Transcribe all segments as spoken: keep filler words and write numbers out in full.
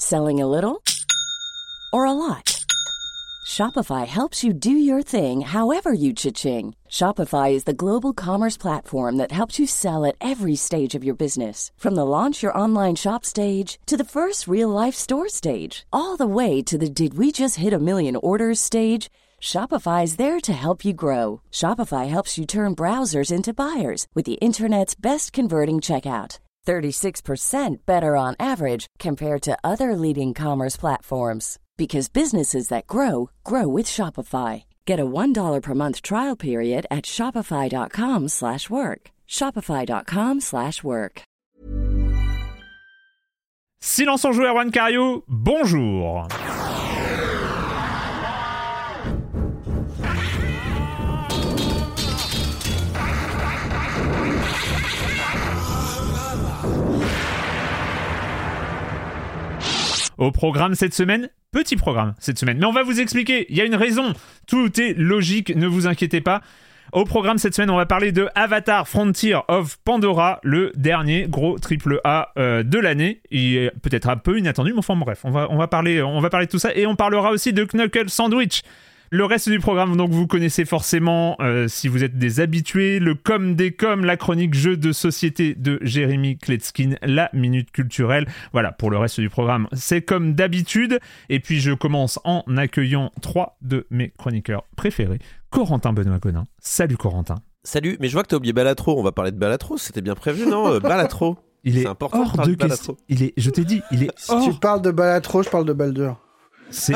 Selling a little or a lot? Shopify helps you do your thing however you cha-ching. Shopify is the global commerce platform that helps you sell at every stage of your business. From the launch your online shop stage to the first real-life store stage, all the way to the did we just hit a million orders stage. Shopify is there to help you grow. Shopify helps you turn browsers into buyers with the internet's best converting checkout. thirty-six percent better on average compared to other leading commerce platforms. Because businesses that grow, grow with Shopify. Get a one dollar per month trial period at shopify.com slash work. Shopify.com slash work. Silence on joue, Erwan Cario, bonjour. Au programme cette semaine, petit programme cette semaine, mais on va vous expliquer, il y a une raison, tout est logique, ne vous inquiétez pas. Au programme cette semaine, on va parler de Avatar Frontier of Pandora, le dernier gros triple A euh, de l'année. Il est peut-être un peu inattendu, mais enfin bref, on va, on va, parler, on va parler de tout ça, et on parlera aussi de Knuckle Sandwich. Le reste du programme, donc vous connaissez forcément, euh, si vous êtes des habitués, le com des com, la chronique jeu de société de Jérémy Kletskin, la minute culturelle. Voilà, pour le reste du programme, c'est comme d'habitude. Et puis je commence en accueillant trois de mes chroniqueurs préférés. Corentin Benoît Gonin. Salut Corentin. Salut, mais je vois que t'as oublié Balatro. On va parler de Balatro, c'était bien prévu, non euh, Balatro. Il c'est est important hors de, de question. Il est, je t'ai dit, il est si hors... tu parles de Balatro, je parle de Baldur. C'est...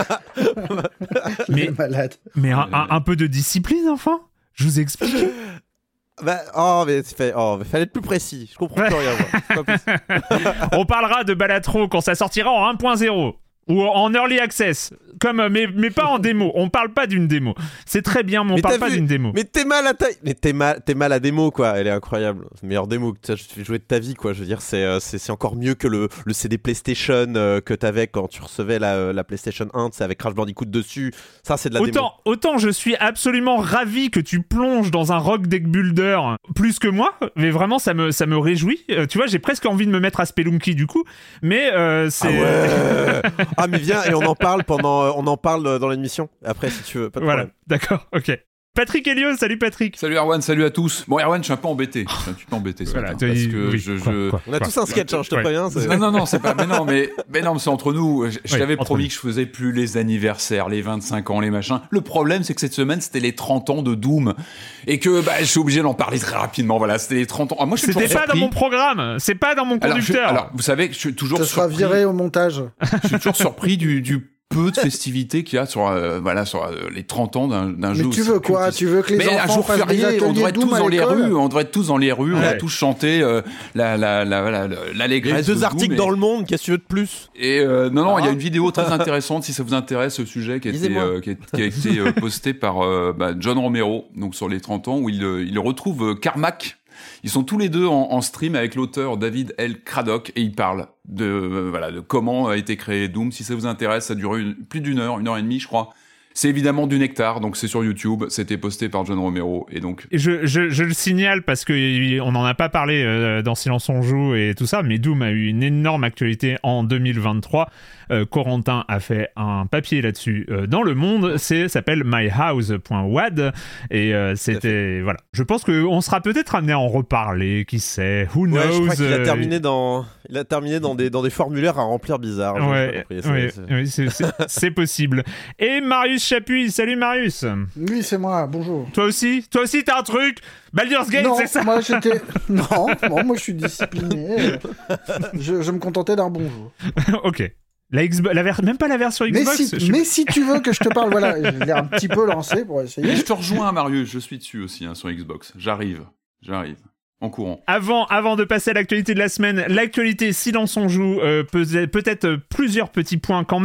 mais malade. mais un, un, un peu de discipline, enfin. Je vous ai expliqué. Bah, oh, mais, fait, oh, mais fallait être plus précis. Je comprends plus rien. Moi. On parlera de Balatro quand ça sortira en un point zéro. Ou en early access, comme, mais, mais pas en démo. On parle pas d'une démo. C'est très bien, mais on mais parle pas vu, d'une démo. Mais t'es mal à taille. Mais t'es mal, t'es mal à démo, quoi. Elle est incroyable. C'est la meilleure démo que tu as joué de ta vie, quoi. Je veux dire, c'est, euh, c'est, c'est encore mieux que le, le C D PlayStation euh, que t'avais quand tu recevais la, la PlayStation un, c'est avec Crash Bandicoot dessus. Ça, c'est de la autant, démo. Autant je suis absolument ravi que tu plonges dans un rock deck builder plus que moi, mais vraiment, ça me, ça me réjouit. Euh, tu vois, j'ai presque envie de me mettre à Spelunky du coup, mais euh, c'est. Ah ouais. Ah, mais viens, et on en parle pendant, on en parle dans l'émission après si tu veux. Pas de voilà, problème. d'accord, ok. Patrick Helio, salut Patrick. Salut Erwan, salut à tous. Bon Erwan, je suis un peu embêté. Je suis un petit peu embêté ce voilà, matin, parce que oui, je, quoi, je... Quoi, on a quoi, tous un sketch, hein, je te ouais. préviens. C'est... Non non non, c'est pas. Mais non, mais mais non, mais c'est entre nous. Je, je oui, t'avais promis nous. que je faisais plus les anniversaires, les vingt-cinq ans, les machins. Le problème, c'est que cette semaine, c'était les trente ans de Doom, et que bah, je suis obligé d'en parler très rapidement. Voilà, c'était les trente ans. Ah, moi, je suis C'était pas surpris. dans mon programme. C'est pas dans mon conducteur. Alors, je, alors vous savez que je suis toujours. Ça sera surpris, viré au montage. Je suis toujours surpris du du peu de festivités qu'il y a sur, euh, voilà, sur euh, les trente ans d'un, d'un jeu. Mais tu veux quoi ? Tu veux que les mais enfants un jour fassent des férié, ateliers on devrait être Doom tous à dans les l'école ? rues, on devrait être tous dans les rues, ouais. on va tous chanter euh, la, la, la, la, la, l'allégresse. Il y a deux de articles Doom, dans et... le Monde, qu'est-ce que tu veux de plus ? Et euh, non, non, il ah. y a une vidéo très intéressante, si ça vous intéresse, ce sujet qui a été, euh, qui a, qui a été euh, posté par euh, bah, John Romero, donc sur les trente ans, où il, euh, il retrouve euh, Carmack. Ils sont tous les deux en, en stream avec l'auteur David L. Craddock et ils parlent de, euh, voilà, de comment a été créé Doom. Si ça vous intéresse, ça dure une, plus d'une heure, une heure et demie, je crois. C'est évidemment du nectar, donc c'est sur YouTube, c'était posté par John Romero, et donc... Et je, je, je le signale parce qu'on n'en a pas parlé euh, dans Silence on joue et tout ça, mais Doom a eu une énorme actualité en deux mille vingt-trois. Euh, Corentin a fait un papier là-dessus euh, dans Le Monde, c'est s'appelle my house point w a d, et euh, c'était... Voilà. Je pense qu'on sera peut-être amené à en reparler, qui sait, who knows. Ouais, je crois qu'il a euh... terminé dans... Il a terminé dans des, dans des formulaires à remplir bizarres. Ouais, c'est, ouais, c'est... oui, c'est, c'est, c'est possible. Et Marius Chapuis, salut Marius. Oui, c'est moi, bonjour. Toi aussi Toi aussi t'as un truc Baldur's Gate, non, c'est ça? moi j'étais... Non, non, moi je suis discipliné. Je, je me contentais d'un bonjour. Ok. La Xbox, la ver... même pas la version Xbox. Mais si, je... mais si tu veux que je te parle, voilà, je l'ai un petit peu lancé pour essayer. Mais je te rejoins, Marius, je suis dessus aussi, hein, sur Xbox. J'arrive, j'arrive. En courant. Avant, avant de passer à l'actualité de la semaine, l'actualité Silence on joue, euh, peut- peut-être plusieurs petits points quand même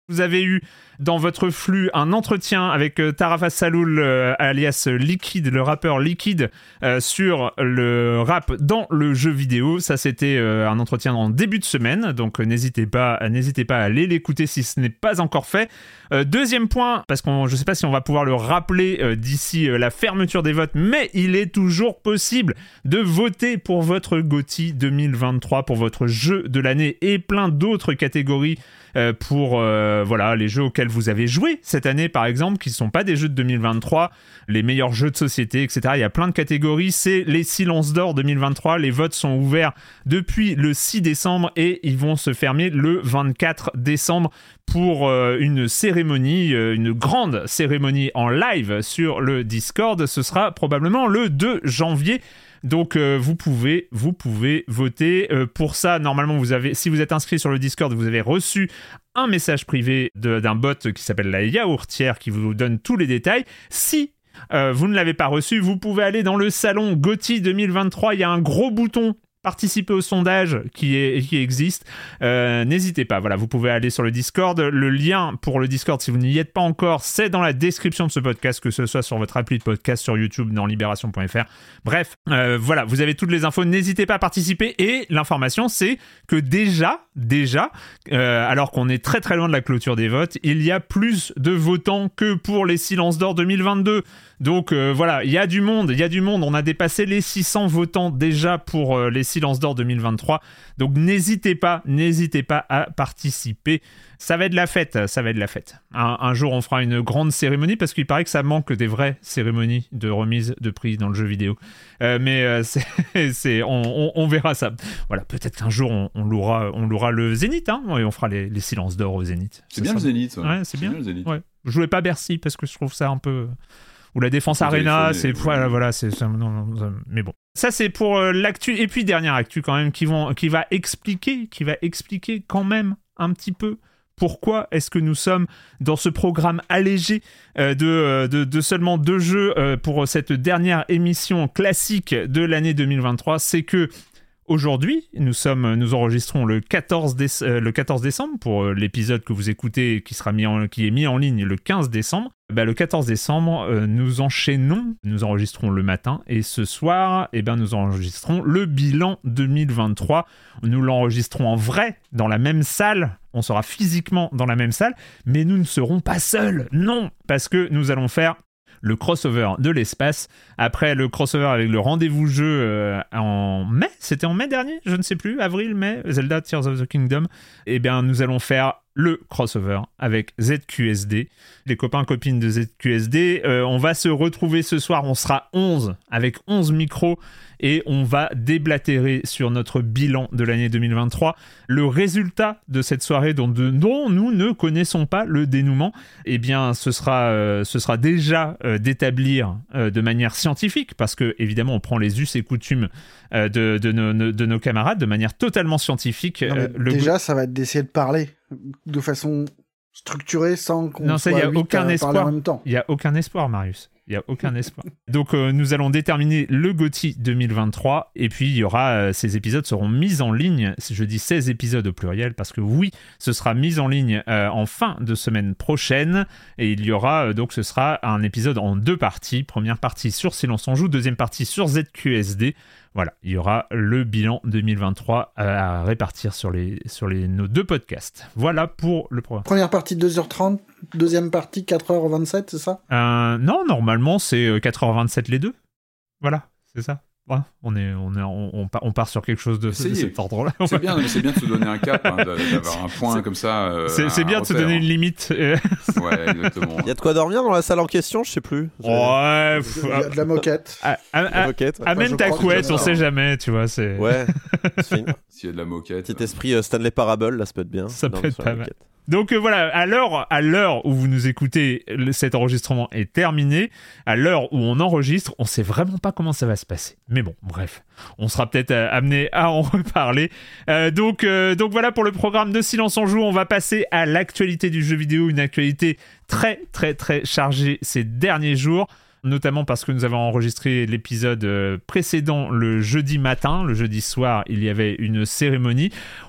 Vous avez eu dans votre flux un entretien avec euh, Tarafa Saloul, euh, alias Liquid, le rappeur Liquid, euh, sur le rap dans le jeu vidéo. Ça, c'était euh, un entretien en début de semaine, donc euh, n'hésitez pas, n'hésitez pas à aller l'écouter si ce n'est pas encore fait. Euh, deuxième point, parce que je ne sais pas si on va pouvoir le rappeler euh, d'ici euh, la fermeture des votes, mais il est toujours possible de voter pour votre GOTY deux mille vingt-trois, pour votre jeu de l'année et plein d'autres catégories euh, pour euh, voilà, les jeux auxquels vous avez joué cette année, par exemple, qui ne sont pas des jeux de deux mille vingt-trois, les meilleurs jeux de société, et cetera. Il y a plein de catégories. C'est les Silences d'Or deux mille vingt-trois. Les votes sont ouverts depuis le six décembre et ils vont se fermer le vingt-quatre décembre pour euh, une cérémonie, euh, une grande cérémonie en live sur le Discord. Ce sera probablement le deux janvier. Donc euh, vous pouvez vous pouvez voter euh, pour ça. Normalement, vous avez, si vous êtes inscrit sur le Discord, vous avez reçu un message privé de, d'un bot qui s'appelle la yaourtière qui vous donne tous les détails. Si euh, vous ne l'avez pas reçu, vous pouvez aller dans le salon GOTY deux mille vingt-trois. Il y a un gros bouton participer au sondage qui, est, qui existe. Euh, n'hésitez pas, voilà, vous pouvez aller sur le Discord. Le lien pour le Discord, si vous n'y êtes pas encore, c'est dans la description de ce podcast, que ce soit sur votre appli de podcast, sur YouTube, dans libération point f r. Bref, euh, voilà, vous avez toutes les infos. N'hésitez pas à participer. Et l'information, c'est que déjà, déjà, euh, alors qu'on est très très loin de la clôture des votes, il y a plus de votants que pour les Silences d'Or deux mille vingt-deux. Donc euh, voilà, il y a du monde, il y a du monde. On a dépassé les six cents votants déjà pour euh, les Silences d'Or deux mille vingt-trois. Donc n'hésitez pas, n'hésitez pas à participer. Ça va être de la fête, ça va être de la fête. Un, un jour, on fera une grande cérémonie parce qu'il paraît que ça manque des vraies cérémonies de remise de prix dans le jeu vidéo. Euh, mais euh, c'est, c'est, on, on, on verra ça. Voilà, peut-être qu'un jour, on, on, louera, on louera le Zénith, hein, et on fera les, les Silences d'Or au Zénith. C'est bien le Zénith. Ouais, ouais c'est, c'est bien. bien le Zénith. Ouais. Je jouais pas Bercy parce que je trouve ça un peu... Ou la Défense Arena, c'est... Voilà, voilà, c'est... c'est non, non, mais bon. Ça, c'est pour euh, l'actu. Et puis, dernière actu quand même, qui, vont, qui va expliquer, qui va expliquer quand même un petit peu pourquoi est-ce que nous sommes dans ce programme allégé euh, de, de, de seulement deux jeux euh, pour cette dernière émission classique de l'année deux mille vingt-trois. C'est que aujourd'hui, nous, sommes, nous enregistrons le quatorze, déce- euh, le quatorze décembre pour euh, l'épisode que vous écoutez qui, sera mis en, qui est mis en ligne le quinze décembre. Bah, le quatorze décembre, euh, nous enchaînons, nous enregistrons le matin et ce soir, eh ben, nous enregistrons le bilan deux mille vingt-trois. Nous l'enregistrons en vrai dans la même salle, on sera physiquement dans la même salle, mais nous ne serons pas seuls, non, parce que nous allons faire le crossover de l'espace. Après le crossover avec le rendez-vous jeu euh, en mai, c'était en mai dernier, je ne sais plus, avril, mai, Zelda Tears of the Kingdom, eh bien nous allons faire le crossover avec Z Q S D. Les copains copines de Z Q S D, euh, on va se retrouver ce soir, on sera onze, avec onze micros, et on va déblatérer sur notre bilan de l'année deux mille vingt-trois. Le résultat de cette soirée dont, de, dont nous ne connaissons pas le dénouement, eh bien ce sera, euh, ce sera déjà euh, d'établir euh, de manière scientifique, parce que évidemment on prend les us et coutumes euh, de, de, nos, de nos camarades de manière totalement scientifique. Non, euh, le déjà, go- ça va être d'essayer de parler de façon structurée sans qu'on non, ça, soit y a huit aucun à espoir. parler en même temps. Il n'y a aucun espoir, Marius. Il n'y a aucun espoir. Donc, euh, nous allons déterminer le GOTY deux mille vingt-trois. Et puis, il y aura... Euh, ces épisodes seront mis en ligne. Je dis seize épisodes au pluriel parce que oui, ce sera mis en ligne euh, en fin de semaine prochaine. Et il y aura... Euh, donc, ce sera un épisode en deux parties. Première partie sur Silence on Joue. Deuxième partie sur Z Q S D. Voilà, il y aura le bilan deux mille vingt-trois à répartir sur, les, sur les, nos deux podcasts. Voilà pour le programme. Première partie deux heures trente, deuxième partie quatre heures vingt-sept, c'est ça ? euh, Non, normalement c'est quatre heures vingt-sept les deux. Voilà, c'est ça. Ouais, on, est, on, est, on, on, part, on part sur quelque chose de, de cet ordre-là. C'est bien, c'est bien de se donner un cap, hein, d'avoir un point c'est, comme ça. Euh, c'est c'est bien de se donner une limite. Ouais, exactement. Il y a de quoi dormir dans la salle en question, je sais plus. Ouais. Il y a de la moquette. Ah, ah, la moquette. Ouais. Amène ta couette, on sait jamais, tu vois. C'est... Ouais. C'est une... S'il y a de la moquette. Petit esprit euh, Stanley Parable, là, ça peut être bien. Ça peut être pas mal. Donc euh, voilà, à l'heure, à l'heure où vous nous écoutez, le, cet enregistrement est terminé. À l'heure où on enregistre, on sait vraiment pas comment ça va se passer. Mais bon, bref, on sera peut-être euh, amené à en reparler. Euh, donc, euh, donc voilà pour le programme de Silence on Joue. On va passer à l'actualité du jeu vidéo, une actualité très très très chargée ces derniers jours. Notamment parce que nous avons enregistré l'épisode précédent le jeudi matin. Le jeudi soir, il y avait une cérémonie.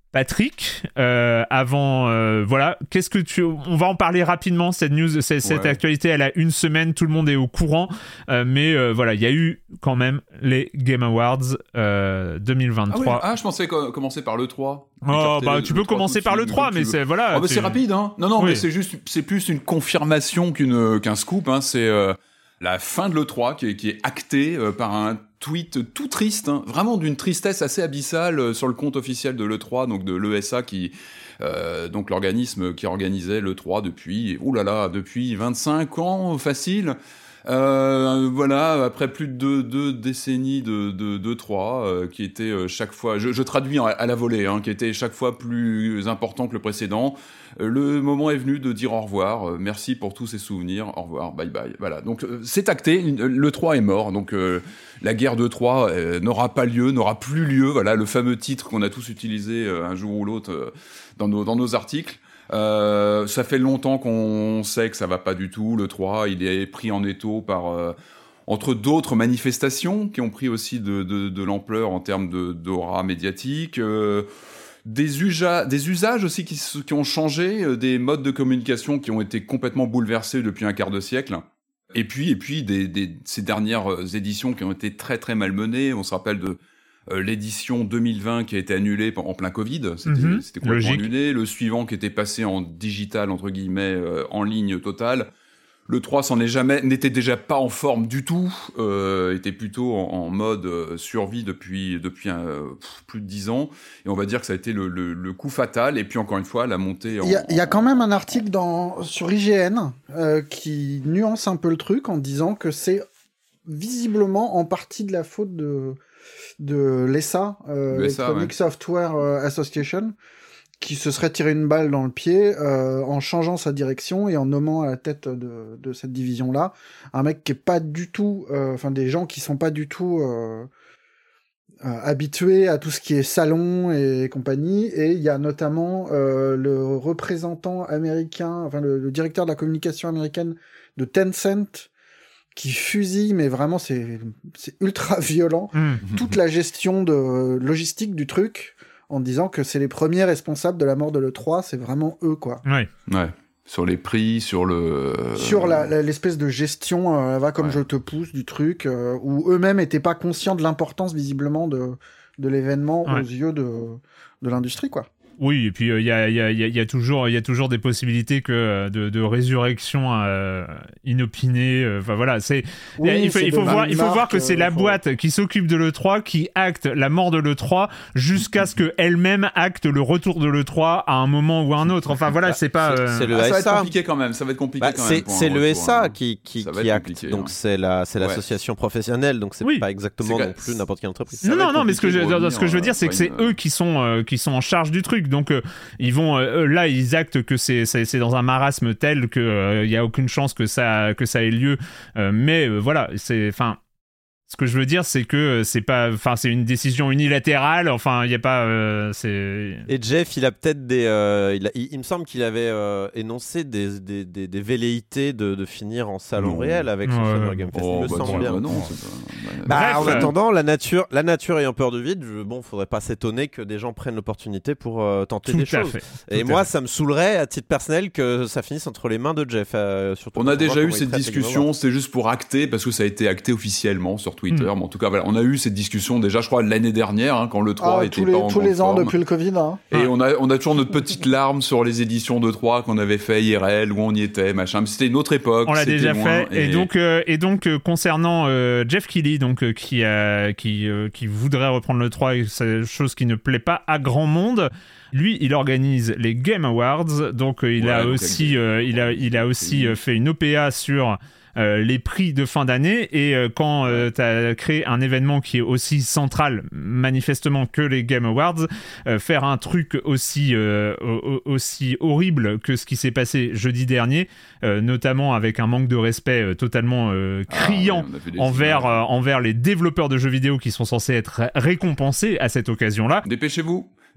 Patrick, euh, avant, euh, voilà, qu'est-ce que tu, on va en parler rapidement. Cette news, cette, cette ouais. actualité, elle a une semaine, tout le monde est au courant, euh, mais euh, voilà, il y a eu quand même les Game Awards euh, deux mille vingt-trois. Ah, oui. ah, je pensais co- commencer par le trois. Oh, bah, le, tu le peux commencer par le trois, mais c'est voilà. Oh, bah, tu... c'est rapide, hein. Non, non, oui. mais c'est juste, c'est plus une confirmation qu'une qu'un scoop. Hein. C'est euh, la fin de l'E trois qui est, qui est actée euh, par un tweet tout triste, hein, vraiment d'une tristesse assez abyssale euh, sur le compte officiel de l'E trois, donc de l'E S A, qui, euh, donc l'organisme qui organisait l'E trois depuis, oulala, depuis vingt-cinq ans, facile. Euh, voilà, après plus de deux, deux décennies de, de, de trois, euh, qui était euh, chaque fois, je, je traduis à la volée, hein, qui était chaque fois plus important que le précédent. Euh, le moment est venu de dire au revoir. Euh, merci pour tous ces souvenirs. Au revoir, bye bye. Voilà. Donc euh, c'est acté. Le trois est mort. Donc euh, la guerre de Troie euh, n'aura pas lieu, n'aura plus lieu. Voilà, le fameux titre qu'on a tous utilisé euh, un jour ou l'autre euh, dans nos dans nos articles. Euh, ça fait longtemps qu'on sait que ça va pas du tout. Le trois, il est pris en étau par euh, entre d'autres manifestations qui ont pris aussi de, de, de l'ampleur en termes de, d'aura médiatique, euh, des, usa- des usages aussi qui, qui ont changé, euh, des modes de communication qui ont été complètement bouleversés depuis un quart de siècle. Et puis, et puis des, des, ces dernières éditions qui ont été très très malmenées. On se rappelle de Euh, l'édition deux mille vingt qui a été annulée en plein Covid, c'était, mmh, c'était complètement logique. annulé. Le suivant qui était passé en digital, entre guillemets, euh, en ligne totale. Le trois s'en est jamais, n'était déjà pas en forme du tout, euh, était plutôt en, en mode euh, survie depuis, depuis un, euh, pff, plus de dix ans. Et on va dire que ça a été le, le, le coup fatal. Et puis encore une fois, la montée en... Il y a, il y a quand même un article dans, sur I G N euh, qui nuance un peu le truc en disant que c'est visiblement en partie de la faute de... de l'E S A, euh, l'E S A, Electronic ouais. Software Association, qui se serait tiré une balle dans le pied euh, en changeant sa direction et en nommant à la tête de, de cette division-là un mec qui est pas du tout, enfin euh, des gens qui sont pas du tout euh, euh, habitués à tout ce qui est salon et compagnie. Et il y a notamment euh, le représentant américain, enfin le, le directeur de la communication américaine de Tencent, qui fusille, mais vraiment c'est, c'est ultra violent, mmh. toute la gestion de logistique du truc, en disant que c'est les premiers responsables de la mort de l'E trois, c'est vraiment eux, quoi. Ouais. Ouais. Sur les prix, sur le... Sur la, la, l'espèce de gestion, euh, va comme ouais. je te pousse, du truc, euh, où eux-mêmes étaient pas conscients de l'importance, visiblement, de, de l'événement ouais. aux yeux de, de l'industrie, quoi. Oui, et puis il euh, y, a, y, a, y a toujours il y a toujours des possibilités que de, de résurrection euh, inopinée. Enfin euh, voilà, c'est oui, il faut, il faut voir il faut voir que c'est la faut... boîte qui s'occupe de l'E trois qui acte la mort de l'E trois jusqu'à ce que elle-même acte le retour de l'E trois à un moment ou à un autre. Enfin voilà, c'est pas. C'est, euh... c'est le ah, S A. Ça va être compliqué quand même. Ça va être compliqué bah, quand c'est, même. Pour c'est le retour, S A hein. qui qui, qui acte. Donc hein. c'est la c'est l'association ouais. professionnelle. Donc c'est oui. pas exactement c'est non plus n'importe quelle entreprise. Non non non, mais ce que je ce que je veux dire, c'est que c'est eux qui sont qui sont en charge du truc. Donc ils vont euh, là ils actent que c'est, c'est c'est dans un marasme tel que il euh, y a aucune chance que ça que ça ait lieu euh, mais euh, voilà c'est enfin ce que je veux dire, c'est que c'est pas, enfin, c'est une décision unilatérale. Enfin, il y a pas, euh, c'est. Et Jeff, il a peut-être des, euh, il, a, il, il me semble qu'il avait euh, énoncé des, des, des, des velléités de, de finir en salon mmh. réel avec son Summer Game Fest. Oh, il me bah semble bien. Bah non, bah, Bref, en attendant, la nature, la nature ayant peur du vide, je, bon, faudrait pas s'étonner que des gens prennent l'opportunité pour euh, tenter Tout des à choses. Fait. Et Tout moi, ça me saoulerait à titre personnel que ça finisse entre les mains de Jeff. Euh, on a déjà eu cette discussion. C'est juste pour acter parce que ça a été acté officiellement sur Twitter. Mmh. Mais en tout cas, voilà, on a eu cette discussion déjà, je crois, l'année dernière, hein, quand le trois ah, était les, pas en tous les ans forme. depuis le Covid. Hein. Et on a, on a toujours notre petite larme sur les éditions de trois qu'on avait fait I R L, où on y était, machin. Mais c'était une autre époque. On l'a déjà loin, fait. Et, et donc, euh, et donc euh, concernant euh, Jeff Keighley, donc euh, qui, euh, qui, euh, qui voudrait reprendre le trois, c'est chose qui ne plaît pas à grand monde. Lui, il organise les Game Awards, donc euh, il, ouais, a donc aussi, euh, il a il a aussi euh, fait une O P A sur Euh, les prix de fin d'année et euh, quand euh, tu as créé un événement qui est aussi central manifestement que les Game Awards, euh, faire un truc aussi, euh, aussi horrible que ce qui s'est passé jeudi dernier, euh, notamment avec un manque de respect euh, totalement euh, criant ah, ouais, envers, euh, envers les développeurs de jeux vidéo qui sont censés être récompensés à cette occasion-là. Dépêchez-vous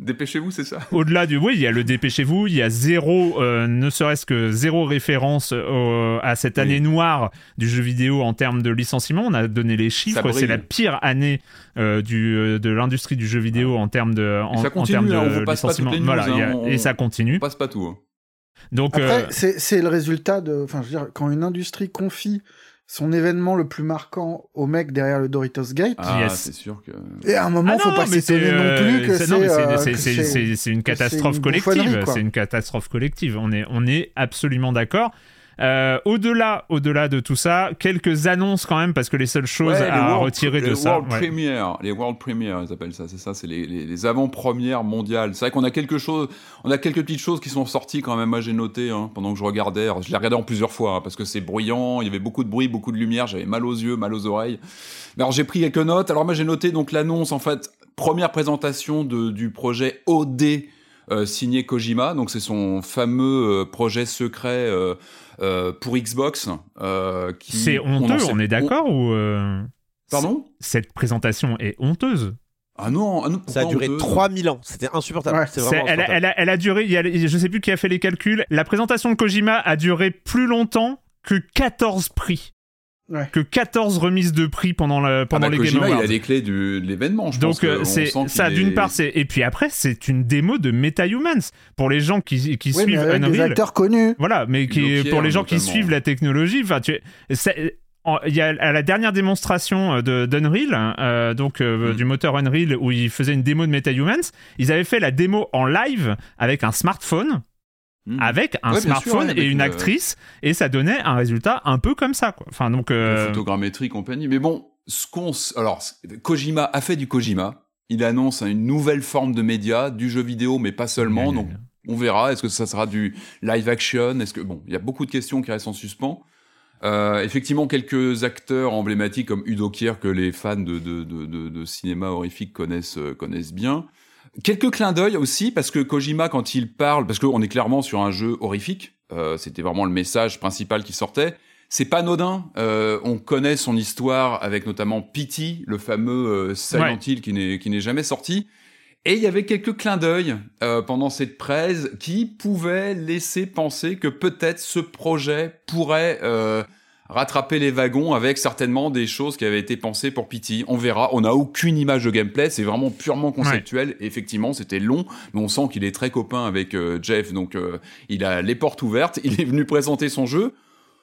Dépêchez-vous, c'est ça? Au-delà du... Oui, il y a le dépêchez-vous, il y a zéro, euh, ne serait-ce que zéro référence euh, à cette année oui. noire du jeu vidéo en termes de licenciement. On a donné les chiffres, c'est la pire année euh, du, euh, de l'industrie du jeu vidéo en termes de, en, ça continue, en termes hein, de on passe licenciement. Pas toutes les news, voilà, hein, y a, on, et ça continue. On passe pas tout. Hein. Donc, Après, euh... c'est, c'est le résultat de... Enfin, je veux dire, quand une industrie confie son événement le plus marquant au mec derrière le Doritos Gate. Ah, yes. c'est sûr que... Et à un moment, ah faut non, pas s'étonner euh, non plus que c'est... Non, mais c'est, euh, c'est, que c'est, c'est, c'est, c'est une catastrophe c'est une collective. C'est une catastrophe collective. On est, on est absolument d'accord. Euh, au-delà, au-delà de tout ça, quelques annonces quand même, parce que les seules choses ouais, à world, retirer de les ça... World ouais. Premiere, les World Premiere, ils appellent ça, c'est ça, c'est les, les, les avant-premières mondiales. C'est vrai qu'on a quelque chose, on a quelques petites choses qui sont sorties quand même, moi j'ai noté, hein, pendant que je regardais, alors, je l'ai regardé en plusieurs fois, hein, parce que c'est bruyant, il y avait beaucoup de bruit, beaucoup de lumière, j'avais mal aux yeux, mal aux oreilles. Mais alors j'ai pris quelques notes, alors moi j'ai noté donc l'annonce, en fait, première présentation de, du projet O D, euh, signé Kojima, donc c'est son fameux euh, projet secret... Euh, Euh, pour Xbox. Euh, qui, c'est honteux, on, sait, on est d'accord on... ou euh... Pardon ? Cette présentation est honteuse. Ah non, ah non ça a duré honteuse trois mille ans, c'était insupportable. Ouais. C'est vraiment c'est, elle, a, elle, a, elle a duré, il y a, je sais plus qui a fait les calculs, la présentation de Kojima a duré plus longtemps que quatorze prix. Ouais. Que quatorze remises de prix pendant, le, pendant ah bah les Kojima, Game Awards. Il a les clés du, de l'événement, je Donc, pense. Donc c'est ça, est... d'une part, c'est... Et puis après, c'est une démo de MetaHumans. Pour les gens qui, qui oui, suivent mais avec Unreal... des acteurs connus. Voilà, mais qui, pour les gens notamment. qui suivent la technologie, enfin, tu... il y a à la dernière démonstration de, d'Unreal, euh, donc euh, mm. du moteur Unreal, où ils faisaient une démo de MetaHumans, ils avaient fait la démo en live avec un smartphone. Mmh. Avec un ouais, smartphone sûr, et une actrice, euh... et ça donnait un résultat un peu comme ça, quoi. Enfin, donc, euh... photogrammétrie, compagnie. Mais bon, ce qu'on... Alors, Kojima a fait du Kojima. Il annonce une nouvelle forme de média, du jeu vidéo, mais pas seulement. Mmh. Donc, on verra. Est-ce que ça sera du live action ? Est-ce que... Bon, il y a beaucoup de questions qui restent en suspens. Euh, effectivement, quelques acteurs emblématiques comme Udo Kier, que les fans de, de, de, de, de cinéma horrifique connaissent, connaissent bien. Quelques clins d'œil aussi, parce que Kojima, quand il parle, parce qu'on est clairement sur un jeu horrifique, euh, c'était vraiment le message principal qui sortait, c'est pas anodin, euh, on connaît son histoire avec notamment P T, le fameux euh, Silent Hill ouais. qui n'est, qui n'est jamais sorti, et il y avait quelques clins d'œil euh, pendant cette presse qui pouvaient laisser penser que peut-être ce projet pourrait... Euh, rattraper les wagons avec certainement des choses qui avaient été pensées pour P T. On verra. On n'a aucune image de gameplay. C'est vraiment purement conceptuel. Ouais. Effectivement, c'était long, mais on sent qu'il est très copain avec euh, Jeff. Donc, euh, il a les portes ouvertes. Il est venu présenter son jeu.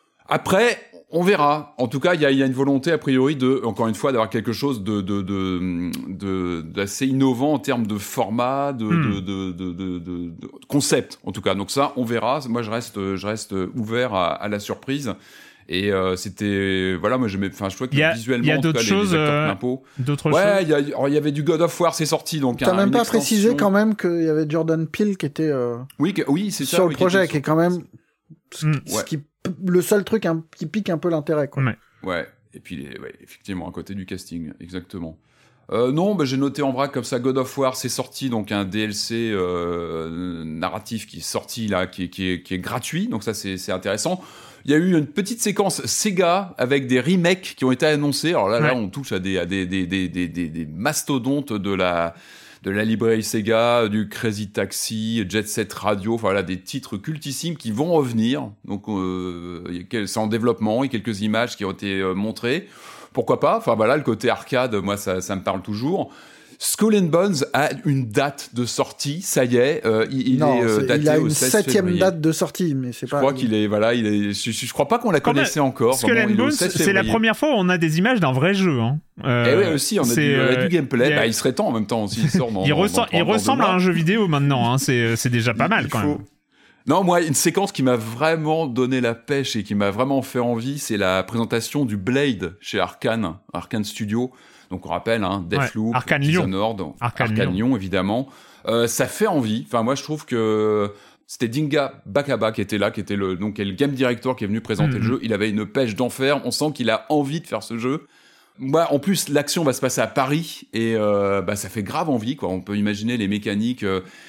Après, on verra. En tout cas, il y a, y a une volonté, a priori, de, encore une fois, d'avoir quelque chose de, de, de, de, d'assez innovant en termes de format, de, mm. de, de, de, de, de, de concept, en tout cas. Donc ça, on verra. Moi, je reste, je reste ouvert à, à la surprise. Et euh, c'était voilà, moi j'aimais, enfin je trouvais que a, visuellement y a en tout d'autres cas, choses, les, les acteurs euh, d'impôt. D'autres ouais, choses. il y, y avait du God of War, c'est sorti donc. T'as un, même pas extension... précisé quand même qu'il y avait Jordan Peele qui était. Euh, oui, que, oui, c'est ça. Sur oui, le projet, qui, qui est quand même ce, mm. ce qui, le seul truc hein, qui pique un peu l'intérêt, quoi. Ouais. Ouais. Et puis les, ouais, effectivement à côté du casting, exactement. Euh, non, bah, j'ai noté en vrac comme ça God of War, c'est sorti donc un D L C euh, narratif qui est sorti là, qui, qui, est, qui est gratuit, donc ça c'est, c'est intéressant. Il y a eu une petite séquence Sega avec des remakes qui ont été annoncés. Alors là, ouais. là on touche à des, à des, des, des, des, des, des mastodontes de la, de la librairie Sega, du Crazy Taxi, Jet Set Radio, enfin voilà, des titres cultissimes qui vont revenir. Donc euh, c'est en développement, il y a quelques images qui ont été euh, montrées. Pourquoi pas ? Enfin voilà, le côté arcade, moi ça, ça me parle toujours. Skull and Bones a une date de sortie, ça y est, euh, il, il non, est euh, daté il a au une seize septième février. Date de sortie, mais c'est je pas. Je crois qu'il est, voilà, il est. Je, je, je crois pas qu'on la connaissait encore. Skull and Bones, c'est la première fois où on a des images d'un vrai jeu. Hein. Euh, Et oui, aussi, on a, du, on a du gameplay. A... Bah, il serait temps en même temps s'il sort. Dans, il dans, ressent, dans, il dans ressemble à un jeu vidéo maintenant. Hein. C'est, c'est déjà pas il, mal il quand faut... même. Non, moi, une séquence qui m'a vraiment donné la pêche et qui m'a vraiment fait envie, c'est la présentation du Blade chez Arkane, Arkane Studio. Donc on rappelle, hein, Deathloop, ouais, Dishonored, Arkane Lyon, Lyon évidemment. Euh, ça fait envie. Enfin, moi, je trouve que c'était Dinga Bakaba qui était là, qui était le donc qui est le game director qui est venu présenter mm-hmm. le jeu. Il avait une pêche d'enfer. On sent qu'il a envie de faire ce jeu. Bah, en plus, l'action va se passer à Paris et euh, bah, ça fait grave envie, quoi. On peut imaginer les mécaniques. Euh,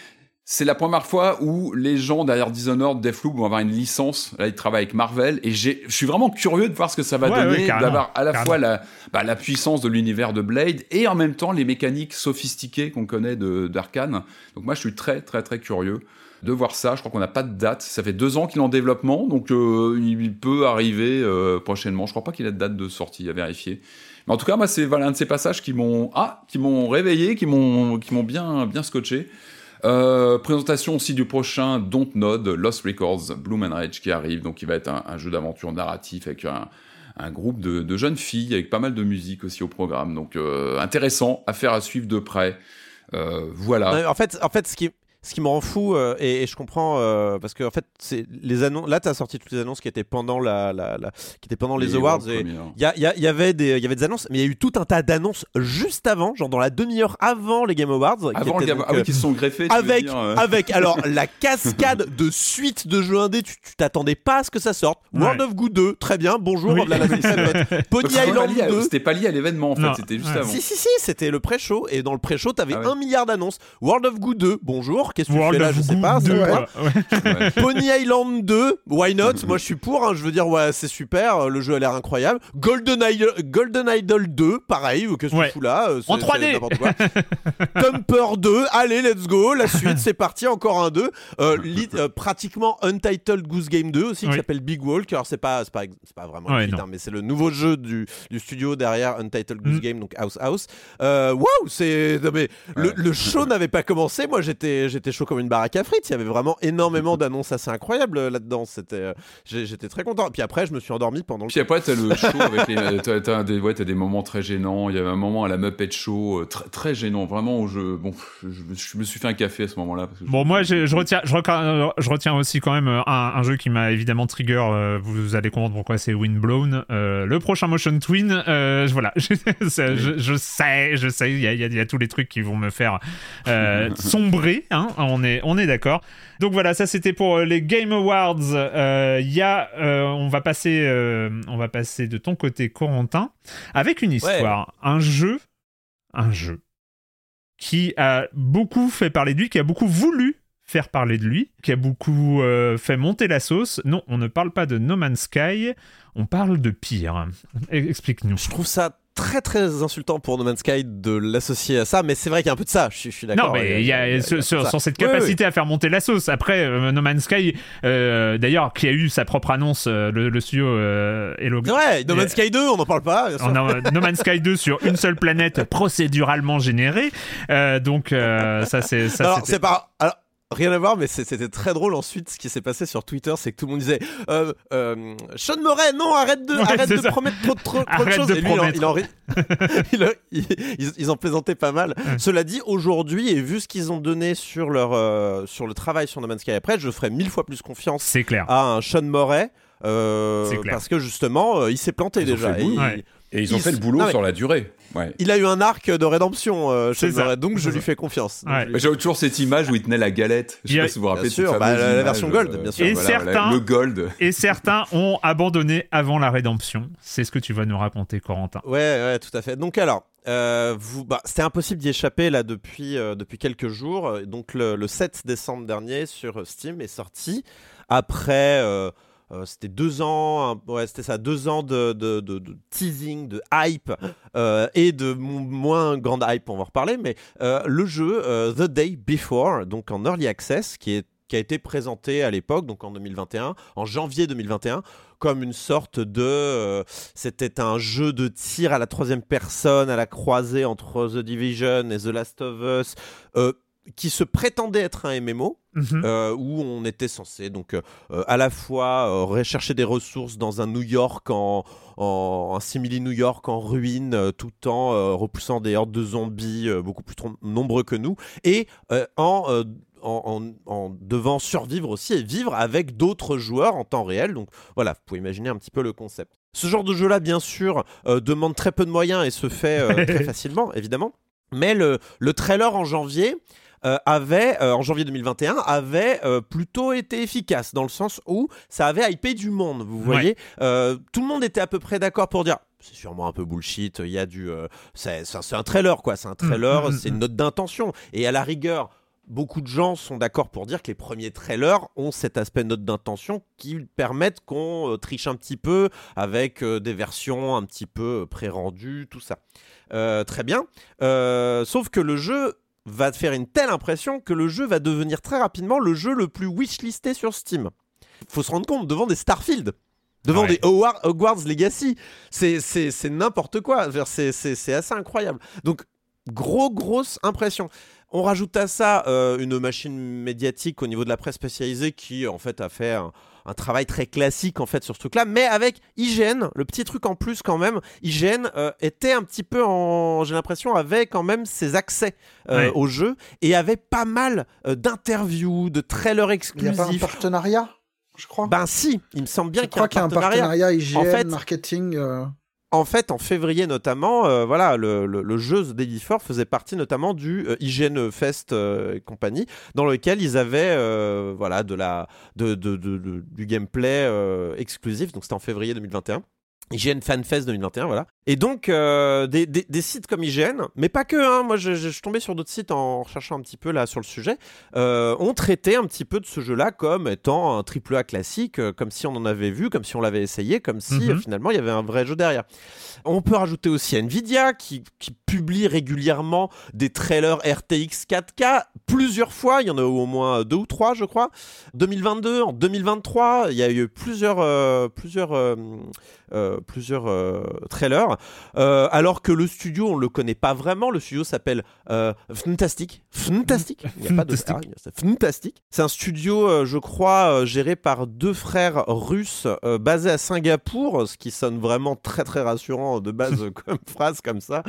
C'est la première fois où les gens derrière Dishonored, Deathloop vont avoir une licence. Là, ils travaillent avec Marvel. Et j'ai, je suis vraiment curieux de voir ce que ça va ouais, donner, ouais, d'avoir à la carrément. fois la, bah, la puissance de l'univers de Blade et en même temps les mécaniques sophistiquées qu'on connaît de, d'Arcane. Donc moi, je suis très, très, très curieux de voir ça. Je crois qu'on n'a pas de date. Ça fait deux ans qu'il est en développement. Donc, euh, il peut arriver euh, prochainement. Je crois pas qu'il ait de date de sortie à vérifier. Mais en tout cas, moi, c'est voilà, un de ces passages qui m'ont, ah, qui m'ont réveillé, qui m'ont, qui m'ont bien, bien scotché. Euh, présentation aussi du prochain Dontnod, Lost Records, Bloom and Rage qui arrive, donc il va être un, un jeu d'aventure narratif avec un, un groupe de, de jeunes filles avec pas mal de musique aussi au programme, donc euh, intéressant, affaire à suivre de près. Euh, voilà. Non, en fait, en fait, ce qui Ce qui me rend fou, euh, et, et je comprends, euh, parce que en fait, c'est les annonces. Là, tu as sorti toutes les annonces qui étaient pendant la, la, la qui étaient pendant les, les awards. Il y, a, y, a, y avait des, il y avait des annonces, mais il y a eu tout un tas d'annonces juste avant, genre dans la demi-heure avant les Game Awards. Avant qui le Game, donc, ah oui, qui se sont greffés. Avec, dire, euh... avec, alors la cascade de suites de jeux indés. Tu, tu t'attendais pas à ce que ça sorte. Ouais. World of Goo deux, très bien. Bonjour. Oui. La, la, la, Pony Island à, deux. C'était pas lié à l'événement en fait. Non. C'était juste Ouais. avant. Si si si, c'était le pré-show et dans le pré-show, t'avais ah ouais. un milliard d'annonces. World of Goo deux, bonjour. Qu'est-ce que tu World fais là? Je sais pas. deux, Ouais. ouais. Pony Island deux, why not? Moi je suis pour, hein. Je veux dire, ouais, c'est super, le jeu a l'air incroyable. Golden Idol, Golden Idol deux, pareil, qu'est-ce que Ouais. tu fous là? C'est, En trois D. c'est n'importe quoi. Thumper deux, allez, let's go, la suite, c'est parti, encore un deux. Euh, lit, euh, pratiquement Untitled Goose Game deux aussi, qui oui. s'appelle Big Walk. Alors c'est pas, c'est pas, c'est pas vraiment ouais, une suite, hein, mais c'est le nouveau jeu du, du studio derrière Untitled Goose mm. Game, donc House House. Euh, Waouh, c'est. Non, mais ouais. le, le show n'avait pas commencé, moi j'étais, j'étais chaud comme une baraque à frites, il y avait vraiment énormément d'annonces assez incroyables là-dedans. C'était, j'étais très content. Et puis après, je me suis endormi pendant le. Puis après, t'as le show avec les, t'as, t'as des, ouais, t'as des moments très gênants. Il y avait un moment à la Muppet Show très, très gênant, vraiment où je, bon, je, je me suis fait un café à ce moment-là. Parce que bon, je, moi, je, je retiens, je, retiens, je retiens aussi quand même un, un jeu qui m'a évidemment trigger. Euh, vous allez comprendre pourquoi c'est Windblown. Euh, le prochain Motion Twin. Euh, voilà, je, je, je sais, je sais. Il y a, il y a, il y a tous les trucs qui vont me faire euh, sombrer. Hein, on est, on est d'accord. Donc voilà, ça c'était pour les Game Awards. Il euh, y a, euh, on va passer, euh, on va passer de ton côté, Corentin, avec une histoire, ouais. un jeu, un jeu qui a beaucoup fait parler de lui, qui a beaucoup voulu faire parler de lui, qui a beaucoup euh, fait monter la sauce. Non, on ne parle pas de No Man's Sky, on parle de pire. Explique-nous. Je trouve ça très très insultant pour No Man's Sky de l'associer à ça, mais c'est vrai qu'il y a un peu de ça, je, je suis d'accord. Non, mais il y a, y a, y a sur, sur, sur cette capacité oui, oui. à faire monter la sauce. Après, euh, No Man's Sky, euh, d'ailleurs, qui a eu sa propre annonce, euh, le, le studio euh, Hello... C'est vrai, No Man's Sky deux, on n'en parle pas. On a No Man's Sky deux sur une seule planète procéduralement générée. Euh, donc, euh, ça, c'est... Ça, Alors, c'était... c'est pas... Alors... Rien à voir, mais c'était très drôle ensuite. Ce qui s'est passé sur Twitter, c'est que tout le monde disait euh, euh, Sean Murray, non, arrête de, ouais, arrête de ça. promettre trop, trop, trop de choses. De et lui, il en, il en, il en, il, ils, ils en plaisantaient pas mal. Ouais. Cela dit, aujourd'hui, et vu ce qu'ils ont donné sur, leur, euh, sur le travail sur No Man's Sky après, je ferais mille fois plus confiance c'est clair. à un Sean Murray. Euh, parce que justement, euh, il s'est planté ils déjà. Et, il, ouais. et ils ont il, fait le boulot non, sur la durée. Ouais. Il a eu un arc de rédemption, euh, c'est ça. donc je lui fais confiance. Ouais. Donc, j'ai toujours cette image où il tenait la galette. Je sais a... pas si vous vous rappelez. Bien sûr, bah, la, la version gold, bien sûr. Et voilà, certains, le gold. Et certains ont abandonné avant la rédemption. C'est ce que tu vas nous raconter, Corentin. Ouais, ouais, tout à fait. Donc alors. Euh, vous, bah, c'était impossible d'y échapper là depuis, euh, depuis quelques jours. Donc le, le sept décembre dernier sur Steam est sorti après euh, euh, c'était deux ans, hein, ouais c'était ça, deux ans de, de, de, de teasing, de hype euh, et de m- moins grande hype, on va en reparler. Mais euh, le jeu euh, The Day Before, donc en early access, qui est qui a été présenté à l'époque, donc en deux mille vingt et un, en janvier deux mille vingt et un, comme une sorte de... Euh, c'était un jeu de tir à la troisième personne, à la croisée entre The Division et The Last of Us, euh, qui se prétendait être un M M O, mm-hmm. euh, où on était censé donc euh, à la fois euh, rechercher des ressources dans un New York, en, en un simili New York en ruine, euh, tout en euh, repoussant des hordes de zombies euh, beaucoup plus trom- nombreux que nous, et euh, en... Euh, En, en, en devant survivre aussi et vivre avec d'autres joueurs en temps réel. Donc voilà, vous pouvez imaginer un petit peu le concept. Ce genre de jeu-là, bien sûr, euh, demande très peu de moyens et se fait euh, très facilement, évidemment. Mais le, le trailer en janvier... Euh, avait, euh, en janvier deux mille vingt et un, avait euh, plutôt été efficace, dans le sens où ça avait hypé du monde, vous voyez. Ouais. Euh, tout le monde était à peu près d'accord pour dire c'est sûrement un peu bullshit, il y a du... Euh, c'est, c'est, c'est un trailer, quoi, c'est un trailer, mmh, mmh, c'est une note d'intention. Et à la rigueur, beaucoup de gens sont d'accord pour dire que les premiers trailers ont cet aspect note d'intention qui permettent qu'on euh, triche un petit peu avec euh, des versions un petit peu pré-rendues, tout ça. Euh, très bien. Euh, sauf que le jeu va faire une telle impression que le jeu va devenir très rapidement le jeu le plus wishlisté sur Steam. Faut se rendre compte, devant des Starfield, devant ouais. des Hogwarts, Hogwarts Legacy, c'est, c'est, c'est n'importe quoi. C'est, c'est, c'est assez incroyable. Donc, gros, grosse impression. On rajoute à ça euh, une machine médiatique au niveau de la presse spécialisée qui, en fait, a fait un, un travail très classique, en fait, sur ce truc-là, mais avec I G N, le petit truc en plus, quand même. I G N euh, était un petit peu, en, j'ai l'impression, avait quand même ses accès euh, ouais. au jeu et avait pas mal euh, d'interviews, de trailers exclusifs. Il n'y a pas un partenariat, je crois. Ben si, il me semble bien je qu'il y a un partenariat. Je crois qu'il y a un partenariat I G N, en fait, marketing... Euh... En fait, en février notamment, euh, voilà, le, le, le jeu The Day Before faisait partie notamment du euh, I G N Fest euh, et compagnie, dans lequel ils avaient euh, voilà, de la, de, de, de, de, du gameplay euh, exclusif, donc c'était en février deux mille vingt et un. I G N Fan Fest deux mille vingt et un, voilà. Et donc, euh, des, des, des sites comme I G N, mais pas que, hein, moi je, je, je suis tombé sur d'autres sites en recherchant un petit peu là sur le sujet, euh, ont traité un petit peu de ce jeu-là comme étant un triple A classique, euh, comme si on en avait vu, comme si on l'avait essayé, comme si mm-hmm. euh, finalement il y avait un vrai jeu derrière. On peut rajouter aussi Nvidia qui, qui publie régulièrement des trailers R T X quatre K plusieurs fois, il y en a au moins deux ou trois je crois. deux mille vingt-deux, en deux mille vingt-trois, il y a eu plusieurs, euh, plusieurs, euh, euh, plusieurs euh, trailers. Euh, alors que le studio, on le connaît pas vraiment. Le studio s'appelle euh, Fantastic. Fantastic. Il n'y a pas de R, c'est Fantastic. C'est un studio, euh, je crois, euh, géré par deux frères russes euh, basés à Singapour, ce qui sonne vraiment très très rassurant de base comme phrase comme ça.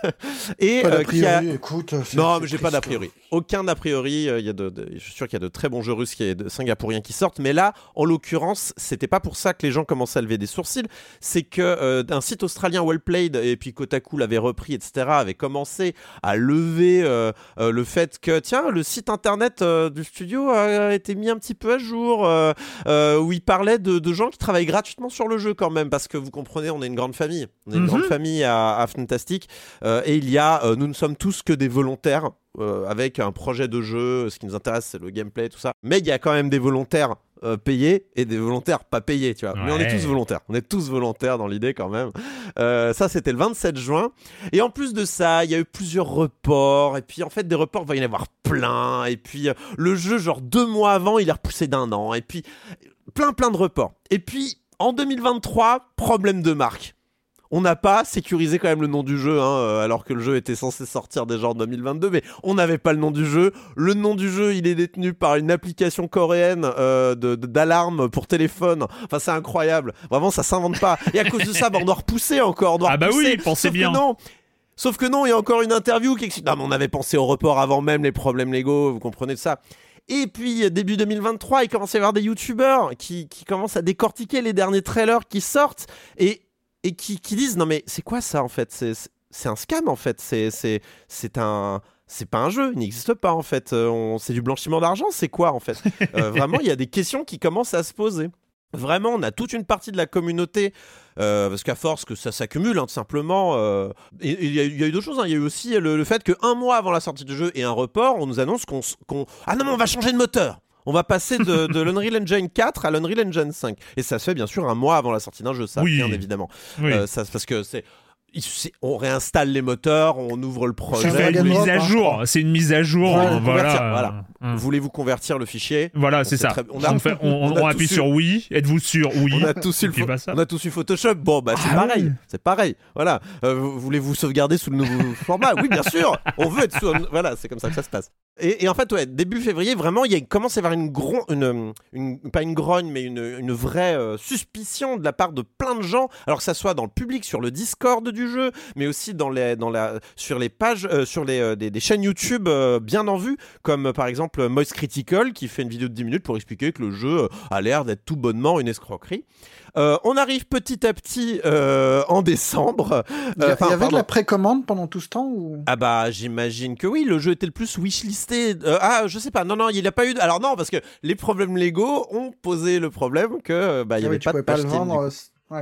Et pas euh, d'a priori, qui a... écoute. C'est, non, c'est mais j'ai pas d'a priori. Aucun d'a priori. Euh, y a de, de... Je suis sûr qu'il y a de très bons jeux russes et de singapouriens qui sortent. Mais là, en l'occurrence, c'était pas pour ça que les gens commençaient à lever des sourcils. C'est que euh, un site australien Wellplayed et puis Kotaku l'avait repris, et cetera, avait commencé à lever euh, euh, le fait que, tiens, le site internet euh, du studio a été mis un petit peu à jour, euh, euh, où il parlait de, de gens qui travaillent gratuitement sur le jeu quand même, parce que vous comprenez, on est une grande famille. On est une mm-hmm. grande famille à, à Fantastic, euh, et il y a, euh, nous ne sommes tous que des volontaires, euh, avec un projet de jeu, ce qui nous intéresse, c'est le gameplay, tout ça. Mais il y a quand même des volontaires Euh, payés et des volontaires pas payés, tu vois. Ouais. Mais on est tous volontaires. On est tous volontaires dans l'idée quand même. Euh, ça, c'était le vingt-sept juin. Et en plus de ça, il y a eu plusieurs reports. Et puis, en fait, des reports, il va y en avoir plein. Et puis, euh, le jeu, genre deux mois avant, il est repoussé d'un an. Et puis, plein, plein de reports. Et puis, en deux mille vingt-trois, problème de marque. On n'a pas sécurisé quand même le nom du jeu, hein, alors que le jeu était censé sortir déjà en deux mille vingt-deux, mais on n'avait pas le nom du jeu. Le nom du jeu, il est détenu par une application coréenne euh, de, de, d'alarme pour téléphone. Enfin, c'est incroyable. Vraiment, ça s'invente pas. Et à cause de ça, bah, on doit repousser encore. On doit ah bah repousser. oui, pensez bien. Non. Sauf que non, il y a encore une interview qui explique... Non, mais on avait pensé au report avant même les problèmes légaux, vous comprenez ça. Et puis, début deux mille vingt-trois, il commence à y avoir des youtubeurs qui, qui commencent à décortiquer les derniers trailers qui sortent et et qui, qui disent non mais c'est quoi ça en fait, c'est, c'est, c'est un scam en fait, c'est, c'est, c'est un... C'est pas un jeu, il n'existe pas en fait, euh, on... c'est du blanchiment d'argent, c'est quoi en fait euh, Vraiment, il y a des questions qui commencent à se poser. Vraiment, on a toute une partie de la communauté, euh, parce qu'à force que ça s'accumule, hein, tout simplement, euh, il y, y a eu d'autres choses, hein. Il y a eu aussi le, le fait qu'un mois avant la sortie du jeu et un report, on nous annonce qu'on... qu'on... Ah non mais on va changer de moteur. On va passer de, de l'Unreal Engine quatre à l'Unreal Engine cinq. Et ça se fait bien sûr un mois avant la sortie d'un jeu, ça, oui. bien évidemment. Oui. Euh, ça, parce que c'est... On réinstalle les moteurs, on ouvre le projet. C'est une mise à jour. C'est une mise à jour. Ouais, voilà. voilà. Hum. Voulez-vous convertir le fichier ? Voilà, c'est ça. Très... On, a... on, fait, on, on, on appuie sur oui. Êtes-vous sûr ? Oui. On a tous eu, fo... on a tous eu Photoshop. Bon, bah c'est ah, pareil. Oui. C'est pareil. Voilà. Euh, voulez-vous sauvegarder sous le nouveau format ? Oui, bien sûr. On veut être sous. Voilà, c'est comme ça que ça se passe. Et, et en fait, ouais, début février, vraiment, il y a, commence à y avoir une gron... une, une, pas une grogne, mais une, une vraie euh, suspicion de la part de plein de gens. Alors que ça soit dans le public, sur le Discord du jeu, mais aussi dans les, dans la, sur les pages, euh, sur les, euh, des, des chaînes YouTube euh, bien en vue, comme euh, par exemple Moist Critical, qui fait une vidéo de dix minutes pour expliquer que le jeu euh, a l'air d'être tout bonnement une escroquerie. Euh, on arrive petit à petit euh, en décembre. Il y, euh, y avait pardon. de la précommande pendant tout ce temps ou... Ah bah j'imagine que oui, le jeu était le plus wishlisté. Euh, ah je sais pas, non non, il n'y a pas eu. De... Alors non, parce que les problèmes légaux ont posé le problème que bah il y ah avait oui, pas de page pas le vendre. Euh, ouais.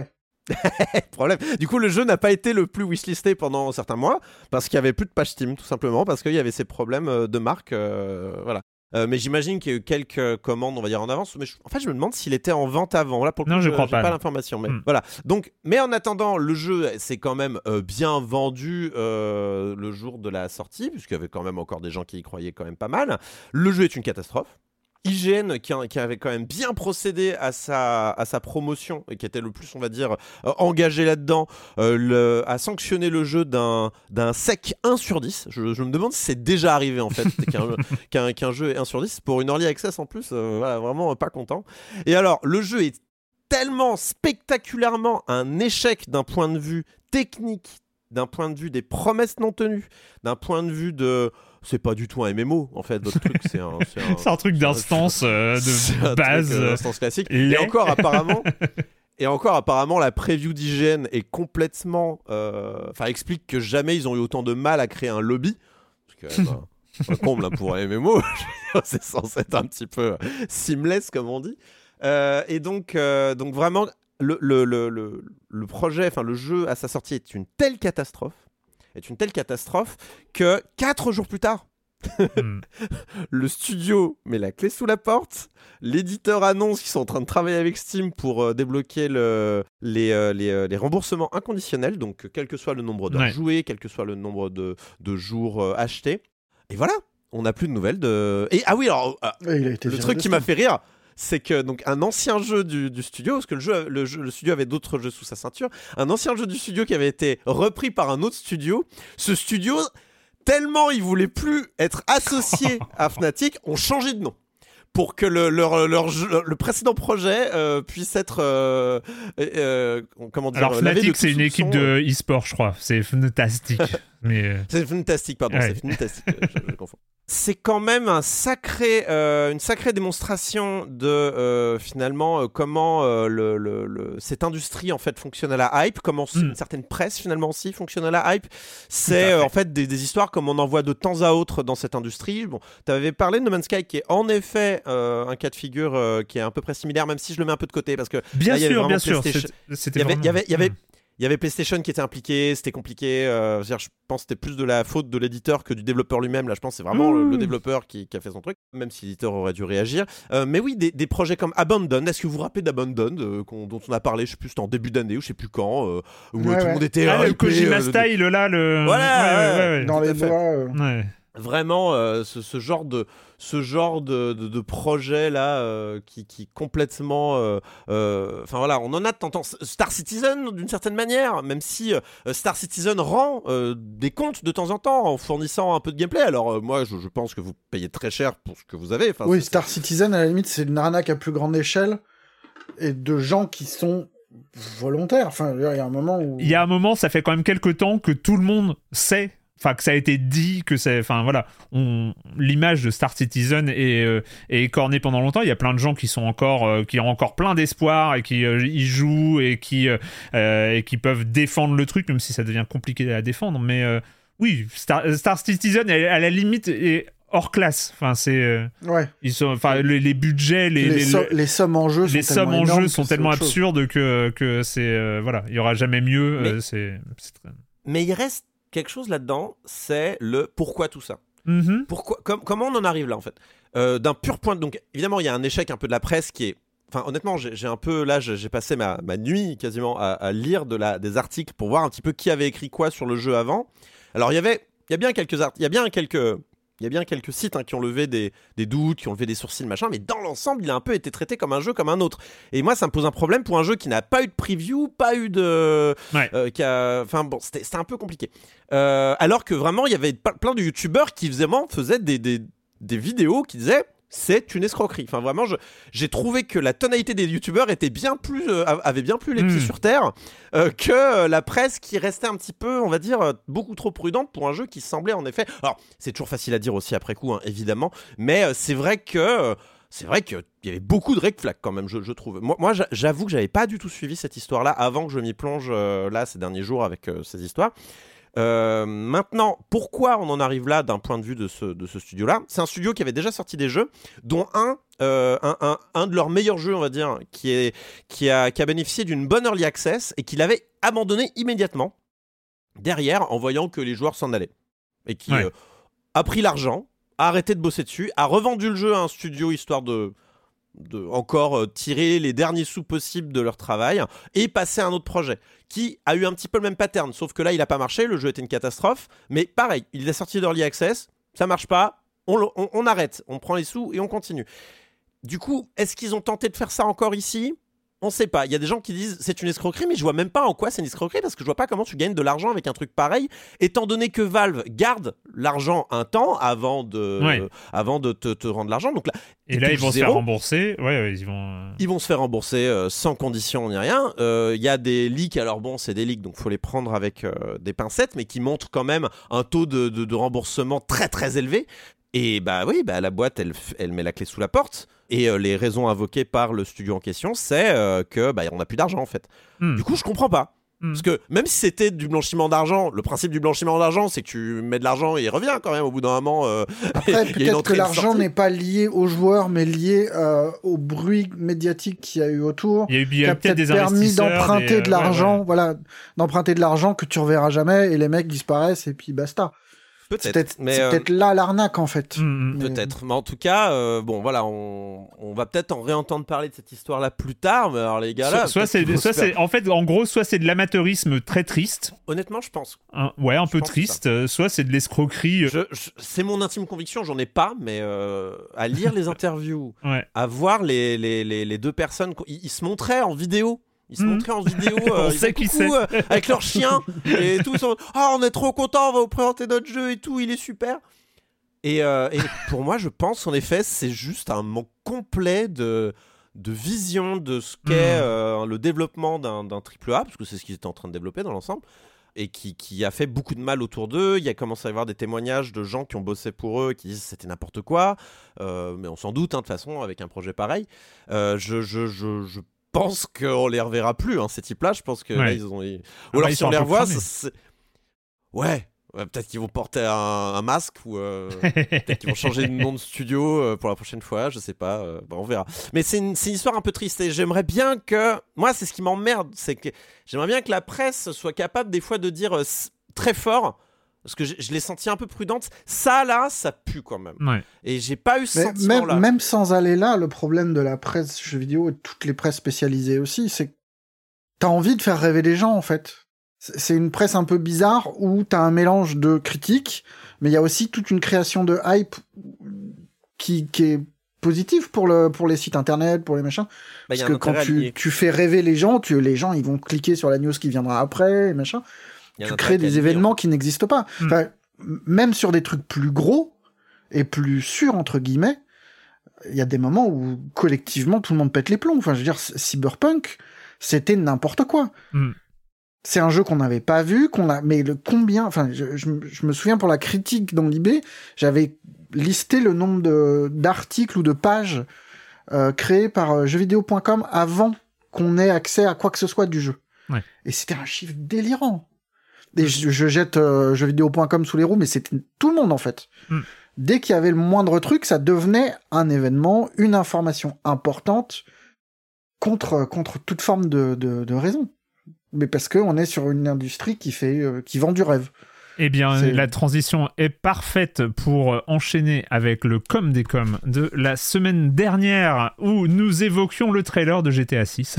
Problème. Du coup, le jeu n'a pas été le plus wishlisté pendant certains mois parce qu'il y avait plus de page Steam, tout simplement parce qu'il y avait ces problèmes de marque. Euh, voilà. Euh, mais j'imagine qu'il y a eu quelques commandes, on va dire, en avance. Mais je, en fait, je me demande s'il était en vente avant. Là, pour le non, coup, je je crois j'ai pas. pas l'information. Mais Mm. voilà. Donc, mais en attendant, le jeu s'est quand même euh, bien vendu euh, le jour de la sortie, puisqu'il y avait quand même encore des gens qui y croyaient quand même pas mal. Le jeu est une catastrophe. I G N qui, qui avait quand même bien procédé à sa, à sa promotion et qui était le plus, on va dire, euh, engagé là-dedans, euh, le, a sanctionné le jeu d'un, d'un sec un sur dix. Je, je me demande si c'est déjà arrivé en fait qu'un, qu'un, qu'un jeu est un sur dix. Pour une early access en plus, euh, voilà, vraiment pas content. Et alors, le jeu est tellement spectaculairement un échec d'un point de vue technique, d'un point de vue des promesses non tenues, d'un point de vue de... C'est pas du tout un M M O, en fait, votre truc, c'est un... C'est un, c'est un truc d'instance, euh, de base. Truc, euh, d'instance classique. Les... Et encore, apparemment... Et encore, apparemment, la preview d'I G N est complètement... Enfin, euh, explique que jamais ils ont eu autant de mal à créer un lobby. Parce que, bah, un comble hein, pour un M M O. C'est censé être un petit peu seamless, comme on dit. Euh, et donc, euh, donc, vraiment, le, le, le, le, le projet, enfin, le jeu à sa sortie est une telle catastrophe, est une telle catastrophe que quatre jours plus tard, mm. le studio met la clé sous la porte, l'éditeur annonce qu'ils sont en train de travailler avec Steam pour euh, débloquer le, les, euh, les, euh, les remboursements inconditionnels, donc quel que soit le nombre d'heures ouais. jouées, quel que soit le nombre de, de jours euh, achetés. Et voilà, on n'a plus de nouvelles de... Et, ah oui, alors, euh, il a été le truc qui m'a fait rire, c'est que donc un ancien jeu du, du studio, parce que le, jeu, le, jeu, le studio avait d'autres jeux sous sa ceinture, un ancien jeu du studio qui avait été repris par un autre studio, ce studio, tellement il voulait plus être associé à Fnatic, ont changé de nom pour que le, leur, leur jeu, le précédent projet euh, puisse être euh, euh, comment dire. Alors Fnatic c'est une équipe de e-sport je crois, c'est fantastique. Mais... C'est fantastique, pardon, ouais. c'est fantastique, je, je confonds. C'est quand même un sacré, euh, une sacrée démonstration de euh, finalement euh, comment euh, le, le, le, cette industrie en fait fonctionne à la hype, comment mm. une certaine presse finalement aussi fonctionne à la hype. C'est euh, en fait des, des histoires comme on en voit de temps à autre dans cette industrie. Bon, tu avais parlé de No Man's Sky qui est en effet euh, un cas de figure euh, qui est à peu près similaire, même si je le mets un peu de côté parce que bien là, sûr, bien sûr, c'était il y avait, il y avait, il y avait Il y avait PlayStation qui était impliqué, c'était compliqué. Euh, je pense que c'était plus de la faute de l'éditeur que du développeur lui-même. Là, je pense que c'est vraiment mmh. le, le développeur qui, qui a fait son truc, même si l'éditeur aurait dû réagir. Euh, mais oui, des, des projets comme Abandon. Est-ce que vous vous rappelez d'Abandon, euh, dont on a parlé, je sais plus, c'était en début d'année ou je sais plus quand, euh, où ouais, tout le ouais. monde était. Ah, euh, le Kojima euh, style, de... là, le. Voilà, ouais, ouais, ouais, ouais, dans les doigts. Euh... Ouais. Vraiment, euh, ce, ce genre de ce genre de, de, de projet là euh, qui, qui complètement, enfin euh, euh, voilà, on en a de temps en temps. Star Citizen d'une certaine manière, même si euh, Star Citizen rend euh, des comptes de temps en temps en fournissant un peu de gameplay. Alors euh, moi, je, je pense que vous payez très cher pour ce que vous avez. Enfin, oui, c'est, Star c'est... Citizen à la limite, c'est une arnaque à plus grande échelle et de gens qui sont volontaires. Enfin, il y a un moment où il y a un moment, ça fait quand même quelques temps que tout le monde sait. Enfin, que ça a été dit, que c'est... Enfin, voilà, on... l'image de Star Citizen est, euh, est écornée pendant longtemps. Il y a plein de gens qui sont encore... Euh, qui ont encore plein d'espoir et qui euh, y jouent et qui, euh, et qui peuvent défendre le truc, même si ça devient compliqué à défendre. Mais euh, oui, Star, Star Citizen, elle, à la limite, est hors classe. Enfin, c'est... Euh, ouais. Ils sont... Enfin, les, les budgets... Les, les, les, so- les sommes en jeu sont les tellement, sommes en jeu sont que tellement absurdes que, que c'est... Euh, voilà, il n'y aura jamais mieux. Mais, euh, c'est, c'est très... mais il reste... quelque chose là-dedans, c'est le pourquoi tout ça. Mm-hmm. Pourquoi, com- comment on en arrive là en fait euh, d'un pur point de... Donc évidemment il y a un échec un peu de la presse qui est... Enfin honnêtement j'ai, j'ai un peu... Là j'ai passé ma, ma nuit quasiment à, à lire de la, des articles pour voir un petit peu qui avait écrit quoi sur le jeu avant. Alors il y avait... Il y a bien quelques articles... Il y a bien quelques... Il y a bien quelques sites hein, qui ont levé des, des doutes, qui ont levé des sourcils, machin, mais dans l'ensemble, il a un peu été traité comme un jeu comme un autre. Et moi, ça me pose un problème pour un jeu qui n'a pas eu de preview, pas eu de... Ouais. Euh, qui a... Enfin bon, c'était, c'était un peu compliqué. Euh, alors que vraiment, il y avait plein de youtubeurs qui vraiment faisaient des, des, des vidéos qui disaient... c'est une escroquerie. Enfin, vraiment, je, j'ai trouvé que la tonalité des youtubeurs était bien plus, euh, avait bien plus les pieds mmh. sur terre euh, que euh, la presse qui restait un petit peu, on va dire, euh, beaucoup trop prudente pour un jeu qui semblait en effet... Alors, c'est toujours facile à dire aussi après coup, hein, évidemment, mais euh, c'est vrai que... Euh, c'est vrai qu'il y avait beaucoup de red flags quand même, je, je trouve. Moi, moi, j'avoue que j'avais pas du tout suivi cette histoire-là avant que je m'y plonge euh, là ces derniers jours avec euh, ces histoires. Euh, maintenant, pourquoi on en arrive là d'un point de vue de ce, de ce studio-là ? C'est un studio qui avait déjà sorti des jeux, dont un, euh, un, un, un de leurs meilleurs jeux, on va dire, qui, est, qui, a, qui a bénéficié d'une bonne early access et qu'il avait abandonné immédiatement derrière en voyant que les joueurs s'en allaient. Et qui ouais. euh, a pris l'argent, a arrêté de bosser dessus, a revendu le jeu à un studio histoire de... de encore euh, tirer les derniers sous possibles de leur travail et passer à un autre projet qui a eu un petit peu le même pattern, sauf que là il a pas marché, le jeu était une catastrophe, mais pareil, il est sorti d'Early Access, ça marche pas, on, on, on arrête, on prend les sous et on continue. Du coup, est-ce qu'ils ont tenté de faire ça encore ici ? On sait pas. Il y a des gens qui disent c'est une escroquerie, mais je vois même pas en quoi c'est une escroquerie parce que je vois pas comment tu gagnes de l'argent avec un truc pareil, étant donné que Valve garde l'argent un temps avant de, ouais. euh, avant de te, te rendre l'argent. Donc là, et là, ils vont zéro. se faire rembourser. Ouais, ouais, ils vont. Ils vont se faire rembourser euh, sans condition ni rien. Il euh, y a des leaks. Alors bon, c'est des leaks, donc faut les prendre avec euh, des pincettes, mais qui montrent quand même un taux de, de, de remboursement très très élevé. Et bah oui, bah la boîte, elle, elle met la clé sous la porte. Et euh, les raisons invoquées par le studio en question, c'est euh, que bah on n'a plus d'argent en fait. Mm. Du coup, je comprends pas. Mm. Parce que même si c'était du blanchiment d'argent, le principe du blanchiment d'argent, c'est que tu mets de l'argent et il revient quand même au bout d'un moment. Euh, Après, peut-être que l'argent n'est pas lié aux joueurs, mais lié euh, au bruit médiatique qu'il y a eu autour. Il y a eu, il y a qui a peut-être, peut-être des permis d'emprunter des... de l'argent, ouais, ouais. voilà, d'emprunter de l'argent que tu reverras jamais et les mecs disparaissent et puis basta. Peut-être, c'est peut-être, mais c'est euh... peut-être là l'arnaque en fait. Mmh, mais... Peut-être, mais en tout cas, euh, bon voilà, on, on va peut-être en réentendre parler de cette histoire-là plus tard. Mais alors les gars là, soit, soit c'est, soit c'est, en fait, en gros, soit c'est de l'amateurisme très triste. Honnêtement, je pense. Un, ouais, un je peu triste. Euh, soit c'est de l'escroquerie. Je, je, c'est mon intime conviction, j'en ai pas, mais euh, à lire les interviews, ouais. à voir les les, les les deux personnes, ils, ils se montraient en vidéo. Ils se mmh. montraient en vidéo, euh, on sait qui c'est. Euh, avec leur chien et tout. Ah, oh, on est trop contents, on va vous présenter notre jeu et tout, il est super. Et, euh, et pour moi, je pense en effet, c'est juste un manque complet de, de vision de ce qu'est mmh. euh, le développement d'un, d'un triple A, parce que c'est ce qu'ils étaient en train de développer dans l'ensemble, et qui, qui a fait beaucoup de mal autour d'eux. Il y a commencé à y avoir des témoignages de gens qui ont bossé pour eux, qui disent que c'était n'importe quoi, euh, mais on s'en doute, hein, de toute façon, avec un projet pareil. Euh, je, je, je, je Je pense qu'on les reverra plus, hein, ces types-là. Je pense que ouais. là, ils ont. Ils... Ou alors, ah, si on les revoit, c'est... c'est... Ouais. ouais, peut-être qu'ils vont porter un, un masque ou euh, peut-être qu'ils vont changer de nom de studio euh, pour la prochaine fois. Je sais pas. Euh, bah, on verra. Mais c'est une, c'est une histoire un peu triste et j'aimerais bien que. Moi, c'est ce qui m'emmerde, c'est que j'aimerais bien que la presse soit capable des fois de dire euh, très fort. Parce que je, je l'ai senti un peu prudente. Ça, là, ça pue quand même. Ouais. Et j'ai pas eu ce Mais sentiment-là. Même, même sans aller là, le problème de la presse jeux vidéo et de toutes les presses spécialisées aussi, c'est que t'as envie de faire rêver les gens, en fait. C'est une presse un peu bizarre où t'as un mélange de critiques, mais il y a aussi toute une création de hype qui, qui est positive pour, le, pour les sites internet, pour les machins. Bah, parce que quand tu, tu fais rêver les gens, tu, les gens, ils vont cliquer sur la news qui viendra après, et machin. Tu crées des événements qui n'existent pas. Mm. Enfin, même sur des trucs plus gros et plus sûrs, entre guillemets, il y a des moments où, collectivement, tout le monde pète les plombs. Enfin, je veux dire, Cyberpunk, c'était n'importe quoi. Mm. C'est un jeu qu'on n'avait pas vu, qu'on a, mais le combien, enfin, je, je, je me souviens pour la critique dans l'I B, j'avais listé le nombre de, d'articles ou de pages euh, créés par euh, jeuxvideo point com avant qu'on ait accès à quoi que ce soit du jeu. Ouais. Et c'était un chiffre délirant. Et je, je jette euh, jeuxvideo point com sous les roues, mais c'était tout le monde en fait. Mm. Dès qu'il y avait le moindre truc, ça devenait un événement, une information importante contre contre toute forme de de, de raison. Mais parce que on est sur une industrie qui fait euh, qui vend du rêve. Eh bien, c'est... la transition est parfaite pour enchaîner avec le com des coms de la semaine dernière où nous évoquions le trailer de G T A six.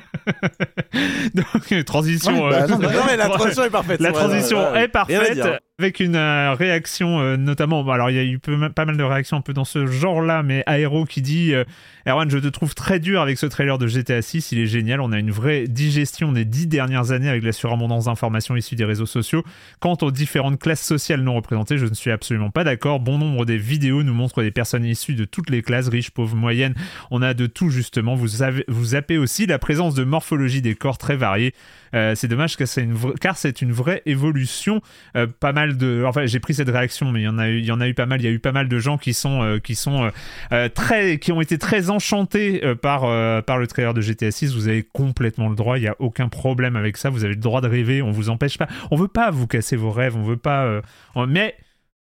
Donc, transition. Ouais, bah, non, euh... non, mais la transition est parfaite. La transition ouais, ouais, est parfaite avec une euh, réaction euh, notamment. Bon, alors, il y a eu peu, pas mal de réactions un peu dans ce genre-là, mais Aero qui dit euh, Erwan, je te trouve très dur avec ce trailer de G T A six. Il est génial. On a une vraie digestion des dix dernières années avec la surabondance d'informations issues des réseaux sociaux. Quant aux différentes classes sociales non représentées, je ne suis absolument pas d'accord. Bon nombre des vidéos nous montrent des personnes issues de toutes les classes, riches, pauvres, moyennes. On a de tout justement. Vous, avez, vous zappez aussi la présence de morphologie des corps très variés. Euh, c'est dommage que c'est une vra... car c'est une vraie évolution. Euh, pas mal mal de, enfin j'ai pris cette réaction, mais il y en a eu, il y en a eu pas mal. Il y a eu pas mal de gens qui sont, euh, qui sont euh, très, qui ont été très enchantés euh, par euh, par le trailer de G T A six. Vous avez complètement le droit. Il y a aucun problème avec ça. Vous avez le droit de rêver. On vous empêche pas. On veut pas vous casser vos rêves. On veut pas. Euh, on, mais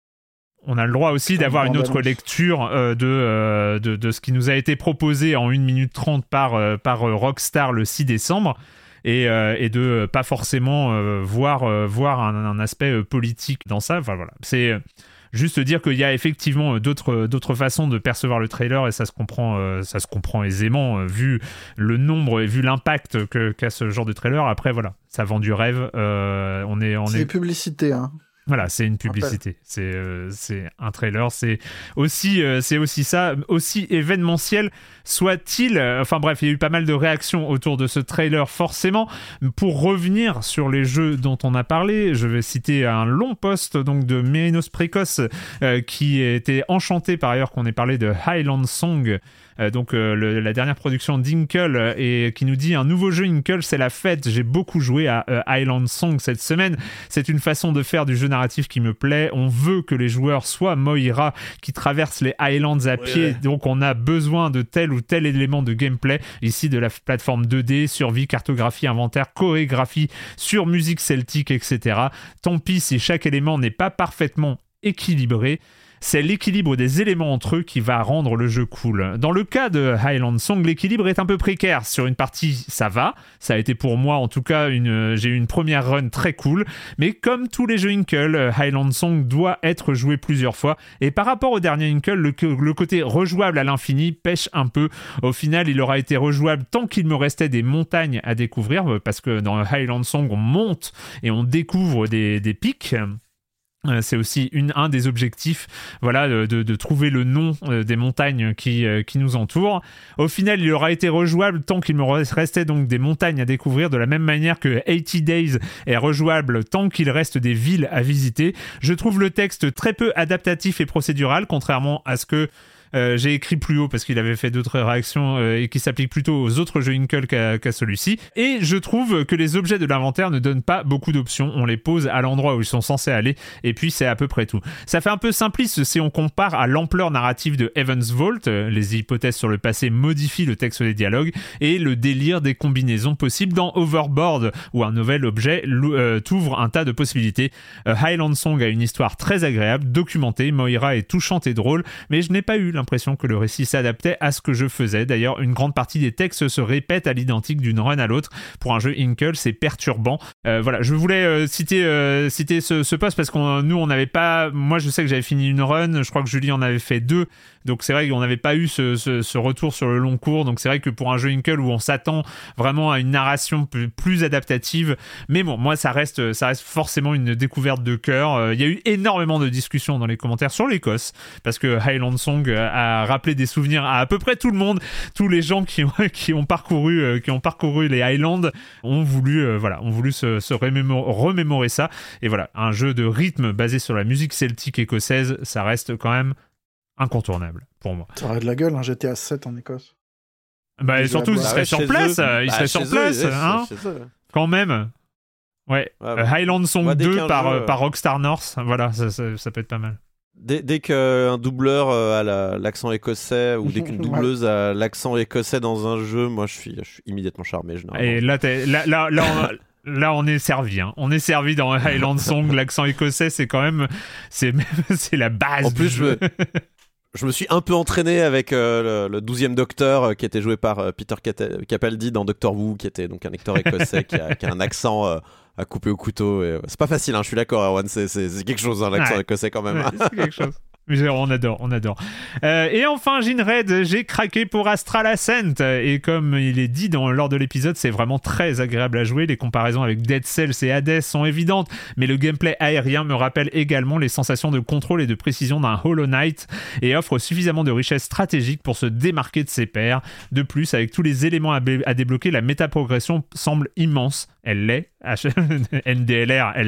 on a le droit aussi d'avoir une autre lecture euh, de, euh, de, de ce qui nous a été proposé en une minute trente par, euh, par Rockstar le six décembre et, euh, et de euh, pas forcément euh, voir, euh, voir un, un aspect euh, politique dans ça. Enfin, voilà. C'est euh, juste dire qu'il y a effectivement d'autres, d'autres façons de percevoir le trailer et ça se comprend, euh, ça se comprend aisément euh, vu le nombre et vu l'impact que, qu'a ce genre de trailer. Après, voilà, ça vend du rêve. Euh, on est, on c'est est... publicité, hein. Voilà, c'est une publicité, c'est, euh, c'est un trailer, c'est aussi, euh, c'est aussi ça, aussi événementiel soit-il. Enfin bref, il y a eu pas mal de réactions autour de ce trailer forcément. Pour revenir sur les jeux dont on a parlé, je vais citer un long post donc, de Mérinos Précoce euh, qui était enchanté par ailleurs qu'on ait parlé de Highland Song. Euh, donc euh, le, la dernière production d'Inkle euh, et qui nous dit un nouveau jeu Inkle, c'est la fête. J'ai beaucoup joué à euh, Highland Song cette semaine. C'est une façon de faire du jeu narratif qui me plaît. On veut que les joueurs soient Moira qui traversent les Highlands à pied. Ouais. Donc on a besoin de tel ou tel élément de gameplay. Ici de la plateforme deux D, survie, cartographie, inventaire, chorégraphie, sur musique celtique, et cetera. Tant pis si chaque élément n'est pas parfaitement équilibré. C'est l'équilibre des éléments entre eux qui va rendre le jeu cool. Dans le cas de Highland Song, l'équilibre est un peu précaire. Sur une partie, ça va. Ça a été pour moi, en tout cas, une, j'ai eu une première run très cool. Mais comme tous les jeux Inkle, Highland Song doit être joué plusieurs fois. Et par rapport au dernier Inkle, le, le côté rejouable à l'infini pêche un peu. Au final, il aura été rejouable tant qu'il me restait des montagnes à découvrir. Parce que dans Highland Song, on monte et on découvre des, des pics. C'est aussi une, un des objectifs, voilà, de, de, de trouver le nom euh, des montagnes qui, euh, qui nous entourent. Au final, il aura été rejouable tant qu'il me restait donc des montagnes à découvrir, de la même manière que eighty Days est rejouable tant qu'il reste des villes à visiter. Je trouve le texte très peu adaptatif et procédural, contrairement à ce que Euh, j'ai écrit plus haut parce qu'il avait fait d'autres réactions euh, et qui s'appliquent plutôt aux autres jeux Inkle qu'à, qu'à celui-ci. Et je trouve que les objets de l'inventaire ne donnent pas beaucoup d'options. On les pose à l'endroit où ils sont censés aller et puis c'est à peu près tout. Ça fait un peu simpliste si on compare à l'ampleur narrative de Heaven's Vault. Les hypothèses sur le passé modifient le texte des dialogues et le délire des combinaisons possibles dans Overboard où un nouvel objet euh, t'ouvre un tas de possibilités. Euh, Highland Song a une histoire très agréable, documentée. Moira est touchante et drôle, mais je n'ai pas eu l'impression que le récit s'adaptait à ce que je faisais. D'ailleurs, une grande partie des textes se répètent à l'identique d'une run à l'autre. Pour un jeu Inkle, c'est perturbant. Euh, voilà, je voulais euh, citer, euh, citer ce, ce post parce que nous, on n'avait pas... Moi, je sais que j'avais fini une run. Je crois que Julie en avait fait deux. Donc, c'est vrai qu'on n'avait pas eu ce, ce, ce retour sur le long cours. Donc, c'est vrai que pour un jeu Inkle où on s'attend vraiment à une narration plus, plus adaptative. Mais bon, moi, ça reste, ça reste forcément une découverte de cœur. Euh, il y a eu énormément de discussions dans les commentaires sur l'Écosse parce que Highland Song a rappelé des souvenirs à à peu près tout le monde. Tous les gens qui ont, qui ont parcouru, euh, qui ont parcouru les Highlands ont voulu, euh, voilà, ont voulu se, se remémor- remémorer ça. Et voilà, un jeu de rythme basé sur la musique celtique écossaise, ça reste quand même incontournable pour moi. Ça aurait de la gueule, un G T A sept en Écosse. Bah, et surtout, il serait ouais, sur place, eux. il bah, serait sur place, eux, hein, quand même. Ouais, ouais euh, Highland Song ouais, deux par, jeu, euh, par Rockstar North, voilà, ça, ça, ça peut être pas mal. Dès, dès qu'un doubleur euh, a la, l'accent écossais ou dès qu'une doubleuse a l'accent écossais dans un jeu, moi je suis, je suis immédiatement charmé. Généralement. Et là, t'es, là, là, là, on, là, on est servi. Hein. On est servi dans Highland Song. L'accent écossais, c'est quand même, c'est, c'est la base. En plus, du jeu. Je, je me suis un peu entraîné avec euh, le, le douzième Docteur euh, qui était joué par euh, Peter Capaldi dans Doctor Who, qui était donc un acteur écossais qui, a, qui a un accent. Euh, à couper au couteau et... c'est pas facile hein, je suis d'accord Erwan, c'est, c'est, c'est quelque chose hein, l'accent ouais. écossais quand même. Ouais, c'est quelque chose. On adore, on adore. Euh, et enfin, Ginred, j'ai craqué pour Astral Ascent. Et comme il est dit dans, lors de l'épisode, c'est vraiment très agréable à jouer. Les comparaisons avec Dead Cells et Hades sont évidentes. Mais le gameplay aérien me rappelle également les sensations de contrôle et de précision d'un Hollow Knight et offre suffisamment de richesse stratégique pour se démarquer de ses pairs. De plus, avec tous les éléments à, b- à débloquer, la métaprogression semble immense. Elle l'est. N D L R, elle l'est.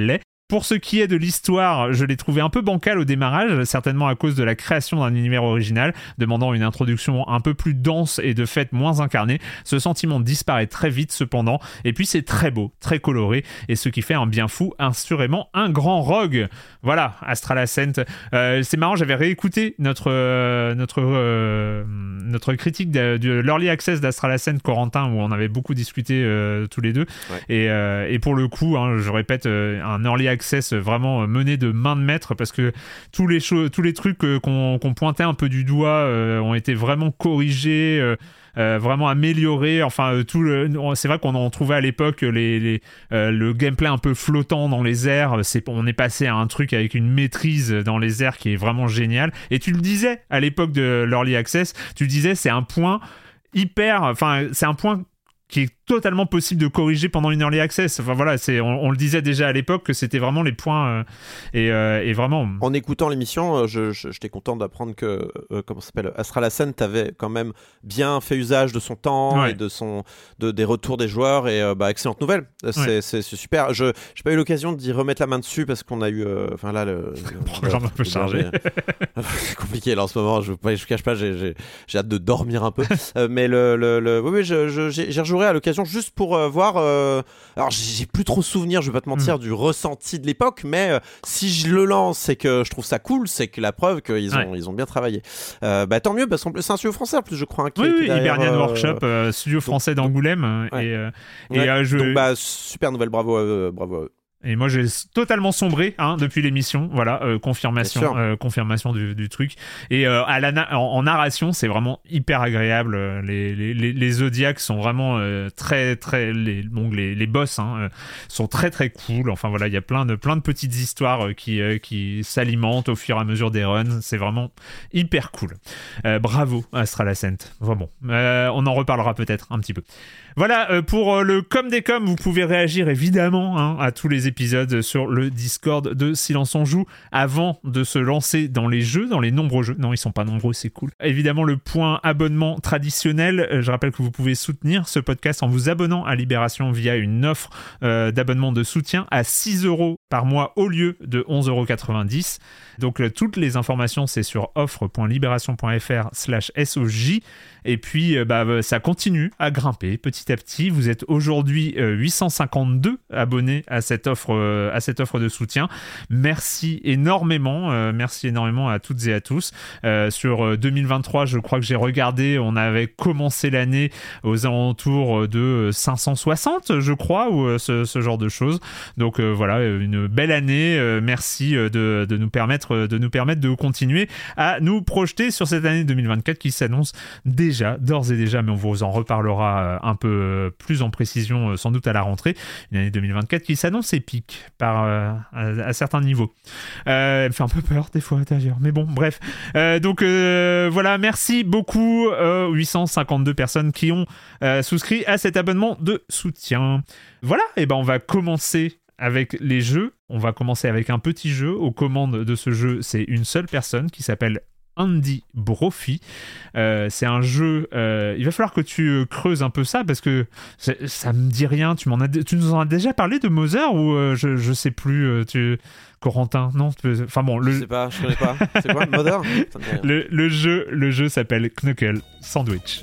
Pour ce qui est de l'histoire, je l'ai trouvé un peu bancal au démarrage, certainement à cause de la création d'un univers original, demandant une introduction un peu plus dense et de fait moins incarnée. Ce sentiment disparaît très vite cependant, et puis c'est très beau, très coloré, et ce qui fait un bien fou, assurément un grand rogue. Voilà, Astral Ascent. Euh, c'est marrant, j'avais réécouté notre, euh, notre, euh, notre critique de, de l'Early Access d'Astral Ascent, Corentin, où on avait beaucoup discuté euh, tous les deux, ouais. et, euh, et pour le coup, hein, je répète, euh, un Early Access vraiment mené de main de maître, parce que tous les, cho- tous les trucs qu'on, qu'on pointait un peu du doigt euh, ont été vraiment corrigés, euh, euh, vraiment améliorés. Enfin, euh, tout le, c'est vrai qu'on en trouvait à l'époque les, les, euh, le gameplay un peu flottant dans les airs. C'est, on est passé à un truc avec une maîtrise dans les airs qui est vraiment génial. Et tu le disais à l'époque de l'Early Access, tu le disais, c'est un point hyper... Enfin, c'est un point qui est totalement possible de corriger pendant une early access. Enfin voilà, c'est, on, on le disait déjà à l'époque que c'était vraiment les points euh, et, euh, et vraiment. En écoutant l'émission, je, je, j'étais content d'apprendre que euh, comment ça s'appelle, Astral Ascent avait quand même bien fait usage de son temps ouais. et de son de des retours des joueurs et euh, bah excellente nouvelle. C'est, ouais. c'est, c'est super. Je j'ai pas eu l'occasion d'y remettre la main dessus parce qu'on a eu enfin euh, là le, le programme un peu chargé. C'est compliqué là en ce moment. Je je vous cache pas, j'ai j'ai, j'ai hâte de dormir un peu. euh, mais le le, le oui, oui je, je j'ai, j'ai rejoué à l'occasion juste pour euh, voir euh... alors j'ai plus trop souvenir, je vais pas te mentir, mmh. du ressenti de l'époque, mais euh, si je le lance et que je trouve ça cool, c'est que la preuve qu'ils ont, ouais. ils ont bien travaillé. Euh, bah tant mieux, parce que c'est un studio français en plus, je crois. Hein, qui oui, est, oui, qui derrière, Hibernian euh... Workshop, euh, studio français donc, d'Angoulême. Ouais. Et, euh, ouais. et euh, je... Donc bah super nouvelle, bravo à eux, bravo à eux. Et moi j'ai totalement sombré hein, depuis l'émission, voilà, euh, confirmation, euh, confirmation du, du truc. Et euh, à la na- en, en narration, c'est vraiment hyper agréable. Les, les, les, les Zodiacs sont vraiment euh, très très les bon, les, les boss hein, euh, sont très très cool. Enfin voilà, il y a plein de plein de petites histoires euh, qui euh, qui s'alimentent au fur et à mesure des runs. C'est vraiment hyper cool. Euh, bravo Astral Ascent. Vraiment. Euh, on en reparlera peut-être un petit peu. Voilà euh, pour euh, le com des coms. Vous pouvez réagir évidemment hein, à tous les épisodes sur le Discord de Silence on Joue avant de se lancer dans les jeux, dans les nombreux jeux. Non, ils sont pas nombreux, c'est cool. Évidemment, le point abonnement traditionnel. Je rappelle que vous pouvez soutenir ce podcast en vous abonnant à Libération via une offre euh, d'abonnement de soutien à six euros par mois au lieu de onze euros quatre-vingt-dix. Donc, euh, toutes les informations, c'est sur offre.libération.fr slash SOJ. Et puis, euh, bah, ça continue à grimper petit à petit. Vous êtes aujourd'hui euh, huit cent cinquante-deux abonnés à cette offre, euh, à cette offre de soutien. Merci énormément. Euh, merci énormément à toutes et à tous. Euh, sur euh, deux mille vingt-trois, je crois que j'ai regardé, on avait commencé l'année aux alentours de cinq cent soixante, je crois, ou euh, ce, ce genre de choses. Donc euh, voilà, une belle année. Euh, merci de, de nous permettre, de nous permettre de continuer à nous projeter sur cette année deux mille vingt-quatre qui s'annonce déjà Déjà, d'ores et déjà, mais on vous en reparlera un peu plus en précision sans doute à la rentrée. Une année deux mille vingt-quatre qui s'annonce épique par, euh, à, à certains niveaux. Euh, elle me fait un peu peur des fois d'ailleurs, mais bon, bref. Euh, donc euh, voilà, merci beaucoup aux huit cent cinquante-deux personnes qui ont euh, souscrit à cet abonnement de soutien. Voilà, et ben on va commencer avec les jeux. On va commencer avec un petit jeu. Aux commandes de ce jeu, c'est une seule personne qui s'appelle Andy Brophy. Euh, c'est un jeu. Euh, il va falloir que tu creuses un peu ça parce que ça, ça me dit rien. Tu m'en as, tu nous en as déjà parlé de Mother ou euh, je, je sais plus. Euh, tu, Corentin, non. Enfin bon, le. Je sais pas. Je connais pas. C'est quoi Mother? le, le jeu, le jeu s'appelle Knuckle Sandwich.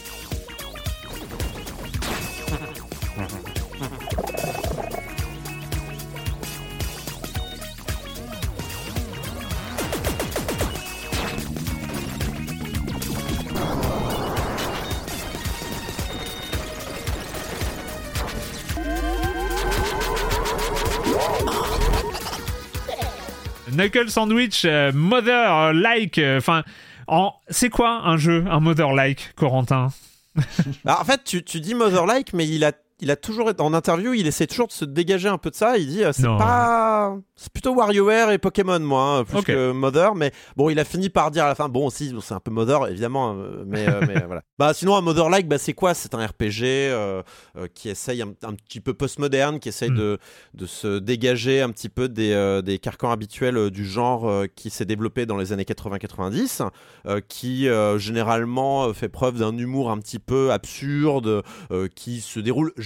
Knuckle Sandwich, euh, Mother-like, enfin, euh, c'est quoi un jeu, un Mother-like, Corentin? Bah, en fait, tu, tu dis Mother-like, mais il a, il a toujours, en interview, il essaie toujours de se dégager un peu de ça. Il dit, euh, c'est non. pas... C'est plutôt WarioWare et Pokémon, moi, hein, plus okay. que Mother. Mais bon, il a fini par dire à la fin, bon, aussi, c'est un peu Mother, évidemment, euh, mais, euh, mais voilà. Bah, sinon, un Mother-like, bah, c'est quoi? C'est un R P G euh, euh, qui essaye un, un petit peu post-moderne, qui essaye mm. de, de se dégager un petit peu des, euh, des carcans habituels euh, du genre euh, qui s'est développé dans les années quatre-vingts quatre-vingt-dix, euh, qui euh, généralement fait preuve d'un humour un petit peu absurde, euh, qui se déroule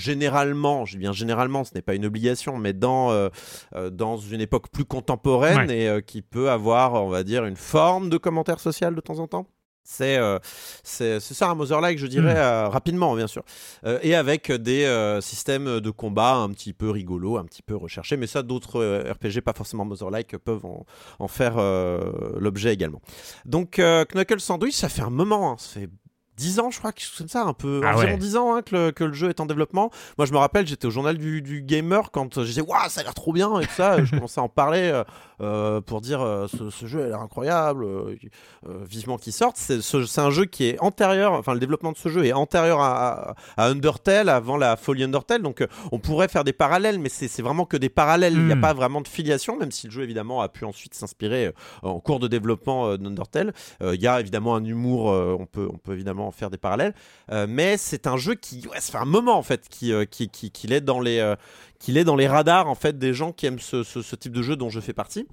généralement, je dis bien généralement, ce n'est pas une obligation, mais dans, euh, euh, dans une époque plus contemporaine ouais. et euh, qui peut avoir, on va dire, une forme de commentaire social de temps en temps. C'est, euh, c'est, c'est ça un Mother-like, je dirais, mmh. euh, rapidement, bien sûr. Euh, et avec des euh, systèmes de combat un petit peu rigolos, un petit peu recherchés. Mais ça, d'autres euh, R P G, pas forcément Mother-like, peuvent en, en faire euh, l'objet également. Donc, euh, Knuckle Sandwich, ça fait un moment, hein, ça fait dix ans, je crois, quelque chose comme ça, un peu, ah environ ouais. dix ans hein, que, le, que le jeu est en développement. Moi, je me rappelle, j'étais au journal du, du gamer quand je disais, waouh, ça a l'air trop bien et tout ça. Je commençais à en parler euh, pour dire, euh, ce, ce jeu a l'air incroyable, euh, euh, vivement qu'il sorte. C'est, ce, c'est un jeu qui est antérieur, enfin, le développement de ce jeu est antérieur à, à, à Undertale, avant la folie Undertale. Donc, euh, on pourrait faire des parallèles, mais c'est, c'est vraiment que des parallèles. Il mmh. n'y a pas vraiment de filiation, même si le jeu, évidemment, a pu ensuite s'inspirer euh, en cours de développement euh, d'Undertale. Il euh, y a évidemment un humour, euh, on peut, on peut évidemment faire des parallèles, euh, mais c'est un jeu qui, ouais, ça fait un moment en fait, qui, euh, qui, qui, qu'il est dans les, euh, qu'il est dans les radars en fait des gens qui aiment ce, ce, ce type de jeu dont je fais partie.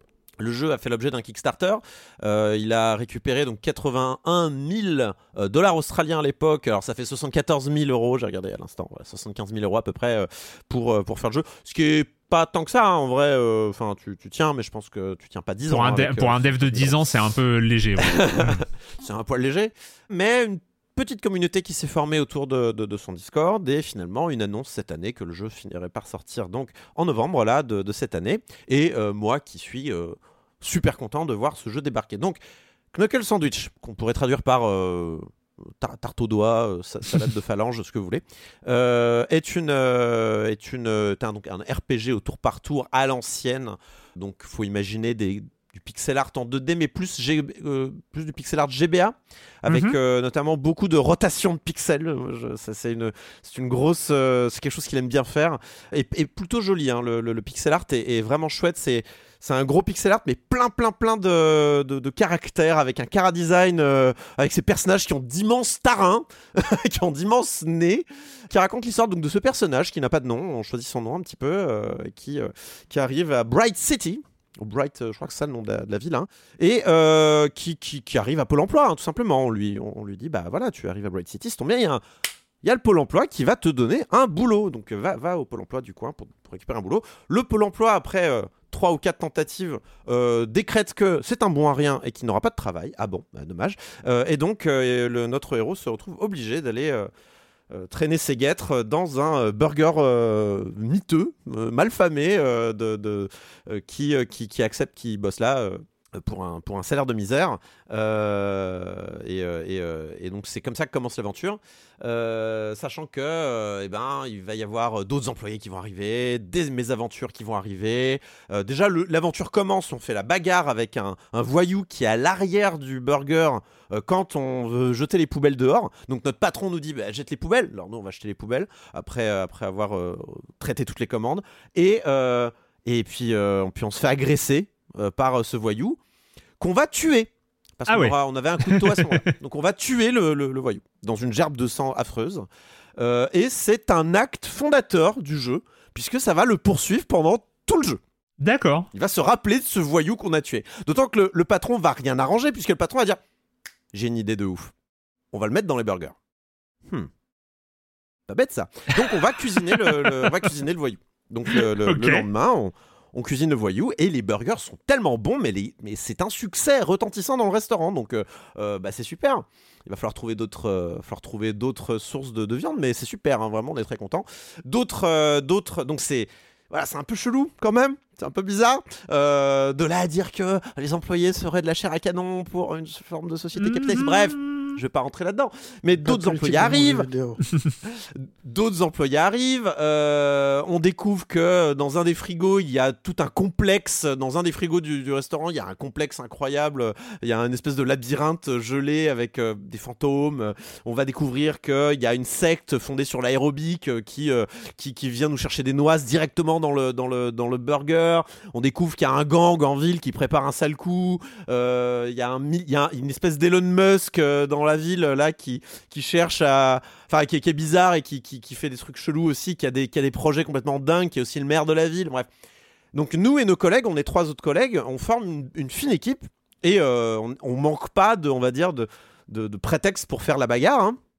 Le jeu a fait l'objet d'un Kickstarter. Euh, il a récupéré donc quatre-vingt-un mille euh, dollars australiens à l'époque. Alors ça fait soixante-quatorze mille euros. J'ai regardé à l'instant, ouais, soixante-quinze mille euros à peu près euh, pour euh, pour faire le jeu. Ce qui est pas tant que ça, hein, en vrai. Enfin, euh, tu, tu tiens, mais je pense que tu tiens pas dix pour ans. Un de, avec, pour euh, un dev de dix ans, c'est un peu léger. Ouais. C'est un poil léger, mais une petite communauté qui s'est formée autour de, de, de son Discord et finalement une annonce cette année que le jeu finirait par sortir donc en novembre là de, de cette année. Et euh, moi qui suis euh, super content de voir ce jeu débarquer. Donc Knuckle Sandwich, qu'on pourrait traduire par euh, tarte aux doigts, euh, salade de phalange, ce que vous voulez, euh, est une, euh, est une, euh, un, donc un R P G au tour par tour à l'ancienne. Donc il faut imaginer des du pixel art en deux D, mais plus, G, euh, plus du pixel art G B A, avec mm-hmm. euh, notamment beaucoup de rotation de pixels. Je, ça, c'est, une, c'est une grosse... Euh, c'est quelque chose qu'il aime bien faire. Et, et plutôt joli, hein, le, le, le pixel art est, est vraiment chouette. C'est, c'est un gros pixel art, mais plein, plein, plein de, de, de caractères, avec un chara-design, euh, avec ces personnages qui ont d'immenses tarins, qui ont d'immenses nez, qui racontent l'histoire donc, de ce personnage qui n'a pas de nom, on choisit son nom un petit peu, euh, qui, euh, qui arrive à Bright City, Bright, je crois que c'est ça le nom de la, de la ville, hein, et euh, qui, qui, qui arrive à Pôle emploi, hein, tout simplement. On lui, on, on lui dit, bah voilà, tu arrives à Bright City, c'est ton bien, il y a un... Il y a le Pôle emploi qui va te donner un boulot. Donc va, va au Pôle emploi du coin pour, pour récupérer un boulot. Le Pôle emploi, après euh, trois ou quatre tentatives, euh, décrète que c'est un bon à rien et qu'il n'aura pas de travail. Ah bon, bah, dommage. Euh, et donc euh, le, notre héros se retrouve obligé d'aller euh, euh, traîner ses guêtres dans un euh, burger euh, miteux, euh, malfamé, euh, de, de, euh, qui, euh, qui, qui accepte qu'il bosse là. Euh, Pour un, pour un salaire de misère euh, et, euh, et, euh, et donc c'est comme ça que commence l'aventure, euh, sachant que euh, eh ben, il va y avoir d'autres employés qui vont arriver, des mésaventures qui vont arriver. Euh, déjà le, l'aventure commence, on fait la bagarre avec un, un voyou qui est à l'arrière du burger euh, quand on veut jeter les poubelles dehors. Donc notre patron nous dit bah, jette les poubelles, alors nous on va jeter les poubelles après, euh, après avoir euh, traité toutes les commandes et, euh, et puis, euh, puis on se fait agresser Euh, par euh, ce voyou qu'on va tuer parce ah qu'on ouais. aura, on avait un couteau à ce moment-là. Donc on va tuer le, le, le voyou dans une gerbe de sang affreuse euh, et c'est un acte fondateur du jeu puisque ça va le poursuivre pendant tout le jeu. D'accord. Il va se rappeler de ce voyou qu'on a tué, d'autant que le, le patron va rien arranger puisque le patron va dire j'ai une idée de ouf, on va le mettre dans les burgers. Hmm. Pas bête ça. Donc on va cuisiner le, le, on va cuisiner le voyou. Donc le, le, okay. le lendemain on On cuisine le voyou et les burgers sont tellement bons, mais, les... mais c'est un succès retentissant dans le restaurant. Donc, euh, euh, bah, c'est super. Il va falloir trouver d'autres, euh, falloir trouver d'autres sources de, de viande, mais c'est super. Hein, vraiment, on est très content. D'autres, euh, d'autres. Donc c'est, voilà, c'est un peu chelou quand même. C'est un peu bizarre. Euh, de là à dire que les employés seraient de la chair à canon pour une forme de société capitaliste. Mmh. Bref. Je vais pas rentrer là-dedans, mais d'autres employés arrivent. d'autres employés arrivent. Euh, on découvre que dans un des frigos, il y a tout un complexe. Dans un des frigos du, du restaurant, il y a un complexe incroyable. Il y a une espèce de labyrinthe gelé avec euh, des fantômes. On va découvrir qu'il y a une secte fondée sur l'aérobic euh, qui, euh, qui qui vient nous chercher des noises directement dans le dans le dans le burger. On découvre qu'il y a un gang en ville qui prépare un sale coup. Euh, il y a un il y a une espèce d'Elon Musk euh, dans la ville là qui qui cherche à enfin qui, qui est bizarre et qui, qui qui fait des trucs chelous aussi, qui a des qui a des projets complètement dingues, qui est aussi le maire de la ville. Bref, donc nous et nos collègues, on est trois autres collègues, on forme une, une fine équipe et euh, on, on manque pas de on va dire de de, de prétexte pour faire la bagarre, hein.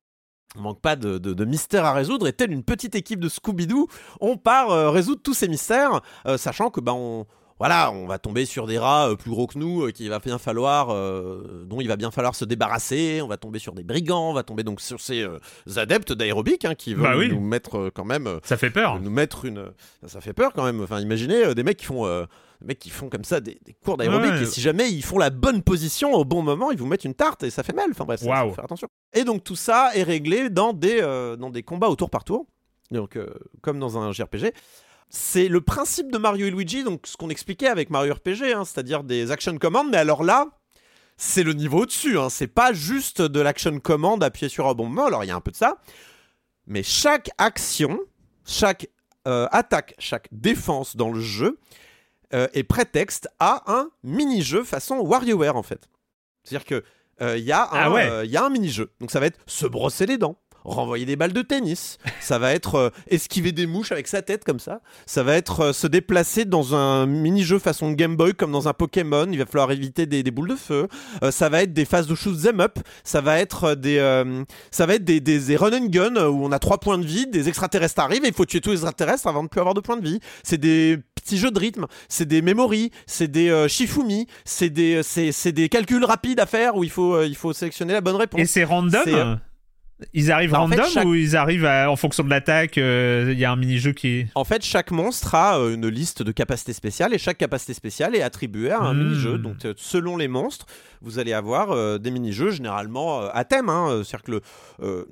On manque pas de, de, de mystères à résoudre, et telle une petite équipe de Scooby-Doo, on part euh, résoudre tous ces mystères, euh, sachant que bah, on, voilà, on va tomber sur des rats euh, plus gros que nous, euh, qu'il va bien falloir, euh, dont il va bien falloir se débarrasser. On va tomber sur des brigands, on va tomber donc sur ces euh, adeptes d'aérobic hein, qui veulent bah oui. nous mettre euh, quand même. Euh, ça fait peur. Nous mettre une, ça, ça fait peur quand même. Enfin, imaginez euh, des mecs qui font. Euh, Des mecs qui font comme ça des, des cours d'aérobic ouais. Et si jamais ils font la bonne position au bon moment, ils vous mettent une tarte et ça fait mal. Enfin bref, wow. ça, faut faire attention. Et donc tout ça est réglé dans des, euh, dans des combats au tour par tour. Donc euh, comme dans un J R P G. C'est le principe de Mario et Luigi, donc ce qu'on expliquait avec Mario R P G, hein, c'est-à-dire des action commands. Mais alors là, c'est le niveau au-dessus. Hein. C'est pas juste de l'action command appuyé sur un bon moment. Alors il y a un peu de ça. Mais chaque action, chaque euh, attaque, chaque défense dans le jeu Euh, et prétexte à un mini-jeu façon WarioWare en fait. C'est-à-dire que il euh, y, ah ouais. euh, y a un mini-jeu. Donc ça va être se brosser les dents, renvoyer des balles de tennis, ça va être euh, esquiver des mouches avec sa tête comme ça, ça va être euh, se déplacer dans un mini-jeu façon Game Boy comme dans un Pokémon, il va falloir éviter des, des boules de feu, euh, ça va être des phases de shoot 'em up, ça va être des euh, ça va être des, des, des run and gun où on a trois points de vie, des extraterrestres arrivent et il faut tuer tous les extraterrestres avant de plus avoir de points de vie. C'est des petits jeux de rythme, c'est des memory, c'est des euh, Shifumi, c'est des c'est, c'est des calculs rapides à faire où il faut euh, il faut sélectionner la bonne réponse. Et c'est random c'est, euh... Ils arrivent bah, random en fait, chaque... ou ils arrivent à, en fonction de l'attaque, il euh, y a un mini-jeu qui est... En fait, chaque monstre a euh, une liste de capacités spéciales et chaque capacité spéciale est attribuée à un mmh. mini-jeu. Donc, euh, selon les monstres, vous allez avoir euh, des mini-jeux généralement euh, à thème. Hein, c'est-à-dire que le... Euh,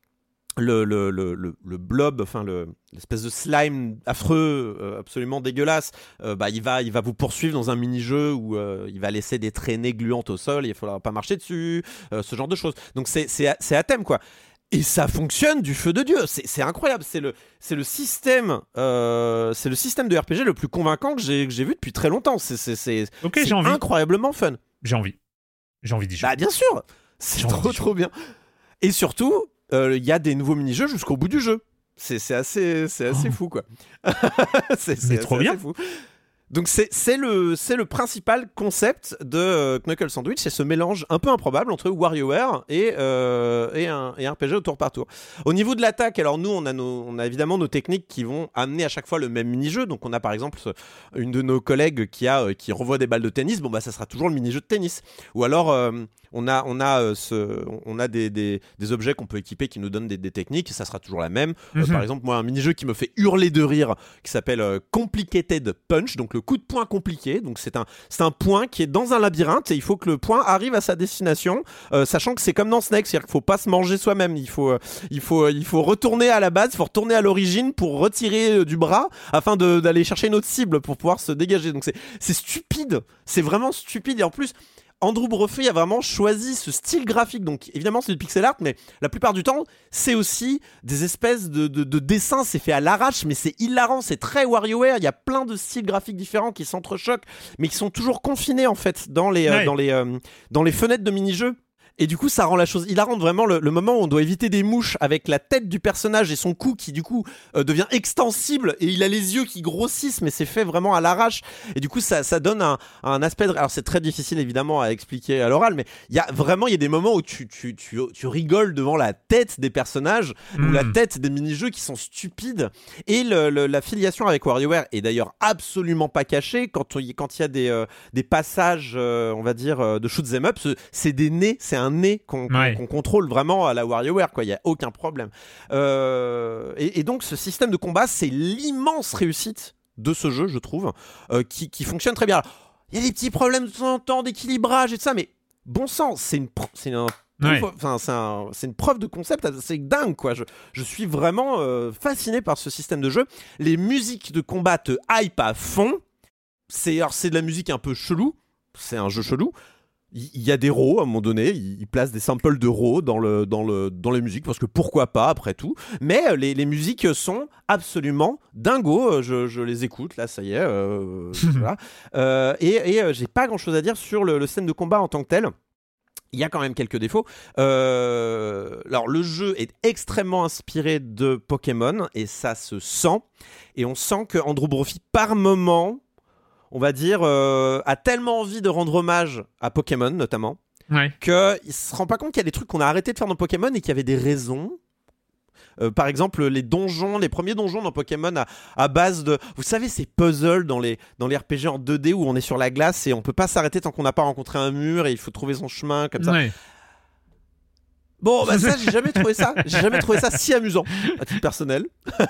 Le, le, le, le, le blob, enfin le, l'espèce de slime affreux, euh, absolument dégueulasse, euh, bah, il, va, il va vous poursuivre dans un mini-jeu où euh, il va laisser des traînées gluantes au sol, il ne faudra pas marcher dessus, euh, ce genre de choses. Donc c'est, c'est, à, c'est à thème, quoi. Et ça fonctionne du feu de Dieu, c'est, c'est incroyable, c'est le, c'est, le système, euh, c'est le système de R P G le plus convaincant que j'ai, que j'ai vu depuis très longtemps. C'est, c'est, c'est, okay, c'est incroyablement fun. J'ai envie. J'ai envie d'y jouer. Bah bien sûr, c'est j'ai trop trop bien. Et surtout... il euh, y a des nouveaux mini-jeux jusqu'au bout du jeu. C'est, c'est assez, c'est assez oh. fou, quoi. c'est c'est, c'est trop c'est bien. Fou. Donc, c'est, c'est, le, c'est le principal concept de euh, Knuckle Sandwich. C'est ce mélange un peu improbable entre WarioWare et, euh, et, un, et un R P G au tour par tour. Au niveau de l'attaque, alors nous, on a, nos, on a évidemment nos techniques qui vont amener à chaque fois le même mini-jeu. Donc, on a par exemple une de nos collègues qui, a, qui renvoie des balles de tennis. Bon, bah, ça sera toujours le mini-jeu de tennis. Ou alors... Euh, On a, on a, euh, ce, on a des, des, des objets qu'on peut équiper qui nous donnent des, des techniques, ça sera toujours la même. Mm-hmm. Euh, par exemple, moi, un mini-jeu qui me fait hurler de rire, qui s'appelle euh, Complicated Punch, donc le coup de poing compliqué. Donc c'est un, c'est un point qui est dans un labyrinthe et il faut que le point arrive à sa destination, euh, sachant que c'est comme dans Snake, c'est-à-dire qu'il ne faut pas se manger soi-même. Il faut, euh, il faut, euh, il faut retourner à la base, il faut retourner à l'origine pour retirer euh, du bras afin de, d'aller chercher une autre cible pour pouvoir se dégager. Donc c'est, c'est stupide, c'est vraiment stupide et en plus... Andrew Brophy a vraiment choisi ce style graphique, donc évidemment c'est du pixel art, mais la plupart du temps c'est aussi des espèces de, de, de dessins, c'est fait à l'arrache, mais c'est hilarant, c'est très WarioWare, il y a plein de styles graphiques différents qui s'entrechoquent, mais qui sont toujours confinés en fait dans les, ouais. euh, dans les, euh, dans les fenêtres de mini-jeux. Et du coup, ça rend la chose hilarante, vraiment, le, le moment où on doit éviter des mouches avec la tête du personnage et son cou qui, du coup, euh, devient extensible et il a les yeux qui grossissent, mais c'est fait vraiment à l'arrache. Et du coup, ça, ça donne un, un aspect de... Alors, c'est très difficile, évidemment, à expliquer à l'oral, mais il y a vraiment, il y a des moments où tu, tu, tu, tu rigoles devant la tête des personnages mmh. ou la tête des mini-jeux qui sont stupides. Et le, le, la filiation avec WarioWare est d'ailleurs absolument pas cachée. Quand il quand y a des, euh, des passages, euh, on va dire, euh, de shoot 'em up, c'est des nez, c'est un nez qu'on, ouais. qu'on, qu'on contrôle vraiment à la WarioWare, quoi. Il n'y a aucun problème. Euh, et, et donc, ce système de combat, c'est l'immense réussite de ce jeu, je trouve, euh, qui, qui fonctionne très bien. Il y a des petits problèmes de temps en temps, d'équilibrage et tout ça, mais bon sang, c'est une... C'est un Ouais. Enfin, c'est, un, c'est une preuve de concept, c'est dingue, quoi. Je, je suis vraiment euh, fasciné par ce système de jeu. Les musiques de combat te hype à fond. C'est, alors, c'est de la musique un peu chelou. C'est un jeu chelou. Il y a des raws à un moment donné, il place des samples de raws dans, le, dans, le, dans les musiques, parce que pourquoi pas après tout, mais les, les musiques sont absolument dingos, je, je les écoute, là ça y est, euh, voilà. euh, et, et euh, j'ai pas grand chose à dire sur le, le système de combat en tant que tel. Il y a quand même quelques défauts. Euh, alors le jeu est extrêmement inspiré de Pokémon, et ça se sent, et on sent que Andrew Brophy par moment... on va dire, euh, a tellement envie de rendre hommage à Pokémon, notamment, ouais. qu'il ne se rend pas compte qu'il y a des trucs qu'on a arrêté de faire dans Pokémon et qu'il y avait des raisons Euh, par exemple, les donjons, les premiers donjons dans Pokémon à, à base de, vous savez, ces puzzles dans les dans les R P G en deux D où on est sur la glace et on peut pas s'arrêter tant qu'on n'a pas rencontré un mur et il faut trouver son chemin comme ça. Ouais. Bon, bah ça, j'ai jamais trouvé ça, j'ai jamais trouvé ça si amusant à titre personnel.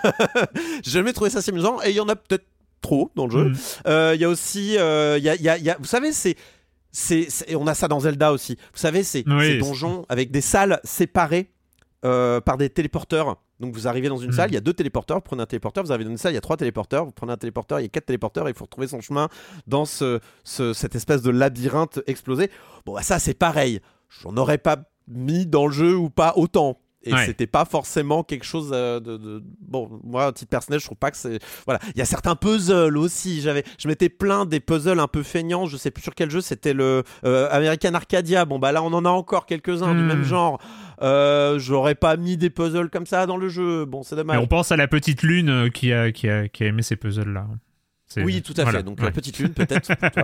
J'ai jamais trouvé ça si amusant et il y en a peut-être trop dans le jeu. Il mmh. euh, y a aussi, il euh, y, a, y, a, y a, vous savez, c'est C'est, c'est, on a ça dans Zelda aussi. Vous savez, c'est oui, ces donjons c'est... avec des salles séparées euh, par des téléporteurs. Donc vous arrivez dans une mmh. salle, il y a deux téléporteurs, vous prenez un téléporteur, vous arrivez dans une salle, il y a trois téléporteurs, vous prenez un téléporteur, il y a quatre téléporteurs et il faut retrouver son chemin dans ce, ce, cette espèce de labyrinthe explosé. Bon, bah ça c'est pareil. J'en aurais pas mis dans le jeu ou pas autant. Et ouais. c'était pas forcément quelque chose euh, de, de bon, moi à titre personnel je trouve pas que c'est, voilà, il y a certains puzzles aussi, j'avais je m'étais plaint des puzzles un peu feignants, je sais plus sur quel jeu, c'était le euh, American Arcadia. Bon bah là on en a encore quelques-uns mmh. du même genre. Euh, j'aurais pas mis des puzzles comme ça dans le jeu, bon c'est dommage. Et on pense à la petite lune qui a qui a qui a aimé ces puzzles là. C'est... Oui, tout à voilà. fait. Donc ouais. la petite lune, peut-être. Toi,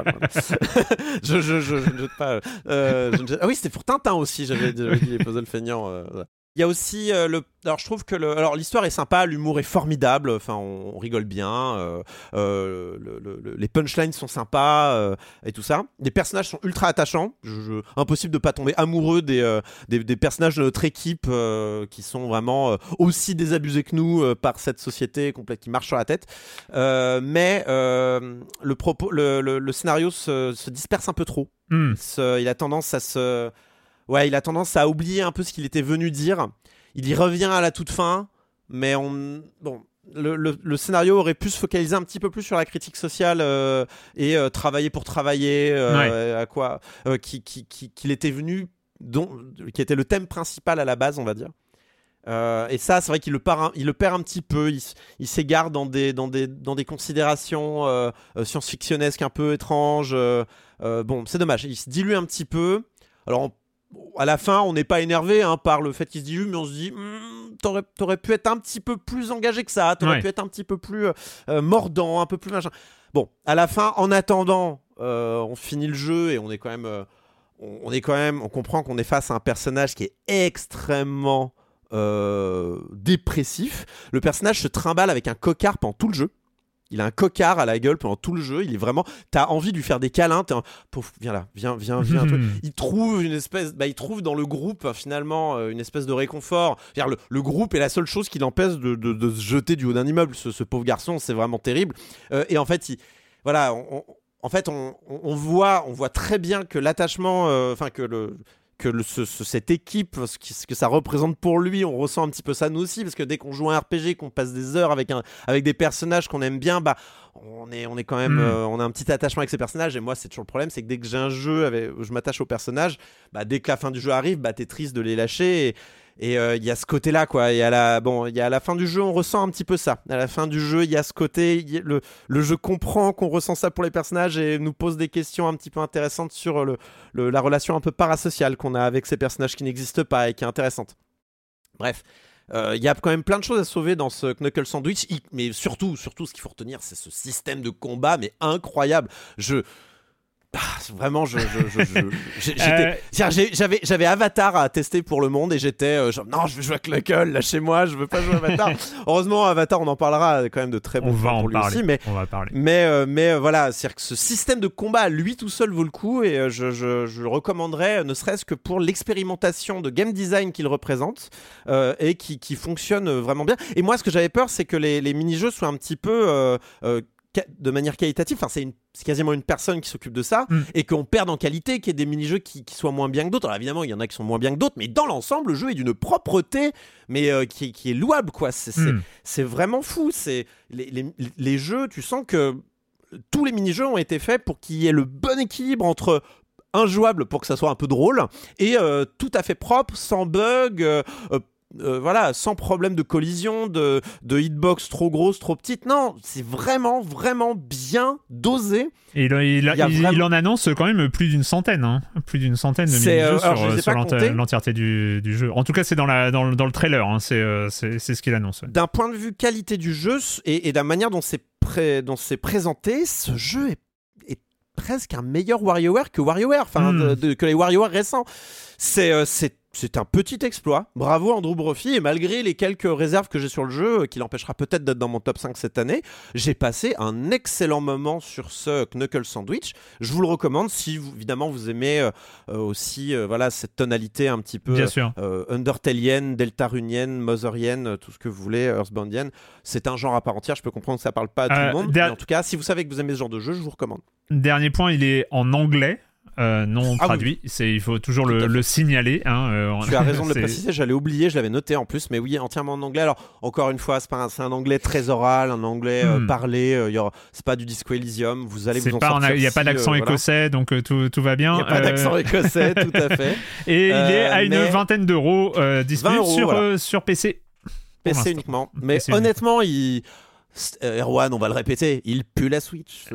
je, je, je, je ne jette pas. Euh, je ne jette... Ah oui, c'était pour Tintin aussi. J'avais, j'avais dit les puzzles feignants. Euh, voilà. Il y a aussi euh, le. Alors je trouve que le. Alors l'histoire est sympa, l'humour est formidable. Enfin, on, on rigole bien. Euh, euh, le, le, les punchlines sont sympas euh, et tout ça. Les personnages sont ultra attachants. Je, je... Impossible de pas tomber amoureux des euh, des, des personnages de notre équipe euh, qui sont vraiment euh, aussi désabusés que nous euh, par cette société complète qui marche sur la tête. Euh, mais euh, le propos, le, le, le scénario se, se disperse un peu trop. Mm. Se, il a tendance à se Ouais, il a tendance à oublier un peu ce qu'il était venu dire. Il y revient à la toute fin, mais on... bon, le, le, le scénario aurait pu se focaliser un petit peu plus sur la critique sociale euh, et euh, travailler pour travailler, euh, ouais. à quoi, euh, qui, qui, qui, qu'il était venu, dont, qui était le thème principal à la base, on va dire. Euh, et ça, c'est vrai qu'il le, part, il le perd un petit peu. Il, il s'égare dans des, dans des, dans des considérations euh, science-fictionnesques un peu étranges. Euh, euh, bon, c'est dommage. Il se dilue un petit peu. Alors, on à la fin, on n'est pas énervé hein, par le fait qu'il se dilue, mais on se dit mmm, t'aurais, t'aurais pu être un petit peu plus engagé que ça, t'aurais ouais. pu être un petit peu plus euh, mordant, un peu plus machin. Bon, à la fin, en attendant, euh, on finit le jeu et on est quand même, euh, on, on est quand même, on comprend qu'on est face à un personnage qui est extrêmement euh, dépressif. Le personnage se trimballe avec un cocard pendant tout le jeu. Il a un cocard à la gueule pendant tout le jeu. Il est vraiment. T'as envie de lui faire des câlins. T'es un... Pouf, viens là, viens, viens, viens. Mmh. Il trouve une espèce. Bah, il trouve dans le groupe finalement une espèce de réconfort. Le, le groupe est la seule chose qui l'empêche de, de, de se jeter du haut d'un immeuble. Ce, ce pauvre garçon, c'est vraiment terrible. Euh, et en fait, il... voilà. On, on, en fait, on, on voit, on voit très bien que l'attachement, enfin euh, que le. que le, ce, ce, cette équipe, ce, qui, ce que ça représente pour lui, on ressent un petit peu ça nous aussi, parce que dès qu'on joue un R P G, qu'on passe des heures avec, un, avec des personnages qu'on aime bien, bah, on est, on est quand même, mmh. euh, on a un petit attachement avec ces personnages. Et moi, c'est toujours le problème, c'est que dès que j'ai un jeu avec, où je m'attache aux personnages, bah, dès que la fin du jeu arrive, bah, t'es triste de les lâcher. Et, Et il euh, y a ce côté-là, quoi. Et à la, bon, il y a à la fin du jeu, on ressent un petit peu ça. À la fin du jeu, il y a ce côté, y a le, le jeu comprend qu'on ressent ça pour les personnages et nous pose des questions un petit peu intéressantes sur le, le, la relation un peu parasociale qu'on a avec ces personnages qui n'existent pas et qui est intéressante. Bref. Il euh, y a quand même plein de choses à sauver dans ce Knuckle Sandwich, mais surtout, surtout, ce qu'il faut retenir, c'est ce système de combat, mais incroyable. Je... Ah, vraiment, je, je, je, je j'étais, euh... j'avais, j'avais Avatar à tester pour le monde et j'étais euh, genre non, je veux jouer à Knuckle, lâchez-moi, je veux pas jouer à Avatar. Heureusement, Avatar, on en parlera quand même de très bons points pour lui parler. aussi, mais on va parler. Mais euh, mais euh, voilà, c'est-à-dire que ce système de combat, lui tout seul vaut le coup et euh, je, je, je le recommanderais, ne serait-ce que pour l'expérimentation de game design qu'il représente euh, et qui, qui fonctionne vraiment bien. Et moi, ce que j'avais peur, c'est que les, les mini-jeux soient un petit peu euh, euh, de manière qualitative, enfin c'est, une, c'est quasiment une personne qui s'occupe de ça mm. et qu'on perd en qualité, qu'il y ait des mini-jeux qui, qui soient moins bien que d'autres. Alors évidemment il y en a qui sont moins bien que d'autres, mais dans l'ensemble le jeu est d'une propreté mais euh, qui, qui est louable quoi. C'est, mm. c'est, c'est vraiment fou. C'est, les, les, les jeux, tu sens que tous les mini-jeux ont été faits pour qu'il y ait le bon équilibre entre injouable pour que ça soit un peu drôle et euh, tout à fait propre, sans bug, euh, euh, Euh, voilà, sans problème de collision, de, de hitbox trop grosse, trop petite. Non, c'est vraiment, vraiment bien dosé. Et il, il, il, il, vraiment... il en annonce quand même plus d'une centaine, hein. plus d'une centaine de mini-jeux euh, sur, sur l'enti- l'entièreté du, du jeu. En tout cas, c'est dans, la, dans, le, dans le trailer, hein. c'est, euh, c'est, c'est ce qu'il annonce. Ouais. D'un point de vue qualité du jeu et, et de la manière dont c'est, pré- dont c'est présenté, ce jeu est, est presque un meilleur WarioWare que WarioWare, enfin, mm. de, de, que les WarioWare récents. C'est, euh, c'est c'est un petit exploit. Bravo Andrew Brophy, et malgré les quelques réserves que j'ai sur le jeu, qui l'empêchera peut-être d'être dans mon top cinq cette année, j'ai passé un excellent moment sur ce Knuckle Sandwich. Je vous le recommande si vous, évidemment vous aimez euh, aussi euh, voilà, cette tonalité un petit peu euh, Undertalienne, Deltarunienne, Motherienne, tout ce que vous voulez, Earthboundienne. C'est un genre à part entière, je peux comprendre que ça parle pas à tout euh, le monde, der- mais en tout cas, si vous savez que vous aimez ce genre de jeu, je vous recommande. Dernier point, il est en anglais. Euh, non ah traduit, oui. c'est, il faut toujours le, le signaler. Hein, euh, tu as raison de le préciser, j'allais oublier, je l'avais noté en plus, mais oui, entièrement en anglais. Alors, encore une fois, c'est, pas un, c'est un anglais très oral, un anglais hmm. euh, parlé, euh, y aura, c'est pas du Disco Elysium, vous allez c'est vous en pas sortir. Il n'y a pas d'accent euh, écossais, voilà. donc euh, tout, tout va bien. Il n'y a pas euh... d'accent écossais, tout à fait. Et euh, il est à une mais... vingtaine d'euros euh, disponible sur, voilà. euh, sur P C. P C uniquement. Mais P C honnêtement, il... Euh, Erwan, on va le répéter, il pue la Switch.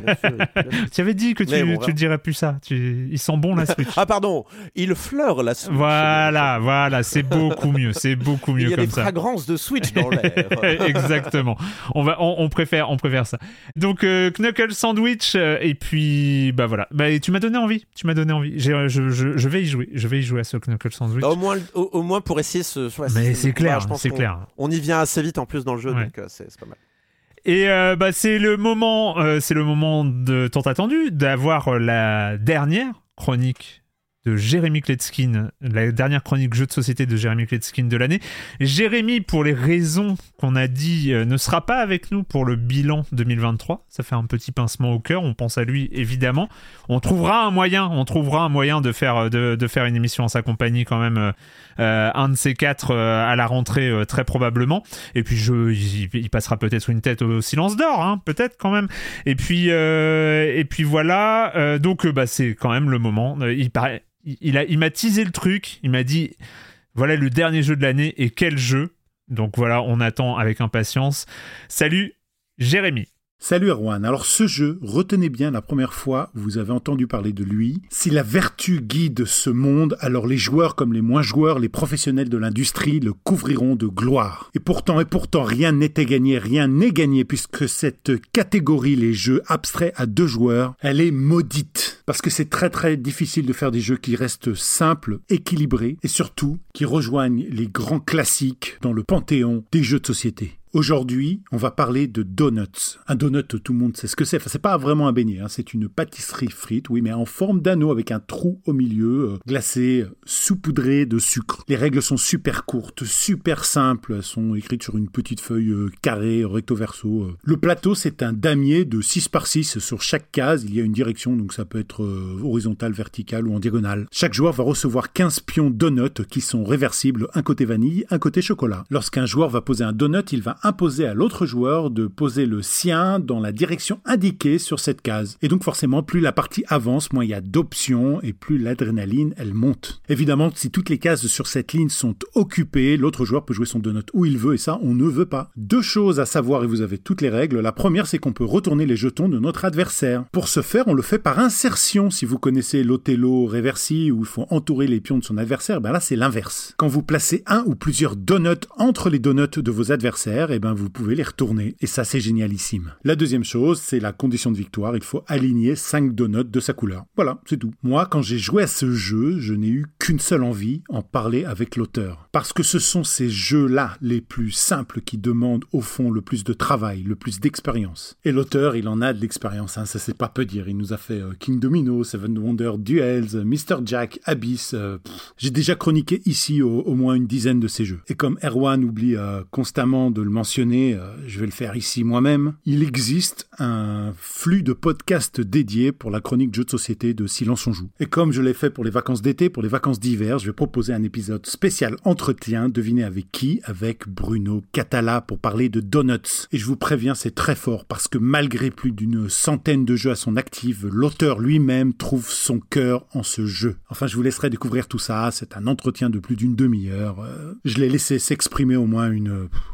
Tu avais dit que tu, bon, tu dirais plus ça. Tu... Il sent bon la Switch. Ah pardon, il fleure la Switch. Voilà, voilà, c'est beaucoup mieux, c'est beaucoup mieux comme ça. Il y a des ça. fragrances de Switch dans l'air. Exactement. On va, on, on préfère, on préfère ça. Donc euh, Knuckle Sandwich euh, et puis bah voilà. Bah tu m'as donné envie, tu m'as donné envie. J'ai, je, je, je vais y jouer, je vais y jouer à ce Knuckle Sandwich. Au moins, au, au moins pour essayer ce. Ouais, Mais c'est, c'est clair, je pense c'est qu'on, clair. On y vient assez vite en plus dans le jeu, ouais. donc euh, c'est, c'est pas mal. Et euh, bah, c'est le moment, euh, c'est le moment de tant attendu d'avoir la dernière chronique de Jérémy Kletskin, la dernière chronique jeu de société de Jérémy Kletskin de l'année. Jérémy, pour les raisons qu'on a dit, euh, ne sera pas avec nous pour le bilan deux mille vingt-trois. Ça fait un petit pincement au cœur. On pense à lui, évidemment. On trouvera un moyen, on trouvera un moyen de faire, de, de faire une émission en sa compagnie quand même, euh, un de ces quatre euh, à la rentrée, euh, très probablement. Et puis, je, il, il passera peut-être une tête au silence d'or, hein, peut-être quand même. Et puis, euh, et puis voilà. Euh, donc, euh, bah, c'est quand même le moment. Euh, il paraît. Il, a, il m'a teasé le truc, il m'a dit voilà le dernier jeu de l'année et quel jeu. Donc voilà, on attend avec impatience. Salut Jérémy. Salut Erwan, alors ce jeu, retenez bien la première fois où vous avez entendu parler de lui. Si la vertu guide ce monde, alors les joueurs comme les moins joueurs, les professionnels de l'industrie le couvriront de gloire. Et pourtant, et pourtant, rien n'était gagné, rien n'est gagné puisque cette catégorie, les jeux abstraits à deux joueurs, elle est maudite. Parce que c'est très très difficile de faire des jeux qui restent simples, équilibrés et surtout qui rejoignent les grands classiques dans le panthéon des jeux de société. Aujourd'hui, on va parler de donuts. Un donut, tout le monde sait ce que c'est. Enfin, c'est pas vraiment un beignet, hein. C'est une pâtisserie frite, oui, mais en forme d'anneau avec un trou au milieu, euh, glacé, euh, saupoudré de sucre. Les règles sont super courtes, super simples. Elles sont écrites sur une petite feuille euh, carrée, recto verso. Euh. Le plateau, c'est un damier de six par six. Sur chaque case, il y a une direction, donc ça peut être euh, horizontale, verticale ou en diagonale. Chaque joueur va recevoir quinze pions donuts qui sont réversibles, un côté vanille, un côté chocolat. Lorsqu'un joueur va poser un donut, il va imposer à l'autre joueur de poser le sien dans la direction indiquée sur cette case. Et donc forcément, plus la partie avance, moins il y a d'options et plus l'adrénaline, elle monte. Évidemment, si toutes les cases sur cette ligne sont occupées, l'autre joueur peut jouer son donut où il veut et ça, on ne veut pas. Deux choses à savoir et vous avez toutes les règles. La première, c'est qu'on peut retourner les jetons de notre adversaire. Pour ce faire, on le fait par insertion. Si vous connaissez l'Othello Reversi où il faut entourer les pions de son adversaire, ben là, c'est l'inverse. Quand vous placez un ou plusieurs donuts entre les donuts de vos adversaires, eh ben vous pouvez les retourner. Et ça, c'est génialissime. La deuxième chose, c'est la condition de victoire. Il faut aligner cinq donuts de sa couleur. Voilà, c'est tout. Moi, quand j'ai joué à ce jeu, je n'ai eu qu'une seule envie, en parler avec l'auteur. Parce que ce sont ces jeux-là les plus simples qui demandent au fond le plus de travail, le plus d'expérience. Et l'auteur, il en a de l'expérience, hein, ça c'est pas peu dire. Il nous a fait euh, King Domino, Seven Wonders Duels, mister Jack, Abyss. Euh, j'ai déjà chroniqué ici au, au moins une dizaine de ces jeux. Et comme Erwan oublie euh, constamment de le mentionner, euh, je vais le faire ici moi-même, il existe un flux de podcasts dédiés pour la chronique jeux de société de Silence on Joue. Et comme je l'ai fait pour les vacances d'été, pour les vacances d'hiver, je vais proposer un épisode spécial entretien, devinez avec qui? Avec Bruno Catala pour parler de donuts. Et je vous préviens, c'est très fort parce que malgré plus d'une centaine de jeux à son actif, l'auteur lui-même trouve son cœur en ce jeu. Enfin, je vous laisserai découvrir tout ça, c'est un entretien de plus d'une demi-heure. Euh, je l'ai laissé s'exprimer au moins une, une dizaine de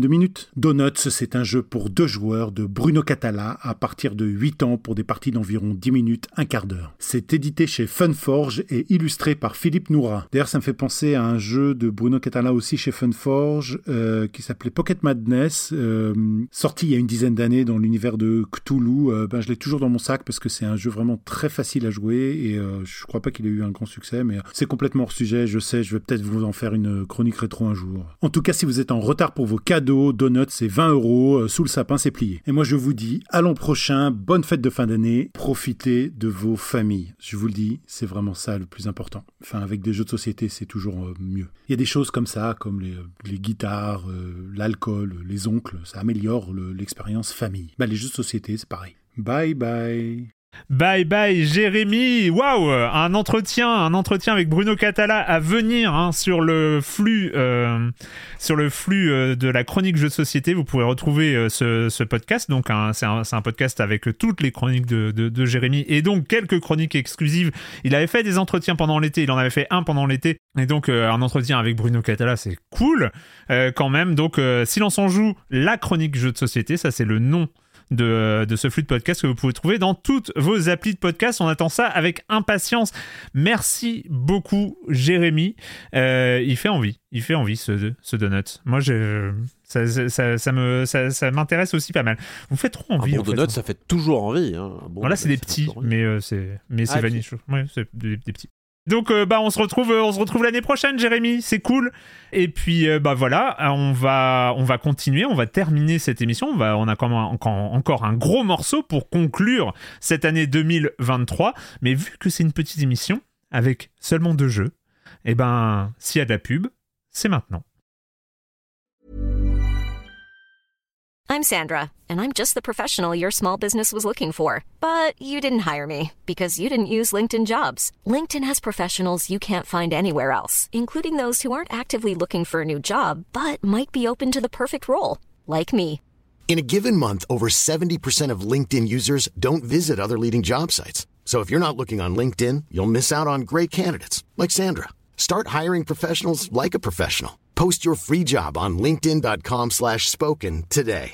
de minutes. Donuts, c'est un jeu pour deux joueurs de Bruno Catala à partir de huit ans pour des parties d'environ dix minutes, un quart d'heure. C'est édité chez Funforge et illustré par Philippe Noura. D'ailleurs, ça me fait penser à un jeu de Bruno Catala aussi chez Funforge euh, qui s'appelait Pocket Madness, euh, sorti il y a une dizaine d'années dans l'univers de Cthulhu. Euh, ben, je l'ai toujours dans mon sac parce que c'est un jeu vraiment très facile à jouer et euh, je crois pas qu'il ait eu un grand succès, mais c'est complètement hors sujet, je sais, je vais peut-être vous en faire une chronique rétro un jour. En tout cas, si vous êtes en retard pour vos cadeaux, Donuts, c'est vingt euros, euh, sous le sapin, c'est plié. Et moi, je vous dis à l'an prochain, bonne fête de fin d'année, profitez de vos familles. Je vous le dis, c'est vraiment ça le plus important. Enfin, avec des jeux de société, c'est toujours euh, mieux. Il y a des choses comme ça, comme les, les guitares, euh, l'alcool, les oncles, ça améliore le, l'expérience famille. Bah, les jeux de société, c'est pareil. Bye bye. Bye bye Jérémy, waouh, un entretien, un entretien avec Bruno Catala à venir hein, sur le flux, euh, sur le flux euh, de la chronique jeux de société. Vous pourrez retrouver euh, ce, ce podcast. Donc un, c'est, un, c'est un podcast avec toutes les chroniques de, de, de Jérémy et donc quelques chroniques exclusives. Il avait fait des entretiens pendant l'été, il en avait fait un pendant l'été et donc euh, un entretien avec Bruno Catala, c'est cool euh, quand même. Donc euh, Silence on joue, la chronique jeux de société, ça c'est le nom De, de ce flux de podcast que vous pouvez trouver dans toutes vos applis de podcast. On attend ça avec impatience. Merci beaucoup Jérémy. Euh, il fait envie, il fait envie ce, ce donut. Moi, je, ça, ça, ça, me, ça, ça m'intéresse aussi pas mal. Vous faites trop envie. Un bon en donut, fait. Ça fait toujours envie. Hein. Bon Bon, là, c'est des petits, mais euh, c'est, mais c'est ah, vanille chaud. Ouais, c'est des, des petits. Donc euh, bah on se retrouve on se retrouve l'année prochaine Jérémy, c'est cool. Et puis euh, bah voilà, on va on va continuer, on va terminer cette émission, on va on a quand même encore encore un gros morceau pour conclure cette année deux mille vingt-trois, mais vu que c'est une petite émission avec seulement deux jeux, et ben s'il y a de la pub, c'est maintenant. I'm Sandra, and I'm just the professional your small business was looking for. But you didn't hire me, because you didn't use LinkedIn Jobs. LinkedIn has professionals you can't find anywhere else, including those who aren't actively looking for a new job, but might be open to the perfect role, like me. In a given month, over seventy percent of LinkedIn users don't visit other leading job sites. So if you're not looking on LinkedIn, you'll miss out on great candidates, like Sandra. Start hiring professionals like a professional. Post your free job on linkedin.com slash spoken today.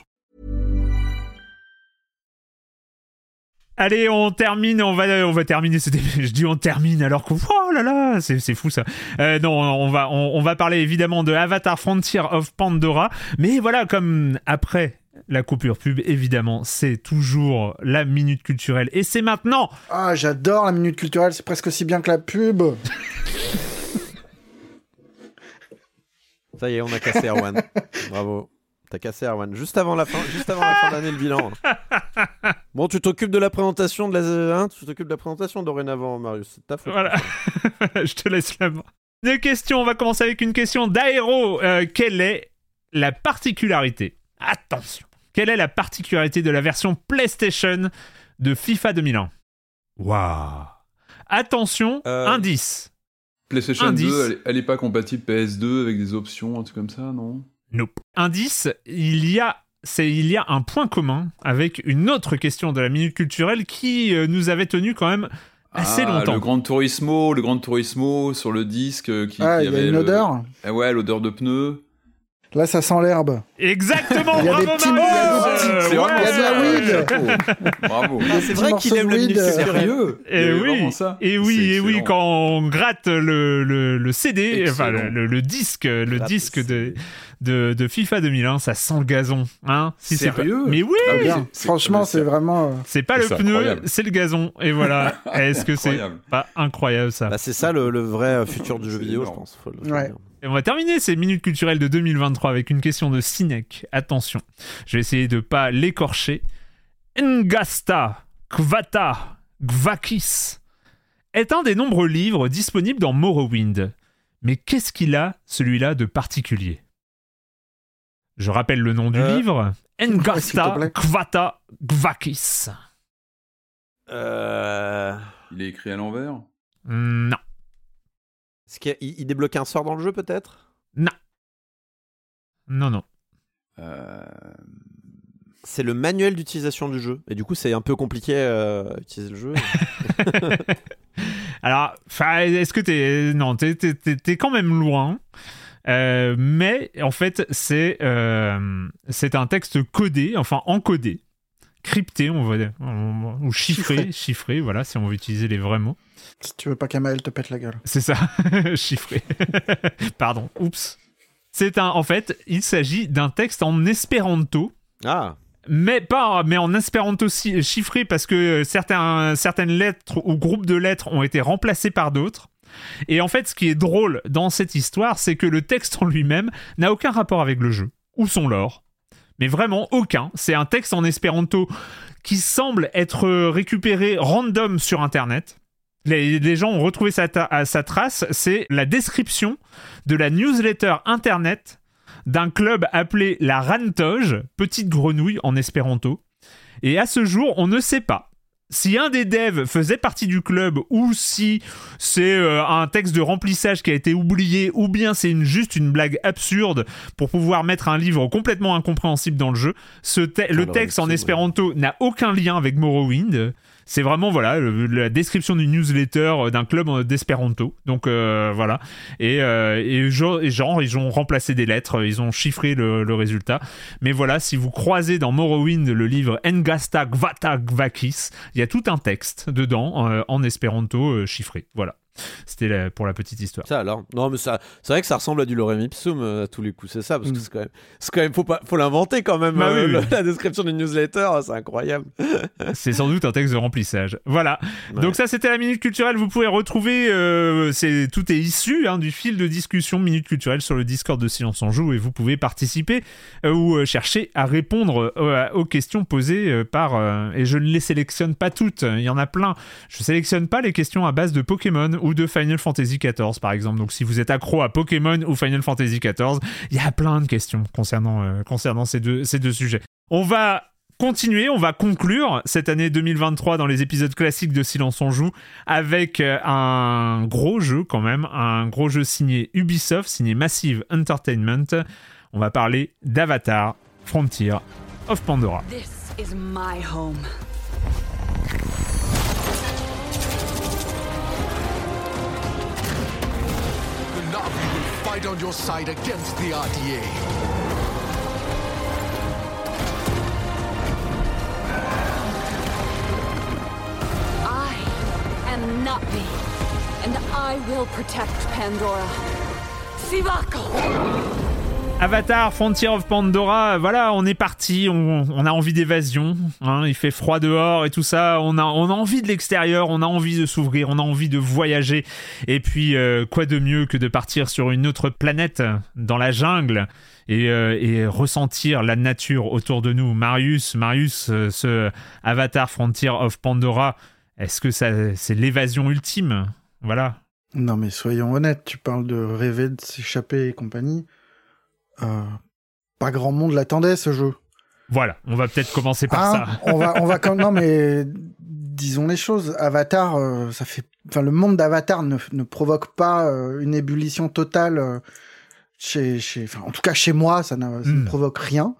Allez, on termine, on va, on va terminer. C'était, je dis on termine alors que oh là là, c'est, c'est fou ça. Euh, non, on va, on, on va parler évidemment de Avatar Frontier of Pandora, mais voilà, comme après la coupure pub, évidemment, c'est toujours la minute culturelle et c'est maintenant. Ah, j'adore la minute culturelle, c'est presque aussi bien que la pub. Ça y est, on a cassé Erwan. Bravo. T'as cassé Erwan. Juste avant la fin, juste avant la fin d'année, le bilan. Bon, tu t'occupes de la présentation de la, hein, tu t'occupes de la présentation dorénavant, Marius. C'est ta faute. Voilà. Je te laisse la main. Deux questions. On va commencer avec une question d'Aéro. Euh, quelle est la particularité? Attention. Quelle est la particularité de la version PlayStation de FIFA deux mille un? Waouh. Attention. Euh... Indice. PlayStation Indice. deux, elle, elle est pas compatible P S deux avec des options, un truc comme ça, non? Nope. Indice, il y a, c'est, il y a un point commun avec une autre question de la minute culturelle qui euh, nous avait tenu quand même assez ah, longtemps. Le Gran Turismo, le Gran Turismo sur le disque qui, ah, qui y avait a une le... odeur. Ah ouais, l'odeur de pneus. Là, ça sent l'herbe. Exactement, il y a bravo des petits, Marius. Il y a, c'est ouais, il y a de la weed. Oh, bravo. Ah, c'est vrai qu'il aime la minute sérieux. Et oui, ça. et oui, et oui, quand on gratte le, le, le C D, excellent. Enfin le, le, le disque, le gratte disque de, de, de FIFA deux mille un, ça sent le gazon, hein. Si sérieux c'est pas... Mais oui. Ah, bien. C'est, Franchement, c'est, c'est vraiment. C'est pas c'est le pneu, incroyable. C'est le gazon. Et voilà. Est-ce que c'est pas incroyable ça? Bah, c'est ça le, le vrai futur du jeu vidéo, je pense. Faut le ouais. Et on va terminer ces minutes culturelles de deux mille vingt-trois avec une question de Sinek. Attention, je vais essayer de pas l'écorcher. Ngasta Kvata Gvakis est un des nombreux livres disponibles dans Morrowind. Mais qu'est-ce qu'il a, celui-là, de particulier? Je rappelle le nom du euh... livre. Ngasta Kvata Gvakis. Euh... Il est écrit à l'envers? Non. Est-ce qu'il y a, il débloque un sort dans le jeu, peut-être? Non. Non, non. Euh... C'est le manuel d'utilisation du jeu. Et du coup, c'est un peu compliqué euh, à utiliser le jeu. Alors, est-ce que t'es... Non, t'es, t'es, t'es, t'es quand même loin. Euh, mais en fait, c'est, euh, c'est un texte codé, enfin encodé, crypté, on va dire, ou chiffré, chiffré, chiffré, voilà, si on veut utiliser les vrais mots. Si tu veux pas qu'Amael te pète la gueule. C'est ça, chiffré. Pardon, oups. C'est un, en fait, il s'agit d'un texte en espéranto. Ah. Mais pas, mais en espéranto chiffré parce que certains, certaines lettres ou groupes de lettres ont été remplacés par d'autres. Et en fait, ce qui est drôle dans cette histoire, c'est que le texte en lui-même n'a aucun rapport avec le jeu ou son lore. Mais vraiment aucun. C'est un texte en espéranto qui semble être récupéré random sur Internet. Les, les gens ont retrouvé sa, ta- sa trace. C'est la description de la newsletter Internet d'un club appelé la Rantoge, petite grenouille en espéranto. Et à ce jour, on ne sait pas si un des devs faisait partie du club ou si c'est euh, un texte de remplissage qui a été oublié ou bien c'est une, juste une blague absurde pour pouvoir mettre un livre complètement incompréhensible dans le jeu. Ce te- le texte en espéranto n'a aucun lien avec Morrowind. C'est vraiment voilà le, la description d'une newsletter d'un club d'espéranto. Donc euh, voilà et, euh, et, genre, et genre ils ont remplacé des lettres, ils ont chiffré le, le résultat. Mais voilà, si vous croisez dans Morrowind le livre Engasta Gvata Gvakis, il y a tout un texte dedans euh, en espéranto euh, chiffré. Voilà. C'était la, pour la petite histoire. Ça alors, non mais ça, c'est vrai que ça ressemble à du lorem ipsum euh, à tous les coups, c'est ça, parce que c'est quand même, c'est quand même, faut pas, faut l'inventer quand même. Bah euh, oui, le, oui. La description d'une newsletter, c'est incroyable. C'est sans doute un texte de remplissage. Voilà. Ouais. Donc ça, c'était la Minute Culturelle. Vous pouvez retrouver, euh, c'est, tout est issu hein, du fil de discussion Minute Culturelle sur le Discord de Silence on Joue et vous pouvez participer euh, ou euh, chercher à répondre euh, aux questions posées euh, par... Euh, et je ne les sélectionne pas toutes, il y en a plein. Je sélectionne pas les questions à base de Pokémon ou de Final Fantasy quatorze par exemple. Donc si vous êtes accro à Pokémon ou Final Fantasy quatorze, il y a plein de questions concernant, euh, concernant ces, deux, ces deux sujets. On va continuer, on va conclure cette année deux mille vingt-trois dans les épisodes classiques de Silence on Joue avec euh, un gros jeu quand même, un gros jeu signé Ubisoft, signé Massive Entertainment. On va parler d'Avatar Frontier of Pandora. This is my home. The Na'vi will fight on your side against the R D A. I am Na'vi, and I will protect Pandora. Sivako! Avatar, Frontier of Pandora, voilà, on est parti, on, on a envie d'évasion, hein, il fait froid dehors et tout ça, on a, on a envie de l'extérieur, on a envie de s'ouvrir, on a envie de voyager, et puis euh, quoi de mieux que de partir sur une autre planète, dans la jungle, et, euh, et ressentir la nature autour de nous. Marius, Marius, euh, ce Avatar, Frontier of Pandora, est-ce que ça, c'est l'évasion ultime? Voilà. Non mais soyons honnêtes, tu parles de rêver de s'échapper et compagnie. Euh, pas grand monde l'attendait ce jeu. Voilà, on va peut-être commencer par hein, ça. on va, on va quand non mais disons les choses. Avatar, euh, ça fait, enfin le monde d'Avatar ne, ne provoque pas euh, une ébullition totale euh, chez, chez, enfin en tout cas chez moi, ça, n'a, ça mm. ne provoque rien.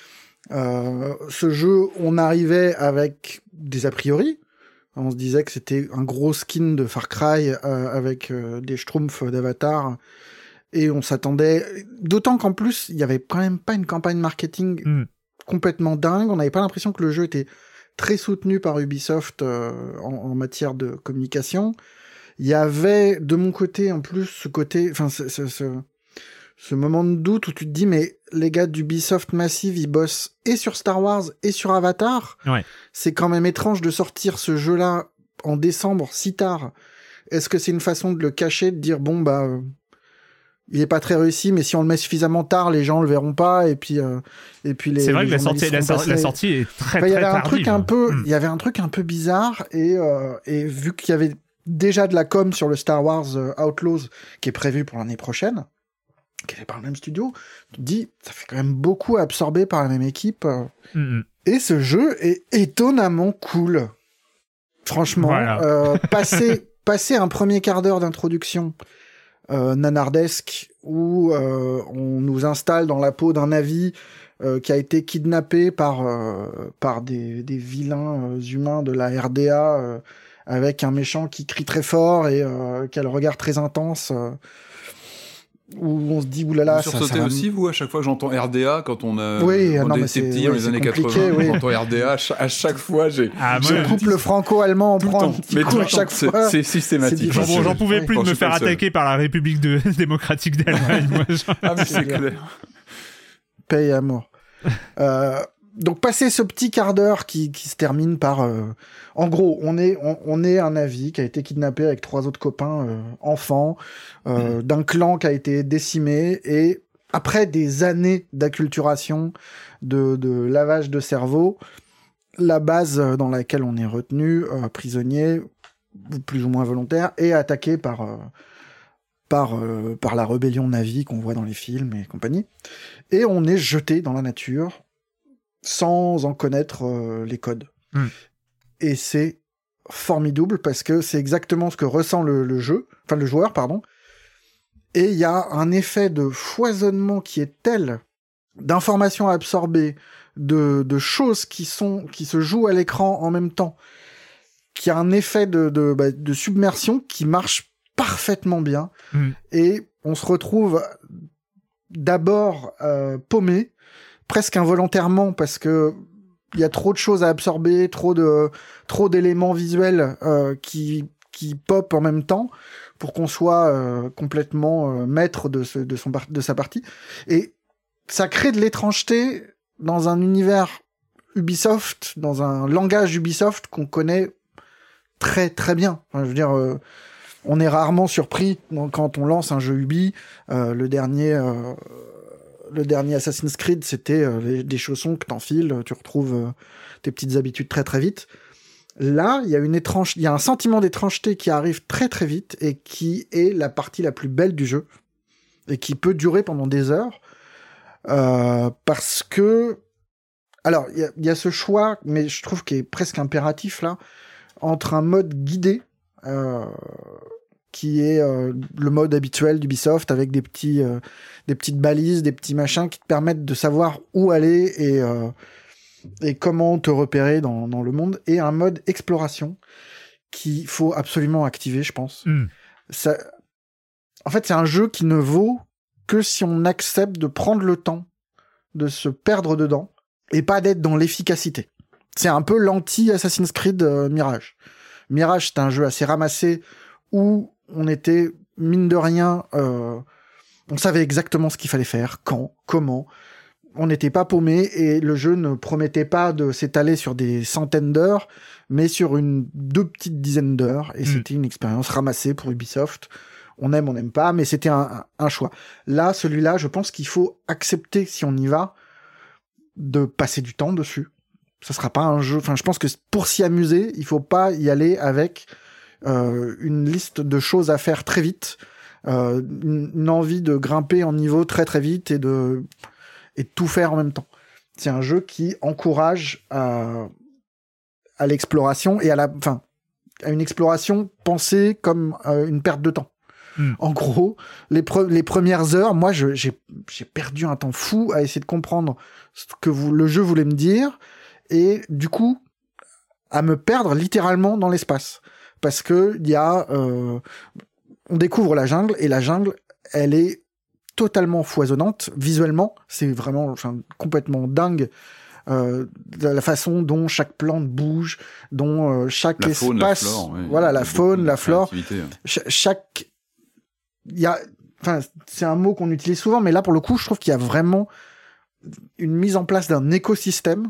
Euh, ce jeu, on arrivait avec des a priori. On se disait que c'était un gros skin de Far Cry euh, avec euh, des schtroumpfs d'Avatar. Et on s'attendait... D'autant qu'en plus, il n'y avait quand même pas une campagne marketing mm. complètement dingue. On n'avait pas l'impression que le jeu était très soutenu par Ubisoft euh, en, en matière de communication. Il y avait, de mon côté, en plus, ce côté... Enfin, ce, ce, ce, ce moment de doute où tu te dis, mais les gars d'Ubisoft Massive, ils bossent et sur Star Wars et sur Avatar. Ouais. C'est quand même étrange de sortir ce jeu-là en décembre, si tard. Est-ce que c'est une façon de le cacher, de dire, bon, bah... Euh, il est pas très réussi, mais si on le met suffisamment tard, les gens le verront pas, et puis euh, et puis les. C'est vrai les que la sortie, la, so- la sortie est très enfin, très tardive. Il y avait un truc un peu, mm. il y avait un truc un peu bizarre, et euh, et vu qu'il y avait déjà de la com sur le Star Wars Outlaws qui est prévu pour l'année prochaine, qui est fait par le même studio, tu te dis, ça fait quand même beaucoup absorbé par la même équipe, euh, mm-hmm. et ce jeu est étonnamment cool. Franchement, voilà. euh, passer passer un premier quart d'heure d'introduction. Euh, nanardesque où euh, on nous installe dans la peau d'un Na'vi euh, qui a été kidnappé par euh, par des, des vilains euh, humains de la R D A euh, avec un méchant qui crie très fort et euh, qui a le regard très intense. Euh. où on se dit oulala, vous ça, sursautez ça va... aussi vous à chaque fois que j'entends R D A quand on a oui, on non, était mais petit oui, dans les années quatre-vingts, oui. on entend R D A à chaque, à chaque fois j'ai Ah, je coupe le franco-allemand, on prend un petit coup à chaque c'est, fois. C'est systématique. J'en, bon, j'en pouvais plus ouais, de me faire attaquer par la République de... démocratique d'Allemagne. Moi, genre... Ah mais c'est clair. Paix et amour. euh, donc passer ce petit quart d'heure qui, qui se termine par... Euh, en gros, on est, on, on est un Navi qui a été kidnappé avec trois autres copains euh, enfants, euh, mmh. d'un clan qui a été décimé, et après des années d'acculturation, de, de lavage de cerveau, la base dans laquelle on est retenu, euh, prisonnier, plus ou moins volontaire, est attaquée par... Euh, Par, euh, par la rébellion Navi qu'on voit dans les films et compagnie. Et on est jeté dans la nature sans en connaître euh, les codes. Mm. Et c'est formidable parce que c'est exactement ce que ressent le, le jeu, enfin le joueur, pardon. Et il y a un effet de foisonnement qui est tel, d'informations à absorber, de, de choses qui, sont, qui se jouent à l'écran en même temps, qu'il y a un effet de, de, bah, de submersion qui marche parfaitement bien, mmh. et on se retrouve d'abord euh, paumé, presque involontairement, parce que il y a trop de choses à absorber, trop de trop d'éléments visuels euh, qui qui pop en même temps pour qu'on soit euh, complètement euh, maître de ce, de son de sa partie, et ça crée de l'étrangeté dans un univers Ubisoft, dans un langage Ubisoft qu'on connaît très très bien. Enfin, je veux dire. Euh, On est rarement surpris quand on lance un jeu Ubi. Euh, le dernier, euh, le dernier Assassin's Creed, c'était euh, les, des chaussons que t'enfiles, tu retrouves euh, tes petites habitudes très très vite. Là, il y a une étrange, il y a un sentiment d'étrangeté qui arrive très très vite et qui est la partie la plus belle du jeu et qui peut durer pendant des heures euh, parce que, alors il y, y a ce choix, mais je trouve qu'il est presque impératif là, entre un mode guidé. Euh, qui est euh, le mode habituel d'Ubisoft avec des petits, euh, des petites balises, des petits machins qui te permettent de savoir où aller et, euh, et comment te repérer dans, dans le monde, et un mode exploration qu'il faut absolument activer, je pense. Mm. Ça... En fait, c'est un jeu qui ne vaut que si on accepte de prendre le temps de se perdre dedans et pas d'être dans l'efficacité. C'est un peu l'anti-Assassin's Creed euh, Mirage. Mirage, c'est un jeu assez ramassé où on était, mine de rien, euh, on savait exactement ce qu'il fallait faire, quand, comment. On n'était pas paumé et le jeu ne promettait pas de s'étaler sur des centaines d'heures, mais sur une deux petites dizaines d'heures. Et mmh. c'était une expérience ramassée pour Ubisoft. On aime, on n'aime pas, mais c'était un, un choix. Là, celui-là, je pense qu'il faut accepter, si on y va, de passer du temps dessus. Ça sera pas un jeu... Enfin, je pense que pour s'y amuser, il faut pas y aller avec euh, une liste de choses à faire très vite, euh, une, une envie de grimper en niveau très très vite et de, et de tout faire en même temps. C'est un jeu qui encourage à, à l'exploration et à la... Enfin, à une exploration pensée comme euh, une perte de temps. Mm. En gros, les, pre- les premières heures, moi, je, j'ai, j'ai perdu un temps fou à essayer de comprendre ce que vous, le jeu voulait me dire, et du coup, à me perdre littéralement dans l'espace. Parce que il y a... Euh, on découvre la jungle, et la jungle, elle est totalement foisonnante. Visuellement, c'est vraiment enfin, complètement dingue. Euh, de la façon dont chaque plante bouge, dont euh, chaque la espace... Faune, la flore, ouais, voilà, la faune, la flore. Ouais. Ch- chaque... Il y a... Enfin, c'est un mot qu'on utilise souvent, mais là, pour le coup, je trouve qu'il y a vraiment une mise en place d'un écosystème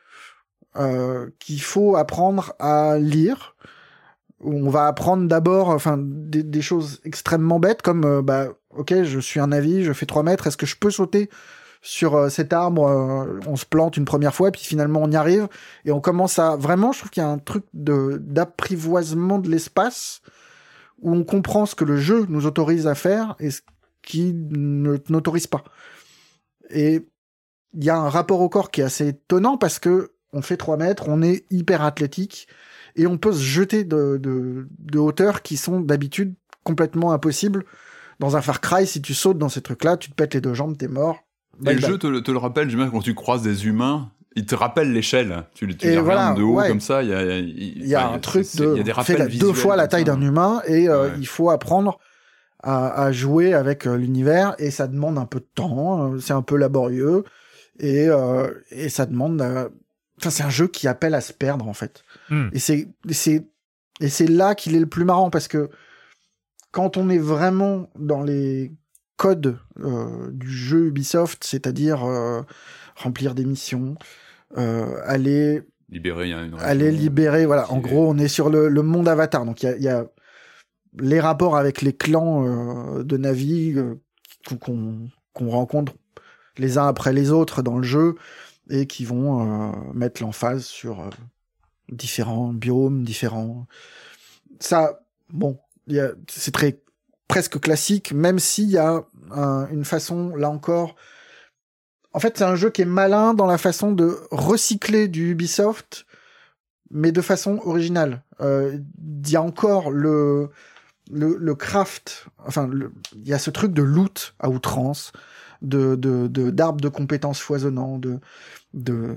euh, qu'il faut apprendre à lire. On va apprendre d'abord enfin, des, des choses extrêmement bêtes, comme, euh, bah, ok, je suis un avis, je fais trois mètres, est-ce que je peux sauter sur euh, cet arbre, euh, on se plante une première fois, puis finalement on y arrive, et on commence à... Vraiment, je trouve qu'il y a un truc de, d'apprivoisement de l'espace, où on comprend ce que le jeu nous autorise à faire, et ce qui ne n'autorise pas. Et il y a un rapport au corps qui est assez étonnant, parce que on fait trois mètres, on est hyper athlétique, et on peut se jeter de, de, de hauteurs qui sont d'habitude complètement impossibles. Dans un Far Cry, si tu sautes dans ces trucs-là, tu te pètes les deux jambes, t'es mort. Bye et bye. Le jeu te, te le rappelle, j'imagine, quand tu croises des humains, il te rappelle l'échelle. Tu, tu les voilà, regardes de haut ouais. comme ça, il y a, il, il y a enfin, un truc c'est, de... Il y a des rappels fait deux fois la taille ça. d'un humain, et euh, ouais. il faut apprendre à, à jouer avec euh, l'univers et ça demande un peu de temps, euh, c'est un peu laborieux et, euh, et ça demande... Euh... Enfin, c'est un jeu qui appelle à se perdre, en fait. Mm. Et, c'est, c'est, et c'est là qu'il est le plus marrant, parce que quand on est vraiment dans les codes euh, du jeu Ubisoft, c'est-à-dire euh, remplir des missions, euh, aller... Libérer une aller libérer, voilà. En gros, on est sur le, le monde Avatar. Donc, il y a, y a les rapports avec les clans euh, de Na'vi euh, qu'on, qu'on rencontre les uns après les autres dans le jeu et qui vont euh, mettre l'emphase sur euh, différents biomes, différents... Ça, bon, y a, c'est très presque classique, même s'il y a un, une façon, là encore... En fait, c'est un jeu qui est malin dans la façon de recycler du Ubisoft, mais de façon originale. Euh, il y a encore le, le, le craft, enfin, il y a ce truc de loot à outrance, de, de, de, d'arbres de compétences foisonnants, de, de,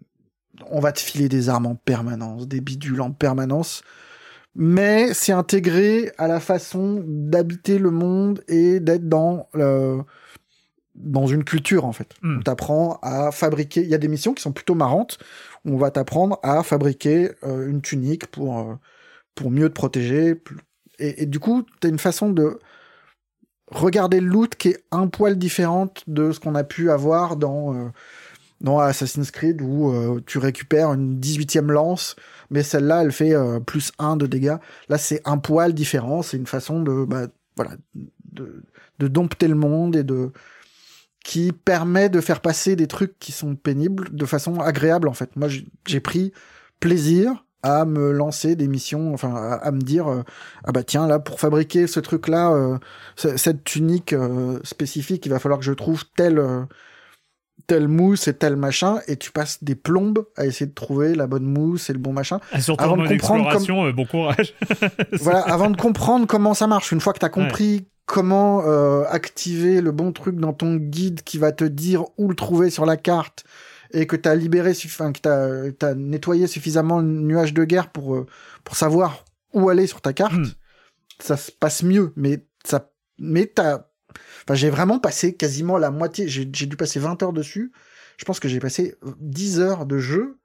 on va te filer des armes en permanence, des bidules en permanence, mais c'est intégré à la façon d'habiter le monde et d'être dans le, dans une culture, en fait. Mm. On t'apprend à fabriquer... Il y a des missions qui sont plutôt marrantes, où on va t'apprendre à fabriquer euh, une tunique pour, euh, pour mieux te protéger. Et, et du coup, t'as une façon de regarder le loot qui est un poil différente de ce qu'on a pu avoir dans, euh, dans Assassin's Creed, où euh, tu récupères une dix-huitième lance, mais celle-là, elle fait euh, plus un de dégâts. Là, c'est un poil différent. C'est une façon de, bah, voilà, de, de dompter le monde et de... qui permet de faire passer des trucs qui sont pénibles de façon agréable, en fait. Moi, j'ai pris plaisir à me lancer des missions, enfin, à, à me dire, euh, ah bah tiens, là, pour fabriquer ce truc-là, euh, c- cette tunique euh, spécifique, il va falloir que je trouve telle, euh, telle mousse et tel machin, et tu passes des plombes à essayer de trouver la bonne mousse et le bon machin. Et surtout avant en mode exploration, comme... euh, bon courage. Voilà, avant de comprendre comment ça marche. Une fois que t'as compris... Ouais. Comment euh, activer le bon truc dans ton guide qui va te dire où le trouver sur la carte et que t'as libéré, enfin que t'as, t'as nettoyé suffisamment le nuage de guerre pour euh, pour savoir où aller sur ta carte, mmh. ça se passe mieux. Mais ça, mais t'as, enfin j'ai vraiment passé quasiment la moitié. J'ai, j'ai dû passer vingt heures dessus. Je pense que j'ai passé dix heures de jeu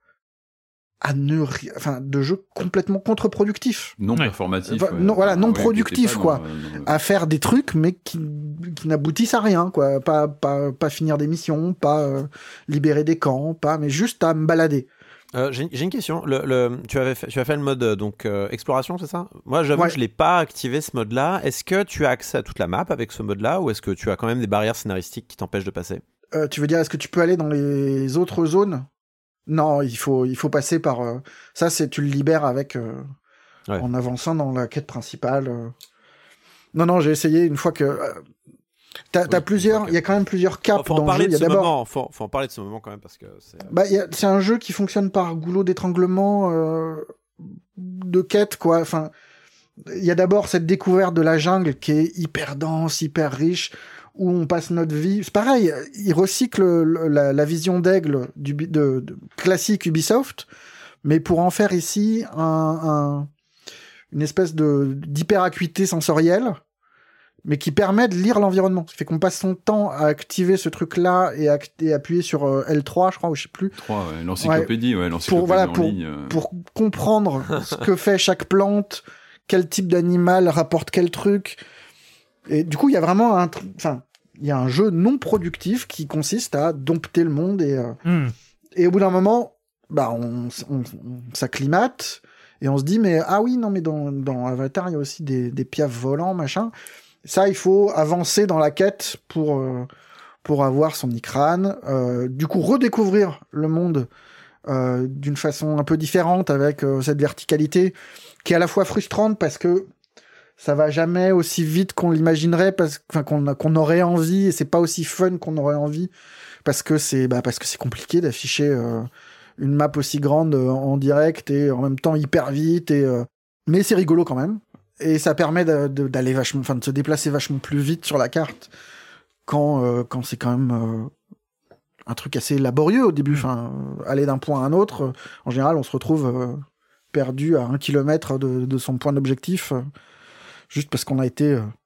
à ne ri... enfin de jeux complètement contre-productifs, non performatifs, enfin, ouais. non, voilà, non ouais, productifs quoi, dans, dans, dans... à faire des trucs mais qui, qui n'aboutissent à rien quoi, pas pas pas finir des missions, pas euh, libérer des camps, pas mais juste à me balader. Euh, j'ai, j'ai une question. Le, le, tu avais fait, tu as fait le mode donc euh, exploration, c'est ça? Moi, j'avoue, ouais. que je l'ai pas activé ce mode-là. Est-ce que tu as accès à toute la map avec ce mode-là, ou est-ce que tu as quand même des barrières scénaristiques qui t'empêchent de passer? euh, Tu veux dire, est-ce que tu peux aller dans les autres zones? Non, il faut, il faut passer par... Euh, ça, c'est tu le libères avec... Euh, ouais. En avançant dans la quête principale. Euh. Non, non, j'ai essayé une fois que... Euh, t'as, oui, t'as plusieurs... Il y a quand même plusieurs caps faut, faut dans le jeu. Il y a d'abord... moment, faut, faut en parler de ce moment quand même, parce que... C'est, bah, y a, c'est un jeu qui fonctionne par goulot d'étranglement euh, de quête, quoi. Enfin, il y a d'abord cette découverte de la jungle qui est hyper dense, hyper riche, où on passe notre vie. C'est pareil, il recycle le, la, la vision d'aigle du de, de classique Ubisoft, mais pour en faire ici un, un, une espèce de d'hyperacuité sensorielle, mais qui permet de lire l'environnement. Ça fait qu'on passe son temps à activer ce truc-là et, à, et appuyer sur euh, L trois, je crois, ou je sais plus. trois, ouais, l'encyclopédie, ouais, l'encyclopédie pour, voilà, en pour, ligne. Euh... Pour comprendre ce que fait chaque plante, quel type d'animal rapporte quel truc. Et du coup, il y a vraiment un, enfin, il y a un jeu non productif qui consiste à dompter le monde et euh, mm. et au bout d'un moment, bah, on, on, on s'acclimate et on se dit mais ah oui non mais dans dans Avatar il y a aussi des des piafs volants machin. Ça, il faut avancer dans la quête pour euh, pour avoir son Ikran. Euh, du coup, redécouvrir le monde euh, d'une façon un peu différente avec euh, cette verticalité qui est à la fois frustrante parce que ça va jamais aussi vite qu'on l'imaginerait, parce enfin qu'on qu'on aurait envie, et c'est pas aussi fun qu'on aurait envie parce que c'est bah parce que c'est compliqué d'afficher euh, une map aussi grande euh, en direct et en même temps hyper vite et euh... mais c'est rigolo quand même et ça permet de, de, d'aller vachement, enfin de se déplacer vachement plus vite sur la carte quand euh, quand c'est quand même euh, un truc assez laborieux au début, enfin euh, aller d'un point à un autre, euh, en général on se retrouve euh, perdu à un kilomètre de, de son point d'objectif. Euh, juste parce qu'on a été euh,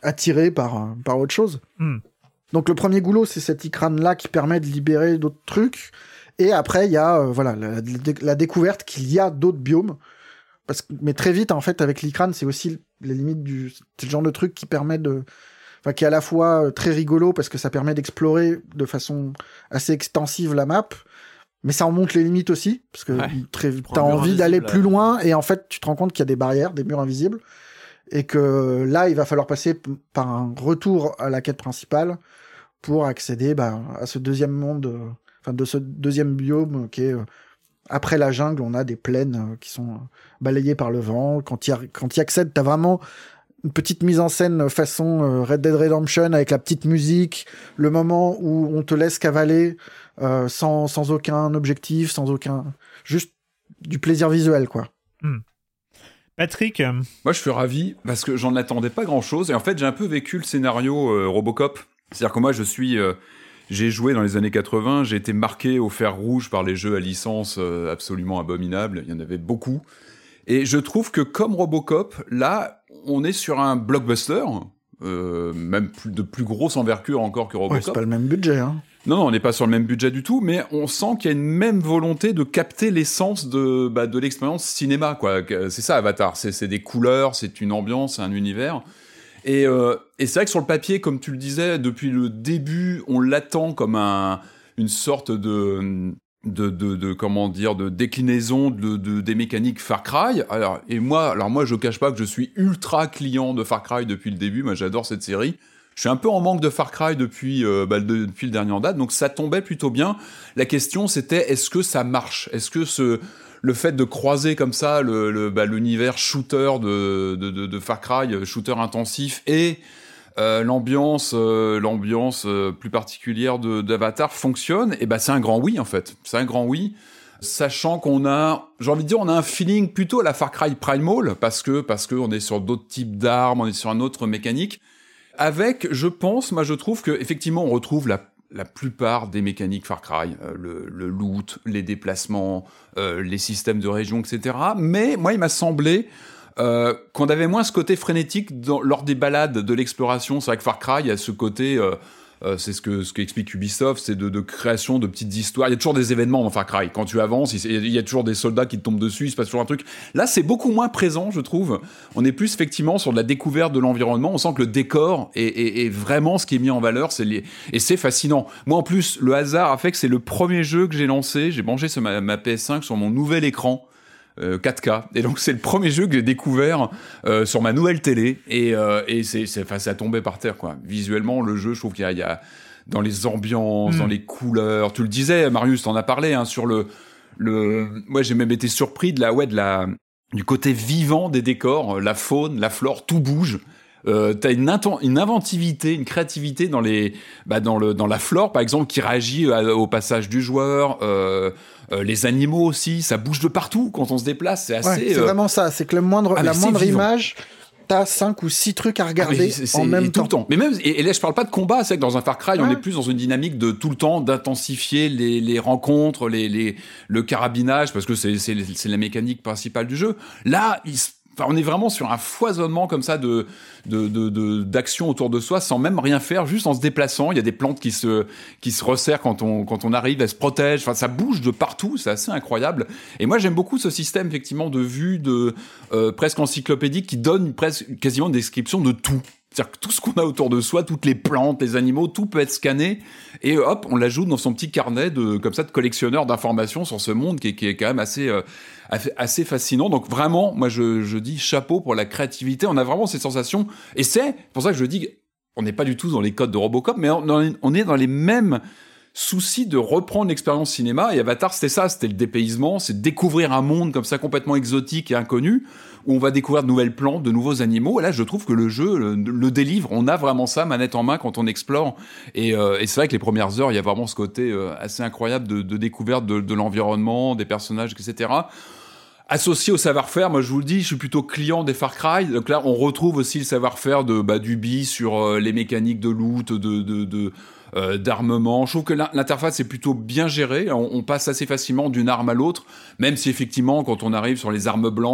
attiré par, par autre chose. Mm. Donc le premier goulot, c'est cet écran-là qui permet de libérer d'autres trucs. Et après, il y a euh, voilà, la, la, la découverte qu'il y a d'autres biomes. Parce que, mais très vite, en fait, avec l'Ikran, c'est aussi les limites du... C'est le genre de truc qui permet de... Enfin, qui est à la fois très rigolo parce que ça permet d'explorer de façon assez extensive la map, mais ça en montre les limites aussi, parce que Ouais. très... t'as envie d'aller plus loin, et en fait, tu te rends compte qu'il y a des barrières, des murs invisibles, et que là, il va falloir passer p- par un retour à la quête principale pour accéder bah, à ce deuxième monde, euh, enfin de ce deuxième biome qui est euh, après la jungle. On a des plaines euh, qui sont euh, balayées par le vent. Quand tu quand y accèdes, t'as vraiment une petite mise en scène façon euh, Red Dead Redemption avec la petite musique, le moment où on te laisse cavaler euh, sans sans aucun objectif, sans aucun, juste du plaisir visuel, quoi. Mm. Patrick, euh... moi je suis ravi parce que j'en attendais pas grand chose et en fait j'ai un peu vécu le scénario euh, Robocop. C'est-à-dire que moi, je suis, euh, j'ai joué dans les années quatre-vingts, j'ai été marqué au fer rouge par les jeux à licence euh, absolument abominables. Il y en avait beaucoup. Et je trouve que comme Robocop, là, on est sur un blockbuster, euh, même plus, de plus grosse envergure encore que Robocop. Ouais, c'est pas le même budget, hein. Non, non, on n'est pas sur le même budget du tout, mais on sent qu'il y a une même volonté de capter l'essence de, bah, de l'expérience cinéma, quoi. C'est ça, Avatar. C'est, c'est des couleurs, c'est une ambiance, c'est un univers. Et, euh, et c'est vrai que sur le papier, comme tu le disais, depuis le début, on l'attend comme un, une sorte de, de, de, de comment dire, de déclinaison de, de, des mécaniques Far Cry. Alors, et moi, alors moi, je cache pas que je suis ultra client de Far Cry depuis le début. Moi, j'adore cette série. Je suis un peu en manque de Far Cry depuis, euh, bah, de, depuis le dernier en date, donc ça tombait plutôt bien. La question, c'était, est-ce que ça marche ? Est-ce que ce... le fait de croiser comme ça le, le, bah, l'univers shooter de, de, de, de Far Cry, shooter intensif, et euh, l'ambiance, euh, l'ambiance euh, plus particulière de, d'Avatar fonctionne, et bah c'est un grand oui en fait. C'est un grand oui, sachant qu'on a, j'ai envie de dire, on a un feeling plutôt à la Far Cry Primal, parce que parce que on est sur d'autres types d'armes, on est sur une autre mécanique. Avec, je pense, moi je trouve que effectivement on retrouve la la plupart des mécaniques Far Cry, euh, le, le loot, les déplacements, euh, les systèmes de région, et cetera. Mais moi, il m'a semblé euh, qu'on avait moins ce côté frénétique dans, lors des balades de l'exploration. C'est vrai que Far Cry, il y a ce côté... Euh, Euh, c'est ce que ce qu'explique Ubisoft, c'est de, de création de petites histoires. Il y a toujours des événements dans Far Cry. Quand tu avances, il, il y a toujours des soldats qui te tombent dessus, il se passe toujours un truc. Là, c'est beaucoup moins présent, je trouve. On est plus effectivement sur de la découverte de l'environnement. On sent que le décor est, est, est vraiment ce qui est mis en valeur. C'est les... Et c'est fascinant. Moi, en plus, le hasard a fait que c'est le premier jeu que j'ai lancé. J'ai branché sur ma, ma P S cinq sur mon nouvel écran. Euh, quatre K, et donc c'est le premier jeu que j'ai découvert euh, sur ma nouvelle télé, et, euh, et c'est, c'est, enfin, ça tombait par terre, quoi. Visuellement, le jeu, je trouve qu'il y a, il y a dans les ambiances, mmh. dans les couleurs, tu le disais, Marius, t'en as parlé, hein, sur le, le, ouais, j'ai même été surpris de la, ouais, de la, du côté vivant des décors, la faune, la flore, tout bouge. Euh, t'as une, inten- une inventivité, une créativité dans les, bah dans le, dans la flore par exemple, qui réagit à, au passage du joueur. Euh, euh, les animaux aussi, ça bouge de partout quand on se déplace. C'est assez. Ouais, c'est euh... vraiment ça. C'est que le moindre, ah, la moindre vivant. image. T'as cinq ou six trucs à regarder ah, c'est, en même tout temps. Le temps. Mais même, et, et là, je parle pas de combat, c'est que dans un Far Cry, ouais. on est plus dans une dynamique de tout le temps d'intensifier les, les rencontres, les, les, le carabinage, parce que c'est, c'est, c'est la mécanique principale du jeu. Là, il se Enfin, on est vraiment sur un foisonnement comme ça de, de, de, de, d'action autour de soi sans même rien faire, juste en se déplaçant. Il y a des plantes qui se, qui se resserrent quand on, quand on arrive, elles se protègent. Enfin, ça bouge de partout, c'est assez incroyable. Et moi, j'aime beaucoup ce système, effectivement, de vue de, euh, presque encyclopédique qui donne presque, quasiment une description de tout. C'est-à-dire que tout ce qu'on a autour de soi, toutes les plantes, les animaux, tout peut être scanné et hop, on l'ajoute dans son petit carnet de, comme ça, de collectionneur d'informations sur ce monde qui est, qui est quand même assez, euh, assez fascinant. Donc vraiment, moi je, je dis chapeau pour la créativité. On a vraiment cette sensation et c'est pour ça que je dis, on n'est pas du tout dans les codes de Robocop, mais on, on est dans les mêmes souci de reprendre l'expérience cinéma, et Avatar c'était ça, c'était le dépaysement, c'est découvrir un monde comme ça complètement exotique et inconnu, où on va découvrir de nouvelles plantes, de nouveaux animaux, et là je trouve que le jeu le, le délivre, on a vraiment ça, manette en main quand on explore, et, euh, et c'est vrai que les premières heures, il y a vraiment ce côté euh, assez incroyable de, de découverte de, de l'environnement, des personnages, et cetera. Associé au savoir-faire, moi je vous le dis, je suis plutôt client des Far Cry, donc là on retrouve aussi le savoir-faire de, bah, d'Ubi sur euh, les mécaniques de loot, de... de, de Euh, d'armement. Je trouve que l'interface est plutôt bien gérée. On, on passe assez facilement d'une arme à l'autre, même si effectivement, quand on arrive sur les armes blanches,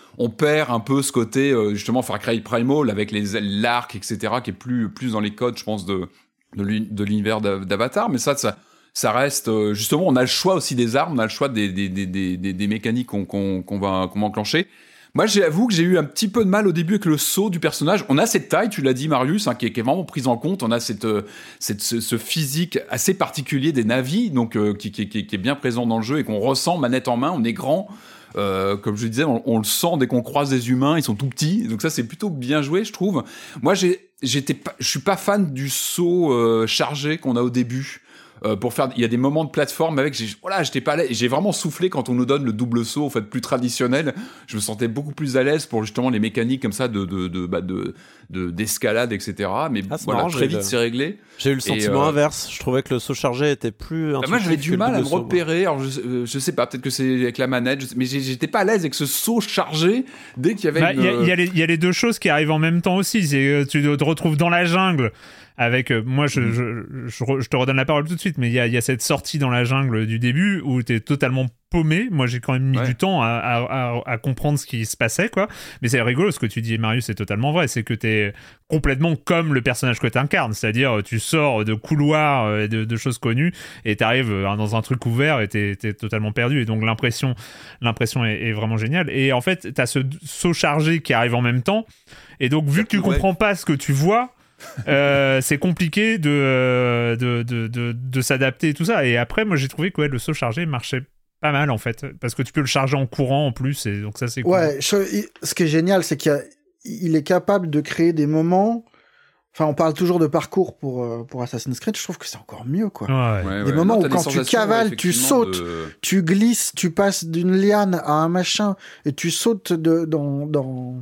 on perd un peu ce côté euh, justement Far Cry Primal avec les l'arc, et cetera, qui est plus plus dans les codes, je pense, de de, de l'univers d'Avatar. Mais ça, ça ça reste euh, justement, on a le choix aussi des armes, on a le choix des des des des, des, des mécaniques qu'on qu'on qu'on va qu'on va enclencher. Moi, j'avoue que j'ai eu un petit peu de mal au début avec le saut du personnage. On a cette taille, tu l'as dit, Marius, hein, qui, est, qui est vraiment prise en compte. On a cette, cette, ce, ce physique assez particulier des Na'vi, donc euh, qui, qui, qui, qui est bien présent dans le jeu et qu'on ressent manette en main. On est grand, euh, comme je disais, on, on le sent dès qu'on croise des humains. Ils sont tout petits, donc ça c'est plutôt bien joué, je trouve. Moi, j'ai, j'étais, pas, je suis pas fan du saut euh, chargé qu'on a au début. Euh, pour faire, il y a des moments de plateforme avec, j'ai, voilà, j'étais pas à l'aise, j'ai vraiment soufflé quand on nous donne le double saut, en fait, plus traditionnel. Je me sentais beaucoup plus à l'aise pour justement les mécaniques comme ça de, de, de, bah, de, de d'escalade, et cetera. Mais ah, voilà, marrant, très vite, le... c'est réglé. J'ai eu le sentiment euh... inverse. Je trouvais que le saut chargé était plus. Bah, moi, j'avais du mal à me repérer. Alors, je, euh, je sais pas, peut-être que c'est avec la manette, je sais, mais j'étais pas à l'aise avec ce saut chargé dès qu'il y avait. Bah, il une... y, a, y, a les, y a les deux choses qui arrivent en même temps aussi. C'est euh, tu te retrouves dans la jungle. Avec euh, moi, je, je, je, je te redonne la parole tout de suite, mais il y a, y a cette sortie dans la jungle du début où t'es totalement paumé. Moi, j'ai quand même mis ouais. du temps à, à, à, à comprendre ce qui se passait, quoi. Mais c'est rigolo, ce que tu dis, Marius, c'est totalement vrai. C'est que t'es complètement comme le personnage que t'incarnes, c'est-à-dire tu sors de couloirs et de, de choses connues et t'arrives dans un truc ouvert et t'es, t'es totalement perdu. Et donc l'impression, l'impression est, est vraiment géniale. Et en fait, t'as ce saut chargé qui arrive en même temps. Et donc, vu que tu comprends pas ce que tu vois, euh, c'est compliqué de, de, de, de, de s'adapter et tout ça. Et après, moi, j'ai trouvé que ouais, le saut chargé marchait pas mal, en fait. Parce que tu peux le charger en courant, en plus. Et donc, ça, c'est cool. Ouais, je, ce qui est génial, c'est qu'il y a, il est capable de créer des moments... Enfin, on parle toujours de parcours pour, pour Assassin's Creed. Je trouve que c'est encore mieux, quoi. Ouais, ouais, des ouais. moments non, où quand tu cavales, tu sautes, de... tu glisses, tu passes d'une liane à un machin et tu sautes de, dans... dans...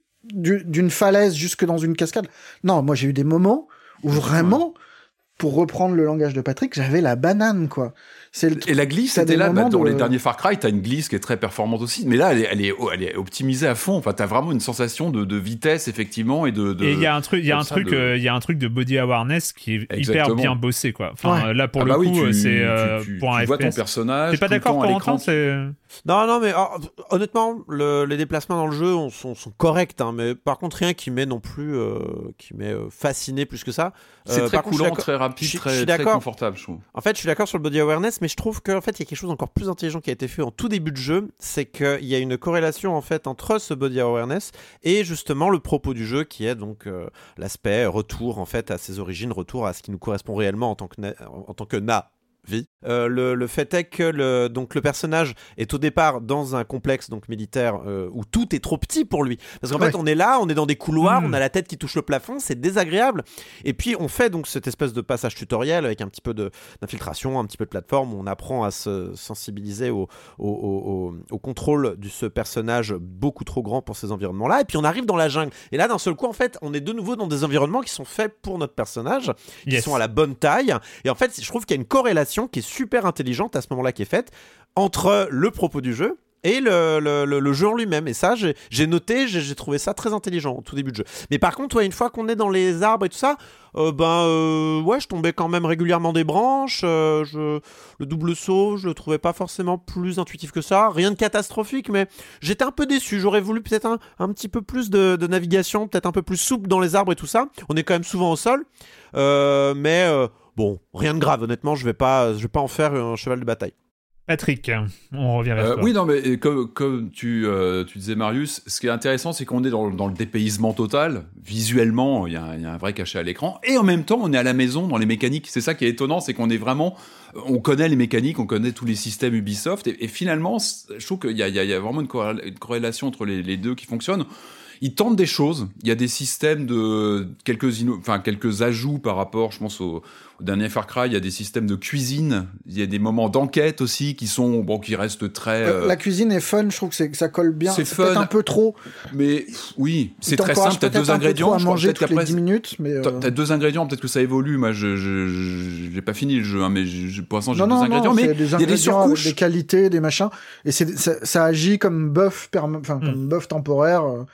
d'une falaise jusque dans une cascade. Non, moi j'ai eu des moments où vraiment, pour reprendre le langage de Patrick, j'avais la banane, quoi. C'est le... Et la glisse, c'était là, bah, dans de... les derniers Far Cry, t'as une glisse qui est très performante aussi, mais là, elle est, elle est, elle est optimisée à fond. Enfin, t'as vraiment une sensation de, de vitesse, effectivement, et de. de et il y a un truc, il y a un truc, il de... euh, y a un truc de body awareness qui est Exactement. hyper bien bossé, quoi. Enfin, ouais. là pour ah le bah coup, oui, tu, c'est euh, tu, tu, pour un tu vois F P S. ton personnage. T'es pas d'accord, Corentin, c'est. Non, non, mais alors, honnêtement, le, les déplacements dans le jeu on, sont, sont corrects, hein, mais par contre, rien qui m'ait non plus, euh, qui m'ait euh, fasciné plus que ça. C'est euh, très coulant, très rapide, je, très, je très confortable, je trouve. En fait, je suis d'accord sur le body awareness, mais je trouve qu'en fait, il y a quelque chose d'encore plus intelligent qui a été fait en tout début de jeu, c'est qu'il y a une corrélation en fait entre ce body awareness et justement le propos du jeu, qui est donc euh, l'aspect retour en fait à ses origines, retour à ce qui nous correspond réellement en tant que na- en tant que na. Vie. Euh, le, le fait est que le, donc le personnage est au départ dans un complexe donc militaire euh, où tout est trop petit pour lui, parce qu'en ouais. fait on est là, on est dans des couloirs, mmh. on a la tête qui touche le plafond, c'est désagréable, et puis on fait donc cette espèce de passage tutoriel avec un petit peu de, d'infiltration, un petit peu de plateforme où on apprend à se sensibiliser au, au, au, au contrôle de ce personnage beaucoup trop grand pour ces environnements là, et puis on arrive dans la jungle, et là d'un seul coup en fait on est de nouveau dans des environnements qui sont faits pour notre personnage, qui yes. sont à la bonne taille, et en fait je trouve qu'il y a une corrélation qui est super intelligente à ce moment-là qui est faite entre le propos du jeu et le, le, le, le jeu en lui-même, et ça j'ai, j'ai noté, j'ai, j'ai trouvé ça très intelligent au tout début de jeu. Mais par contre ouais, une fois qu'on est dans les arbres et tout ça, euh, ben euh, ouais je tombais quand même régulièrement des branches, euh, je, le double saut je le trouvais pas forcément plus intuitif que ça, rien de catastrophique, mais j'étais un peu déçu, j'aurais voulu peut-être un, un petit peu plus de, de navigation, peut-être un peu plus souple dans les arbres et tout ça, on est quand même souvent au sol, euh, mais euh, bon, rien de grave, honnêtement, je vais pas, je vais pas en faire un cheval de bataille. Patrick, on revient vers euh, toi. Oui, non, mais comme, comme tu, euh, tu disais, Marius, ce qui est intéressant, c'est qu'on est dans, dans le dépaysement total. Visuellement, il y, y a un vrai cachet à l'écran. Et en même temps, on est à la maison, dans les mécaniques. C'est ça qui est étonnant, c'est qu'on est vraiment... On connaît les mécaniques, on connaît tous les systèmes Ubisoft. Et, et finalement, je trouve qu'il y a, il y a, il y a vraiment une, corrél- une corrélation entre les, les deux qui fonctionnent. Ils tentent des choses. Il y a des systèmes de quelques inno... enfin quelques ajouts par rapport, je pense au, au dernier Far Cry. Il y a des systèmes de cuisine. Il y a des moments d'enquête aussi qui sont bon, qui restent très. Euh... La cuisine est fun. Je trouve que, c'est, que ça colle bien. C'est, c'est fun. peut-être un peu trop. Mais oui, c'est très simple. T'as deux ingrédients. À manger je toutes les dix minutes. Mais euh... t'as deux ingrédients. Peut-être que ça évolue. Moi, je, je, je j'ai pas fini le jeu, hein, mais je, pour l'instant j'ai non, deux non, ingrédients. Non, mais il y a des surcouches, des qualités, des machins. Et c'est ça, ça agit comme buff, perma... enfin mm. comme buff temporaire.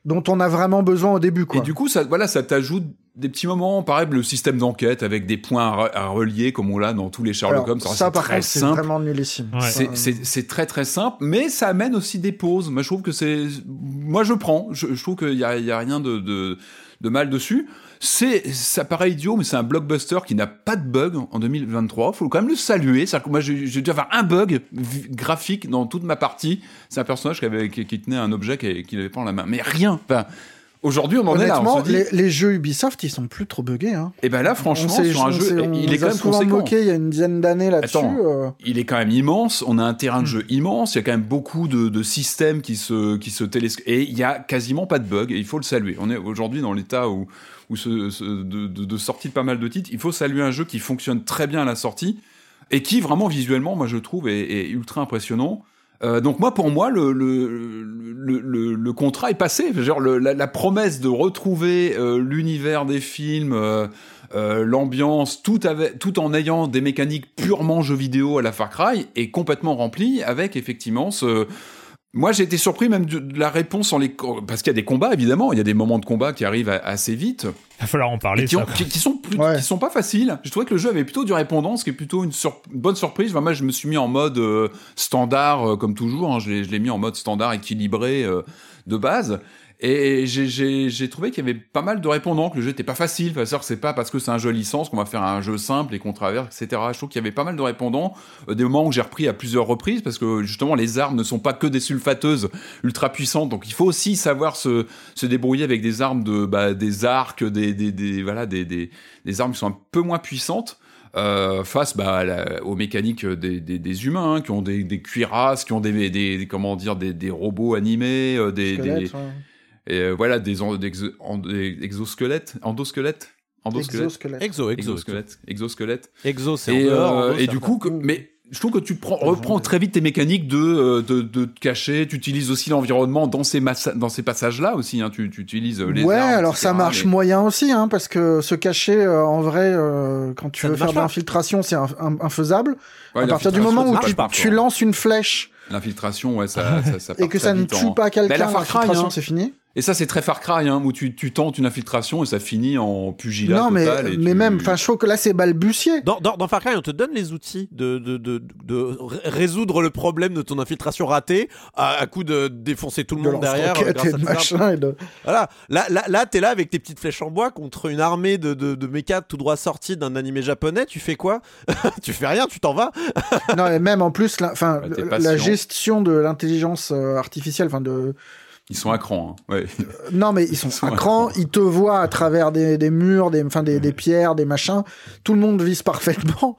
dont on a vraiment besoin au début, quoi. Et du coup, ça, voilà, ça t'ajoute des petits moments, pareil, le système d'enquête avec des points à, re- à relier, comme on l'a dans tous les Sherlock Holmes. Ça, c'est ça par très contre, c'est simple. vraiment nullissime. Ouais. C'est, Ça, c'est, c'est très très simple, mais ça amène aussi des pauses. Moi, je trouve que c'est, moi, je prends. Je, je trouve qu'il y a, il y a rien de, de, de mal dessus. C'est, ça paraît idiot, mais c'est un blockbuster qui n'a pas de bug en deux mille vingt-trois. Faut quand même le saluer. C'est-à-dire que moi, j'ai, j'ai dû avoir un bug v- graphique dans toute ma partie. C'est un personnage qui avait, qui, qui tenait un objet qu'il qui n'avait pas en la main. Mais rien. Enfin, aujourd'hui, on en est là. honnêtement, On se dit, les, les jeux Ubisoft, ils sont plus trop buggés. Hein. et ben là, franchement, On s'est- sur un on jeu, s'est- on il est nous quand a même souvent conséquent. moqué il y a une dizaine d'années là-dessus. Attends. euh. Il est quand même immense. On a un terrain de jeu immense. Il y a quand même beaucoup de, de systèmes qui se, qui se télescopent. Et il y a quasiment pas de bugs. Et il faut le saluer. On est aujourd'hui dans l'état où, où ce, ce- de, de, de sortie de pas mal de titres. Il faut saluer un jeu qui fonctionne très bien à la sortie et qui vraiment visuellement, moi je trouve, est, est ultra impressionnant. Euh, donc moi, pour moi, le, le, le, le, le contrat est passé. Genre le, la, la promesse de retrouver euh, l'univers des films, euh, euh, l'ambiance, tout, avec, tout en ayant des mécaniques purement jeux vidéo à la Far Cry, est complètement remplie avec effectivement ce... Moi, j'ai été surpris même de, de la réponse en les... Parce qu'il y a des combats, évidemment. Il y a des moments de combat qui arrivent à- assez vite. Il va falloir en parler. Et qui, ont- ça. qui, qui sont plus, Ouais. qui sont pas faciles. Je trouvais que le jeu avait plutôt du répondant, ce qui est plutôt une, sur- une bonne surprise. Enfin, moi, je me suis mis en mode euh, standard, euh, comme toujours. Hein. Je, l'ai, je l'ai mis en mode standard équilibré euh, de base. Et j'ai, j'ai, j'ai trouvé qu'il y avait pas mal de répondants, que le jeu était pas facile. Enfin, c'est-à-dire que c'est pas parce que c'est un jeu licence qu'on va faire un jeu simple et qu'on traverse, et cetera. Je trouve qu'il y avait pas mal de répondants. Euh, des moments que j'ai repris à plusieurs reprises, parce que justement, les armes ne sont pas que des sulfateuses ultra puissantes. Donc, il faut aussi savoir se, se débrouiller avec des armes de, bah, des arcs, des, des, des, voilà, des, des, des armes qui sont un peu moins puissantes. Euh, face bah, à la- aux mécaniques des, des, des humains, hein, qui ont des, des cuirasses, qui ont des, des, des comment dire, des, des robots animés, euh, des, des, Squelette, ouais. et euh, voilà, des, en- des, exo- en- des exosquelettes, endosquelettes, endosquelettes, Exosquelette. Exo, exo. exosquelettes, exosquelettes. Exo, c'est Et, en dehors. euh, en gros, et c'est du en coup, que, mais je trouve que tu prends, reprends très vite tes mécaniques de, euh, de, de te cacher. Tu utilises aussi l'environnement dans ces, massa- dans ces passages-là aussi. Hein, tu, tu utilises euh, les Ouais, armes, alors et cetera, ça marche mais- moyen aussi, hein, parce que se cacher euh, en vrai, euh, quand tu Ça veux ne faire marche de pas. l'infiltration, c'est un- un- infaisable. Ouais, à partir du l'infiltration, moment où c'est tu, pas tu fort. lances une flèche L'infiltration, ouais, ça, ça, ça et part que très ça ne vite tue en- pas Mais quelqu'un, la Far Cry, l'infiltration, hein. c'est fini. Et ça, c'est très Far Cry, hein, où tu, tu tentes une infiltration et ça finit en pugilat Non, mais, total. et mais tu- même, enfin, je trouve que là, c'est balbutié. Dans, dans, dans Far Cry, on te donne les outils de, de, de, de r- résoudre le problème de ton infiltration ratée à, à coup de défoncer tout le De monde derrière. lance-roquettes grâce et à de tes armes. machin et de... Voilà. Là, là, là t'es là avec tes petites flèches en bois contre une armée de, de, de mechas tout droit sortis d'un animé japonais. Tu fais quoi? Tu fais rien, tu t'en vas. Non, et même en plus, la, enfin, Ouais, t'es la patient. gestion de l'intelligence euh, artificielle, enfin de, Ils sont à cran, hein. Ouais. non mais ils sont sont à à cran, cran. ils te voient à travers des, des murs, des, enfin des, des pierres, des machins. Tout le monde vise parfaitement.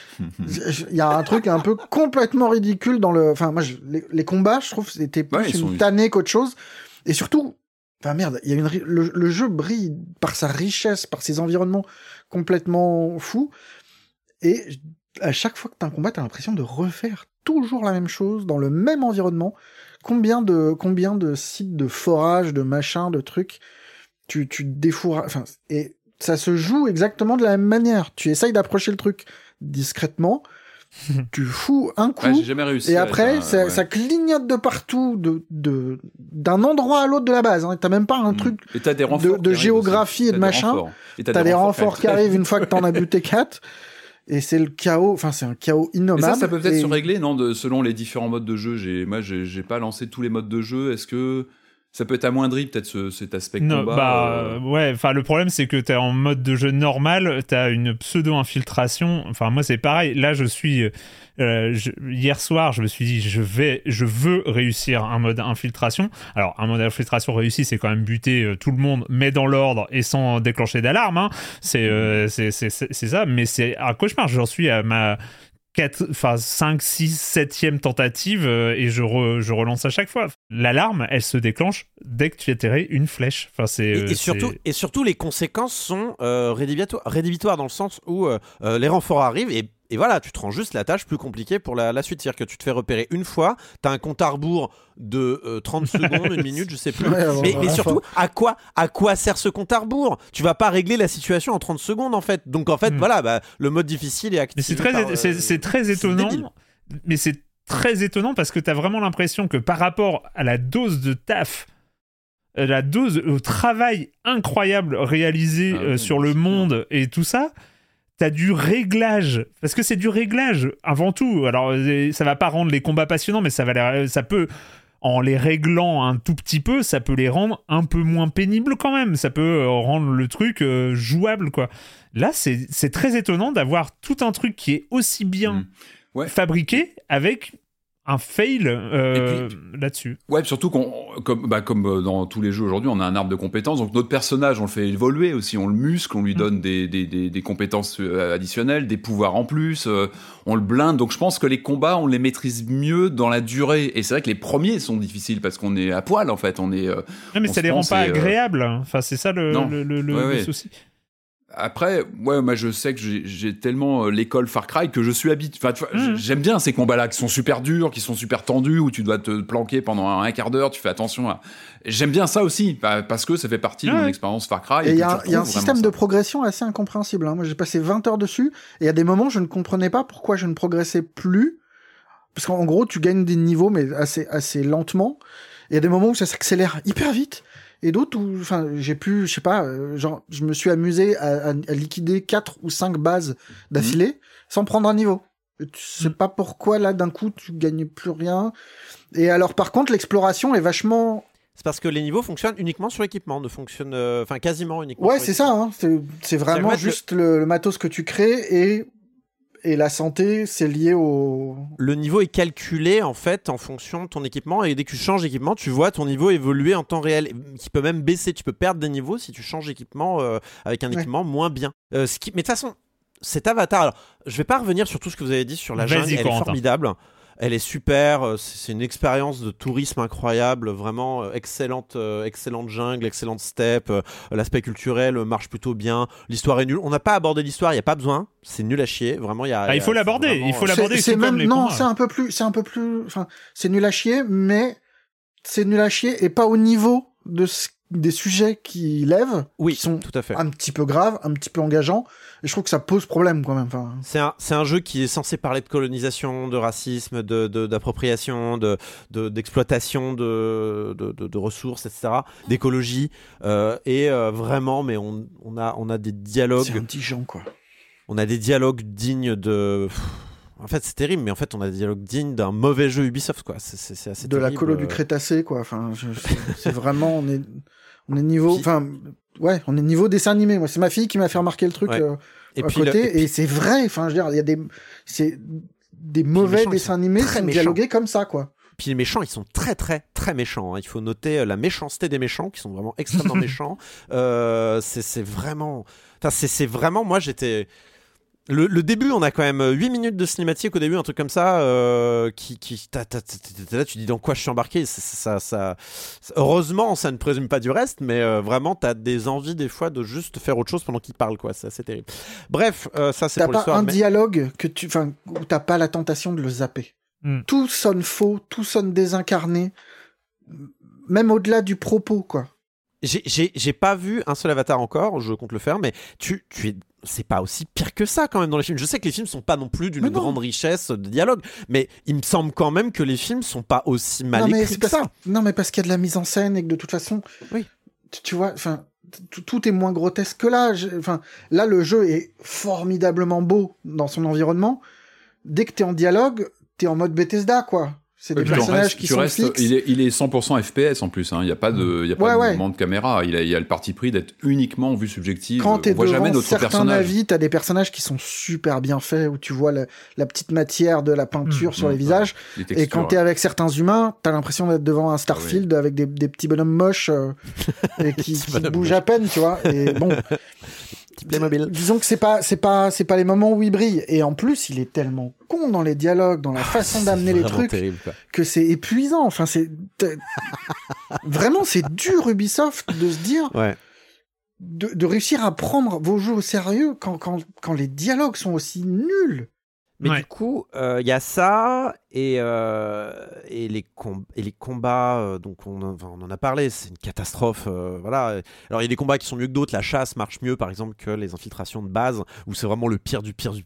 Il y a un truc un peu complètement ridicule dans le, enfin moi je- les, les combats, je trouve c'était plus Ouais, ils une sont- tannée qu'autre chose. Et surtout, enfin merde, il y a une ri- le, le jeu brille par sa richesse, par ses environnements complètement fous. Et à chaque fois que t'as un combat, t'as l'impression de refaire toujours la même chose dans le même environnement. Combien de, combien de sites de forage, de machins, de trucs, tu, tu défourages, enfin, et ça se joue exactement de la même manière. Tu essayes d'approcher le truc discrètement, tu fous un coup, Ouais, j'ai jamais réussi. et à après, être un- ça, ouais. ça clignote de partout, de, de, d'un endroit à l'autre de la base, hein. T'as même pas un Mm. truc Et t'as des renforts de- de qui arrivent géographie aussi. et de T'as des machin. renforts. Et T'as des renforts qui arrivent une fois que t'en as buté quatre, et c'est le chaos, enfin c'est un chaos Mais innommable. ça, ça peut peut-être et- se régler, non, de, selon les différents modes de jeu. J'ai, moi, j'ai, j'ai pas lancé tous les modes de jeu. Est-ce que ça peut être amoindri, peut-être, ce, cet aspect Non, combat bah euh, ouais, enfin le problème c'est que t'es en mode de jeu normal, t'as une pseudo-infiltration, enfin moi c'est pareil, là je suis, euh, je- hier soir je me suis dit je vais, je veux réussir un mode infiltration, alors un mode infiltration réussi c'est quand même buter euh, tout le monde mais dans l'ordre et sans déclencher d'alarme, hein. c'est, euh, c'est, c'est, c'est, c'est ça, mais c'est un cauchemar, j'en suis à ma enfin cinq, six, septième tentative euh, et je, re, je relance à chaque fois. L'alarme, elle se déclenche dès que tu atterris une flèche. Enfin, c'est, Et, euh, et surtout, c'est- et surtout, les conséquences sont euh, rédhibitoires, rédhibitoires dans le sens où euh, euh, les renforts arrivent et, et voilà, tu te rends juste la tâche plus compliquée pour la, la suite. C'est-à-dire que tu te fais repérer une fois, t'as un compte à rebours de euh, trente secondes, une minute, je sais plus. Ouais, bon, mais, bah, mais enfin. surtout, à quoi, à quoi sert ce compte à rebours? Tu vas pas régler la situation en trente secondes en fait. Donc en fait, Hmm. voilà, bah, le mode difficile est activé. Mais c'est très, par, euh, c'est, c'est très c'est étonnant. débile. Mais c'est très étonnant parce que t'as vraiment l'impression que par rapport à la dose de taf la dose, le travail incroyable réalisé Ah, euh, oui, sur le monde et tout ça, t'as du réglage, parce que c'est du réglage avant tout. Alors euh, ça va pas rendre les combats passionnants, mais ça va les, ça peut, en les réglant un tout petit peu, ça peut les rendre un peu moins pénibles quand même. Ça peut euh, rendre le truc euh, jouable, quoi. Là, c'est, c'est très étonnant d'avoir tout un truc qui est aussi bien Mmh. Ouais. fabriqué avec un fail euh, puis, là-dessus. Ouais, surtout qu'on, comme, bah, comme dans tous les jeux aujourd'hui, on a un arbre de compétences. Donc notre personnage, on le fait évoluer aussi, on le muscle, on lui donne mmh. des, des, des, des compétences additionnelles, des pouvoirs en plus, euh, on le blinde. Donc je pense que les combats, on les maîtrise mieux dans la durée. Et c'est vrai que les premiers sont difficiles parce qu'on est à poil en fait. On est. Euh, non, mais ça les rend pas et, agréables. Euh... Enfin, c'est ça le, le, le, le, ouais, le ouais. souci. Après, ouais, moi je sais que j'ai, j'ai tellement euh, l'école Far Cry que je suis habitué. Enfin, tu vois, mmh. j'aime bien ces combats-là qui sont super durs, qui sont super tendus, où tu dois te planquer pendant un, un quart d'heure. Tu fais attention. À... J'aime bien ça aussi parce que ça fait partie mmh. de mon expérience Far Cry. Et il y a, y a un système ça. de progression assez incompréhensible. Hein. Moi, j'ai passé vingt heures dessus et il y a des moments je ne comprenais pas pourquoi je ne progressais plus. Parce qu'en gros, tu gagnes des niveaux mais assez assez lentement. Il y a des moments où ça s'accélère hyper vite. Et d'autres où, enfin, j'ai pu, je sais pas, euh, genre, je me suis amusé à, à, à liquider quatre ou cinq bases d'affilée mmh. sans prendre un niveau. Et tu sais mmh. pas pourquoi, là, d'un coup, tu gagnes plus rien. Et alors, par contre, l'exploration est vachement... C'est parce que les niveaux fonctionnent uniquement sur l'équipement, ne fonctionnent, enfin, euh, quasiment uniquement ouais, sur c'est ça, hein. C'est, c'est vraiment c'est juste le... Le, le matos que tu crées et... Et la santé, c'est lié au... Le niveau est calculé, en fait, en fonction de ton équipement. Et dès que tu changes d'équipement, tu vois ton niveau évoluer en temps réel. Qui peut même baisser. Tu peux perdre des niveaux si tu changes d'équipement euh, avec un ouais. équipement moins bien. Euh, ce qui... Mais de toute façon, cet avatar... Alors, je vais pas revenir sur tout ce que vous avez dit sur la jungle. Elle est formidable. Elle est super, c'est une expérience de tourisme incroyable, vraiment excellente, euh, excellente jungle, excellente steppe, euh, l'aspect culturel marche plutôt bien, l'histoire est nulle. On n'a pas abordé l'histoire, il n'y a pas besoin, c'est nul à chier, vraiment. Y a, ah, il faut y a, l'aborder, vraiment, il faut l'aborder. C'est, c'est, c'est même, les non, combats. c'est un peu plus, c'est un peu plus, enfin, c'est nul à chier, mais c'est nul à chier et pas au niveau de ce, des sujets qu'il lève, oui, qui sont tout à fait. un petit peu graves, un petit peu engageants. Et je trouve que ça pose problème quand même. Enfin... C'est, un, c'est un jeu qui est censé parler de colonisation, de racisme, de, de, d'appropriation, de, de, d'exploitation de, de, de, de ressources, et cetera, d'écologie. Euh, et euh, vraiment, mais on, on, a, on a des dialogues... C'est intelligent, quoi. On a des dialogues dignes de... En fait, c'est terrible, mais en fait, on a des dialogues dignes d'un mauvais jeu Ubisoft, quoi. C'est, c'est, c'est assez de terrible. La colo du Crétacé, quoi. Enfin, je, c'est, c'est vraiment... On est, on est niveau... Enfin... Ouais, on est niveau dessin animé. Moi, c'est ma fille qui m'a fait remarquer le truc ouais. euh, et à puis côté, le, et, puis... et c'est vrai. Enfin, je veux dire, il y a des, c'est des mauvais méchants, dessins animés qui sont dialogués comme ça, quoi. Puis les méchants, ils sont très, très, très méchants. Hein. Il faut noter la méchanceté des méchants, qui sont vraiment extrêmement méchants. Euh, c'est, c'est vraiment, enfin, c'est, c'est vraiment. Moi, j'étais. Le, le début, on a quand même huit minutes de cinématique au début, un truc comme ça, euh, qui, qui t'as, t'as, t'as, t'as, là, tu dis dans quoi je suis embarqué. Ça, ça, ça, ça, heureusement, ça ne présume pas du reste, mais euh, vraiment, t'as des envies des fois de juste faire autre chose pendant qu'il parle, quoi. C'est assez terrible. Bref, euh, ça c'est t'as pour pas l'histoire. Un mais... dialogue que tu, enfin, où t'as pas la tentation de le zapper. Mm. Tout sonne faux, tout sonne désincarné, même au-delà du propos, quoi. J'ai, j'ai, j'ai pas vu un seul avatar encore, je compte le faire, mais tu, tu es, c'est pas aussi pire que ça quand même dans les films. Je sais que les films sont pas non plus d'une grande richesse de dialogue, mais il me semble quand même que les films sont pas aussi mal non, écrits que ça. Que, non, mais parce qu'il y a de la mise en scène et que de toute façon, oui. tu, tu vois, enfin, tout, tout est moins grotesque que là. Enfin, là, le jeu est formidablement beau dans son environnement. Dès que t'es en dialogue, t'es en mode Bethesda, quoi. C'est des oui, personnages restes, qui sont restes, fixes. Il est, il est cent pour cent F P S en plus. Il hein. n'y a pas de, il y a pas ouais, de ouais. mouvement de caméra. Il a, il y a le parti pris d'être uniquement en vue subjective. Quand t'es on voit devant jamais notre certains personnage. avis, t'as des personnages qui sont super bien faits, où tu vois la, la petite matière de la peinture mmh, sur mmh, les visages. Les textures, et quand t'es ouais. avec certains humains, t'as l'impression d'être devant un Starfield ah, oui. avec des, des petits bonhommes moches euh, et qui, qui bougent à peine, tu vois. Et bon. Playmobil. Disons que c'est pas c'est pas c'est pas les moments où il brille, et en plus il est tellement con dans les dialogues, dans la façon ah, d'amener les trucs terrible, que c'est épuisant. Enfin c'est vraiment c'est dur Ubisoft de se dire ouais. de, de réussir à prendre vos jeux au sérieux quand quand quand les dialogues sont aussi nuls. Mais ouais. du coup, il euh, y a ça et, euh, et, les, com- et les combats, euh, donc on, enfin, on en a parlé, c'est une catastrophe. Euh, voilà. Alors il y a des combats qui sont mieux que d'autres, la chasse marche mieux par exemple que les infiltrations de base, où c'est vraiment le pire du pire du pire.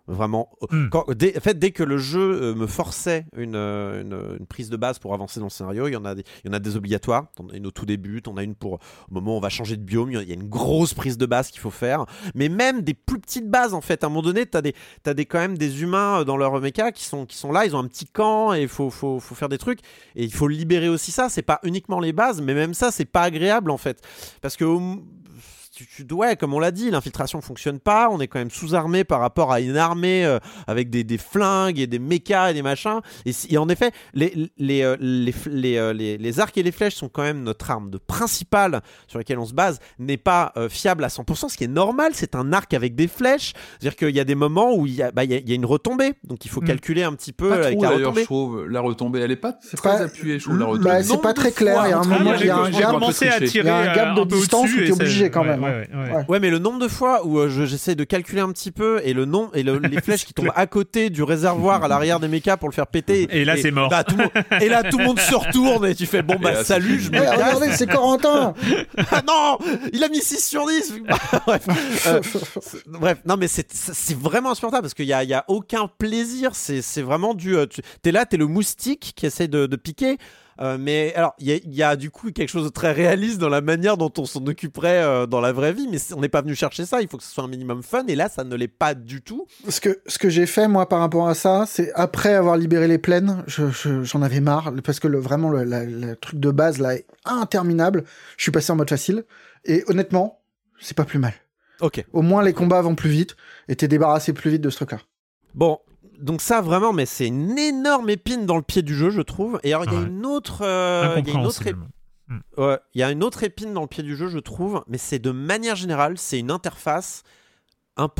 Vraiment. Mm. Quand, dès, en fait, dès que le jeu euh, me forçait une, euh, une, une prise de base pour avancer dans le scénario, il y en a des, il y en a des obligatoires. T'en as une au tout début, t'en as une pour au moment où on va changer de biome. Il y a une grosse prise de base qu'il faut faire. Mais même des plus petites bases, en fait. À un moment donné, t'as des, t'as des, quand même des humains dans leur méca qui sont, qui sont là. Ils ont un petit camp et il faut, faut, faut faire des trucs. Et il faut libérer aussi ça. C'est pas uniquement les bases, mais même ça, c'est pas agréable, en fait. Parce que... Tu, tu, ouais, comme on l'a dit, l'infiltration fonctionne pas. On est quand même sous-armé par rapport à une armée euh, avec des, des flingues et des mechas et des machins. Et, et en effet, les, les, euh, les, les, euh, les, les arcs et les flèches sont quand même notre arme de principale sur laquelle on se base, n'est pas euh, fiable à cent pour cent, ce qui est normal. C'est un arc avec des flèches. C'est-à-dire qu'il y a des moments où il y a, bah, il y a, il y a une retombée. Donc il faut mmh. calculer un petit peu pas avec trop, la d'ailleurs, retombée. Je trouve la retombée, elle est pas c'est très pas... appuyée. Je trouve la retombée. Bah, c'est pas très clair. Il y a un moment, il y a un gap. Il y a un gap de distance où tu es obligé quand même. Ouais, ouais, ouais. ouais, mais le nombre de fois où euh, je, j'essaie de calculer un petit peu et le nom et le, les flèches qui tombent à côté du réservoir à l'arrière des mechas pour le faire péter. Et là, et, c'est mort. Bah, tout le monde, et là, tout le monde se retourne et tu fais bon, bah, salut, je me hey, casse. Regardez, c'est Corentin. Ah non, il a mis six sur dix. Bref, euh, bref, non, mais c'est, c'est vraiment insupportable parce qu'il n'y a, y a aucun plaisir. C'est, c'est vraiment du. Euh, tu, t'es là, t'es le moustique qui essaie de, de piquer. Euh, mais alors, il y, y a du coup quelque chose de très réaliste dans la manière dont on s'en occuperait euh, dans la vraie vie, mais on n'est pas venu chercher ça, il faut que ce soit un minimum fun, et là, ça ne l'est pas du tout. Ce que, ce que j'ai fait, moi, par rapport à ça, c'est après avoir libéré les plaines, je, je, j'en avais marre, parce que le, vraiment, le, la, le truc de base, là, est interminable. Je suis passé en mode facile, et honnêtement, c'est pas plus mal. Ok. Au moins, les combats vont plus vite, et t'es débarrassé plus vite de ce truc-là. Bon... Donc ça vraiment, mais c'est une énorme épine dans le pied du jeu, je trouve. Et alors il y a ouais. une autre, euh, il y a une autre, ép... mm. ouais, il y a une autre épine dans le pied du jeu, je trouve. Mais c'est de manière générale, c'est une interface un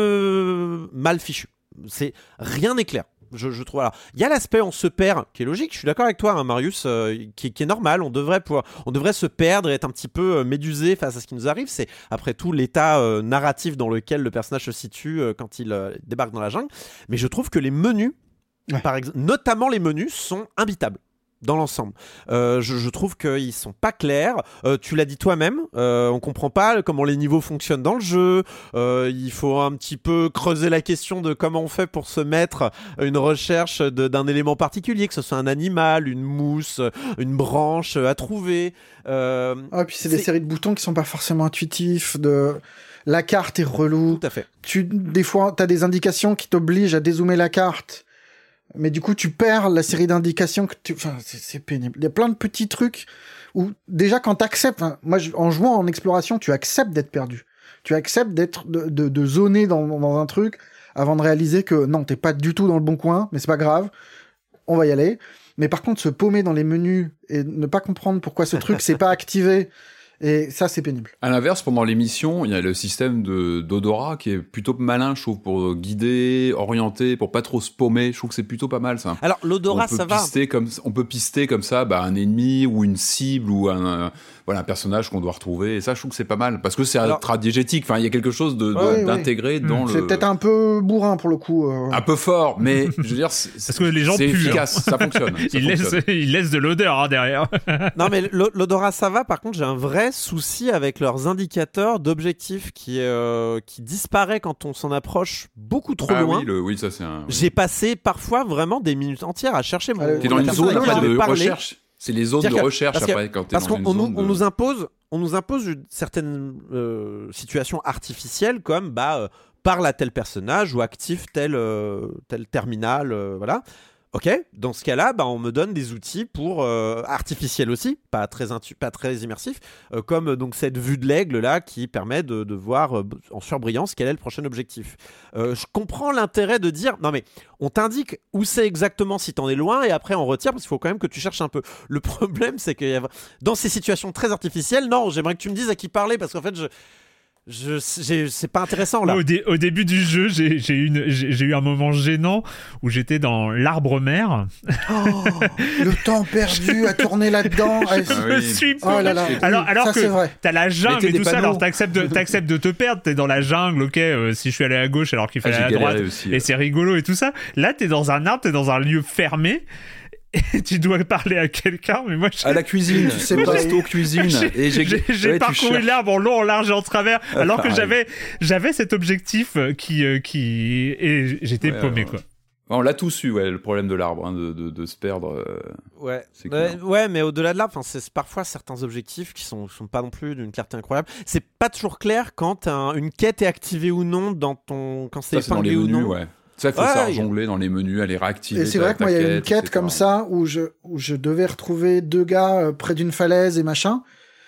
peu mal fichue. C'est rien n'est clair. Je, je trouve. Alors, il y a l'aspect on se perd, qui est logique. Je suis d'accord avec toi, hein, Marius, euh, qui, qui est normal. On devrait pouvoir, on devrait se perdre et être un petit peu euh, médusé face à ce qui nous arrive. C'est après tout l'état euh, narratif dans lequel le personnage se situe euh, quand il euh, débarque dans la jungle. Mais je trouve que les menus, ouais. par exemple, notamment les menus, sont imbitables. Dans l'ensemble, euh, je, je trouve qu'ils sont pas clairs. Euh, tu l'as dit toi-même, euh, on comprend pas comment les niveaux fonctionnent dans le jeu. Euh, il faut un petit peu creuser la question de comment on fait pour se mettre une recherche de, d'un élément particulier, que ce soit un animal, une mousse, une branche à trouver. Euh, ah, puis c'est, c'est des séries de boutons qui sont pas forcément intuitifs. De la carte est relou. Tout à fait. Tu des fois t'as des indications qui t'obligent à dézoomer la carte. Mais du coup, tu perds la série d'indications que tu... Enfin, c'est, c'est pénible. Il y a plein de petits trucs où, déjà, quand t'acceptes... Enfin, moi, je, en jouant en exploration, tu acceptes d'être perdu. Tu acceptes d'être... de, de, de zoner dans, dans un truc avant de réaliser que, non, t'es pas du tout dans le bon coin, mais c'est pas grave, on va y aller. Mais par contre, se paumer dans les menus et ne pas comprendre pourquoi ce truc s'est pas activé... Et ça, c'est pénible. À l'inverse, pendant l'émission, il y a le système de, d'odorat qui est plutôt malin, je trouve, pour guider, orienter, pour pas trop se paumer. Je trouve que c'est plutôt pas mal, ça. Alors, l'odorat, ça va. Comme, on peut pister comme ça bah, un ennemi ou une cible ou un, voilà, un personnage qu'on doit retrouver. Et ça, je trouve que c'est pas mal. Parce que c'est Alors... diégétique. Enfin, il y a quelque chose de, de, ouais, d'intégré oui. dans mmh. le... C'est peut-être un peu bourrin, pour le coup. Euh... Un peu fort, mais je veux dire, c'est, Parce que les gens c'est puent, efficace. Hein. Ça fonctionne. Ça ils, fonctionne. Laissent, ils laissent de l'odeur hein, derrière. Non, mais l'odorat, ça va. Par contre, j'ai un vrai souci avec avec leurs indicateurs d'objectifs qui, euh, qui disparaît quand on s'en approche beaucoup trop ah loin. Oui, le, oui, ça c'est un... Oui. J'ai passé parfois vraiment des minutes entières à chercher mon... Euh, t'es dans une zone après de recherche. C'est les zones de recherche après quand t'es parce dans qu'on une zone nous, on de... nous impose, on nous impose une, certaines euh, situations artificielles comme bah euh, parle à tel personnage ou active tel euh, tel terminal, euh, voilà. Ok, dans ce cas-là, bah, on me donne des outils pour euh, artificiels aussi, pas très intu- pas très immersifs, euh, comme donc cette vue de l'aigle là qui permet de, de voir euh, en surbrillance quel est le prochain objectif. Euh, je comprends l'intérêt de dire non mais on t'indique où c'est exactement si t'en es loin et après on retire parce qu'il faut quand même que tu cherches un peu. Le problème c'est que y a... dans ces situations très artificielles, non, j'aimerais que tu me dises à qui parler parce qu'en fait je Je, j'ai, c'est pas intéressant là. Au, dé, au début du jeu, j'ai, j'ai, une, j'ai, j'ai eu un moment gênant où j'étais dans l'arbre mère. Oh, le temps perdu à tourner là-dedans. Je ah me oui. suis oh là là. Alors, alors ça, que t'as la jungle et tout panneaux. ça, alors t'acceptes de, t'acceptes de te perdre. T'es dans la jungle, ok. Euh, si je suis allé à gauche alors qu'il fallait ah, aller à droite, aussi, et ouais. c'est rigolo et tout ça. Là, t'es dans un arbre, t'es dans un lieu fermé. et tu dois parler à quelqu'un, mais moi je... à la cuisine, sais au pas. resto cuisine, j'ai, et j'ai, j'ai, j'ai ouais, tu parcouru cherches. l'arbre en long, en large et en travers, Ah, alors que pareil. j'avais, j'avais cet objectif qui, euh, qui, et j'étais Ouais, paumé ouais. quoi. On l'a tous eu, ouais, le problème de l'arbre, hein, de, de, de se perdre. euh, Ouais. C'est Ouais, clair. ouais, mais au-delà de là, enfin, c'est parfois certains objectifs qui sont, sont pas non plus d'une clarté incroyable. C'est pas toujours clair quand un- une quête est activée ou non dans ton, quand c'est Ça, c'est dans les épinglé ou menus, non. ouais. Ça, il faut Ouais, savoir y a- jongler dans les menus, aller réactiver. Et c'est ta- vrai que ta moi, il y a une quête, quête et cetera. comme ça où je, où je devais retrouver deux gars euh, près d'une falaise et machin.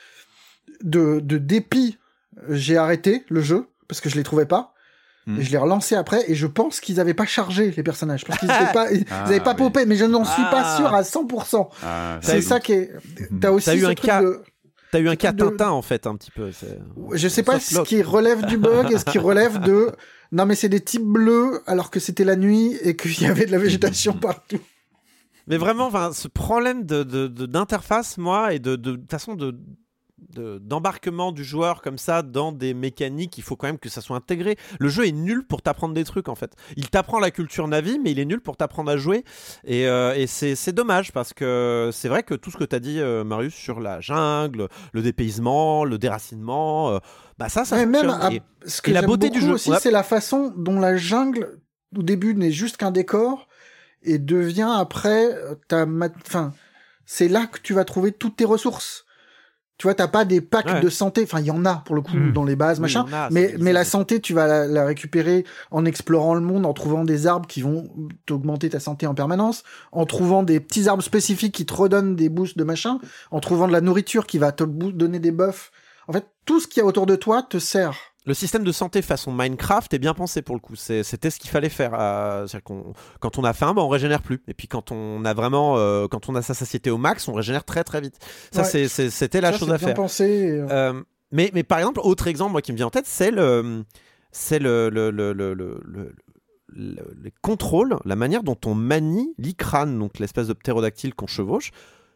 De, de dépit, j'ai arrêté le jeu parce que je les trouvais pas. Hmm. Et je l'ai relancé après et je pense qu'ils avaient pas chargé les personnages. Je pense qu'ils étaient pas, ils Ah, avaient pas oui. popé, mais je n'en suis Ah. pas sûr à cent pour cent. Ah, C'est ça qui est. T'as aussi T'as eu ce un truc cas- de. T'as eu un Ce cas truc de- Tintin en fait un petit peu. c'est- Je sais pas Soft ce lock. qui relève du bug et ce qui relève de. Non, mais c'est des types bleus alors que c'était la nuit et qu'il y avait de la végétation partout. Mais vraiment, enfin, ce problème de, de- de- d'interface, moi, et de, de, de façon de, de- d'embarquement du joueur comme ça dans des mécaniques, il faut quand même que ça soit intégré. Le jeu est nul pour t'apprendre des trucs en fait. Il t'apprend la culture Navi, mais il est nul pour t'apprendre à jouer. Et, euh, et c'est, c'est dommage parce que c'est vrai que tout ce que t'as dit, euh, Marius, sur la jungle, le dépaysement, le déracinement, euh, bah ça, ça Mais même fonctionne. à- Et- ce que et la j'aime beauté du beaucoup jeu. aussi, Ouais. c'est la façon dont la jungle, au début, n'est juste qu'un décor et devient après euh, ta mat- enfin, c'est là que tu vas trouver toutes tes ressources. Tu vois, t'as pas des packs Ouais. de santé. Enfin, il y en a pour le coup Mm. dans les bases, Oui, machin. il y en a, mais c'est- mais la c'est- santé, tu vas la, la récupérer en explorant le monde, en trouvant des arbres qui vont t'augmenter ta santé en permanence, en trouvant des petits arbres spécifiques qui te redonnent des boosts de machin, en trouvant de la nourriture qui va te boo- donner des buffs. En fait, tout ce qu'il y a autour de toi te sert. Le système de santé façon Minecraft est bien pensé pour le coup. C'est- c'était ce qu'il fallait faire. euh, c'est-à-dire qu'on, quand on a faim, bah, on régénère plus. Et puis quand on a vraiment, euh, quand on a sa satiété au max, on régénère très très vite. Ça, Ouais. c'est, c'est- c'était la Ça, chose c'est à bien faire. pensé. et, euh, Euh, mais, mais par exemple, autre exemple moi, qui me vient en tête, c'est le, c'est le, le, le, le, le, le- le- les contrôles, la manière dont on manie l'icrane, donc l'espèce de ptérodactyle qu'on chevauche.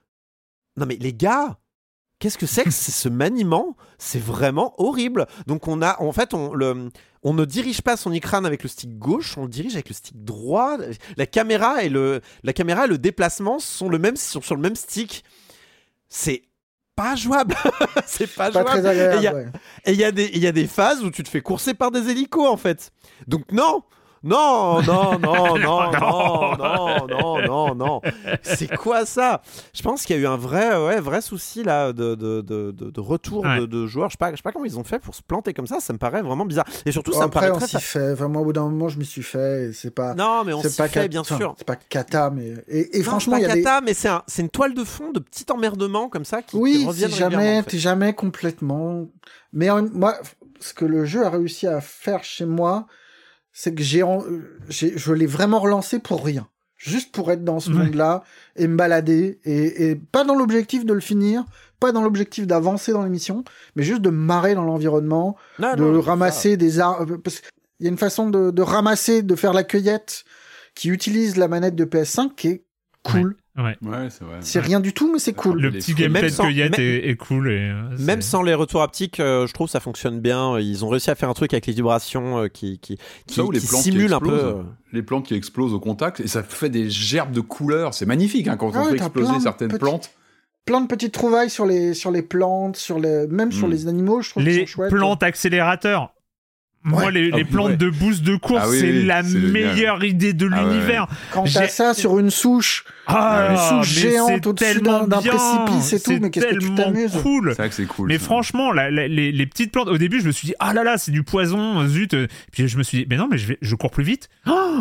Non mais les gars, qu'est-ce que c'est que c'est ce maniement? C'est vraiment horrible. Donc on a, en fait, on, le, on ne dirige pas son icrane avec le stick gauche, on le dirige avec le stick droit. La caméra et le, la caméra et le déplacement sont le même, sont sur le même stick. C'est pas jouable. C'est pas, pas jouable. très agréable. Et il y a- ouais. et il y a des, il y a des phases où tu te fais courser par des hélicos en fait. Donc non. Non, non, non, non, non, non, non, non, non. C'est quoi ça? Je pense qu'il y a eu un vrai, ouais, vrai souci là de, de, de, de, de retour Ouais. de, de joueurs. Je sais pas, je sais pas comment ils ont fait pour se planter comme ça. Ça me paraît vraiment bizarre. Et surtout, Bon, ça me après, paraît on très. s'y fait. Enfin, moi, au bout d'un moment, je m'y suis fait. Et c'est pas. Non, mais on c'est s'y pas fait, cat- bien enfin, sûr. C'est pas cata, mais. Et, et Non, franchement, il c'est y pas a des. cata, mais c'est un, c'est une toile de fond de petits emmerdements comme ça qui, qui Oui, reviennent c'est jamais, régulièrement, en fait. t'es jamais complètement. Mais en- moi, ce que le jeu a réussi à faire chez moi, c'est que j'ai, en- j'ai, je l'ai vraiment relancé pour rien, juste pour être dans ce Ouais. monde-là et me balader et, et pas dans l'objectif de le finir, pas dans l'objectif d'avancer dans l'émission, mais juste de me marrer dans l'environnement, Non, de non, c'est ramasser des arbres. Parce qu'il y a une façon de, de ramasser, de faire la cueillette qui utilise la manette de P S cinq qui est cool. Ouais. Ouais, c'est vrai. C'est rien du tout, mais c'est cool. Le Les petit fruits. gameplay Même de sans- cueillette même- est, est cool. Et, euh, c'est- Même sans les retours haptiques, euh, je trouve ça fonctionne bien. Ils ont réussi à faire un truc avec les vibrations euh, qui, qui, qui, Ça ou les qui plantes qui simule un peu. explosent. euh, Les plantes qui explosent au contact et ça fait des gerbes de couleurs. C'est magnifique hein, quand Ah on ouais, fait t'as exploser plein de certaines petits- plantes. Plein de petites trouvailles sur les, sur les plantes, sur les, même sur Mm. les animaux, je trouve qu'ils Les sont chouettes. plantes accélérateurs. Moi, Ouais. les, Ah les oui, plantes ouais. de boost de course, Ah oui, c'est oui, la c'est génial. meilleure idée de Ah ouais, l'univers. Quand J'ai- t'as ça sur une souche, Ah, une mais souche géante c'est au-dessus tellement d'un- d'un bien. précipice et tout, C'est mais qu'est-ce que tu tellement t'amuses. cool. C'est vrai que c'est cool. Mais ça. franchement, la- la- les, les petites plantes, au début, je me suis dit, ah là là, c'est du poison, zut. Puis je me suis dit, mais non, mais je, vais, je cours plus vite. Oh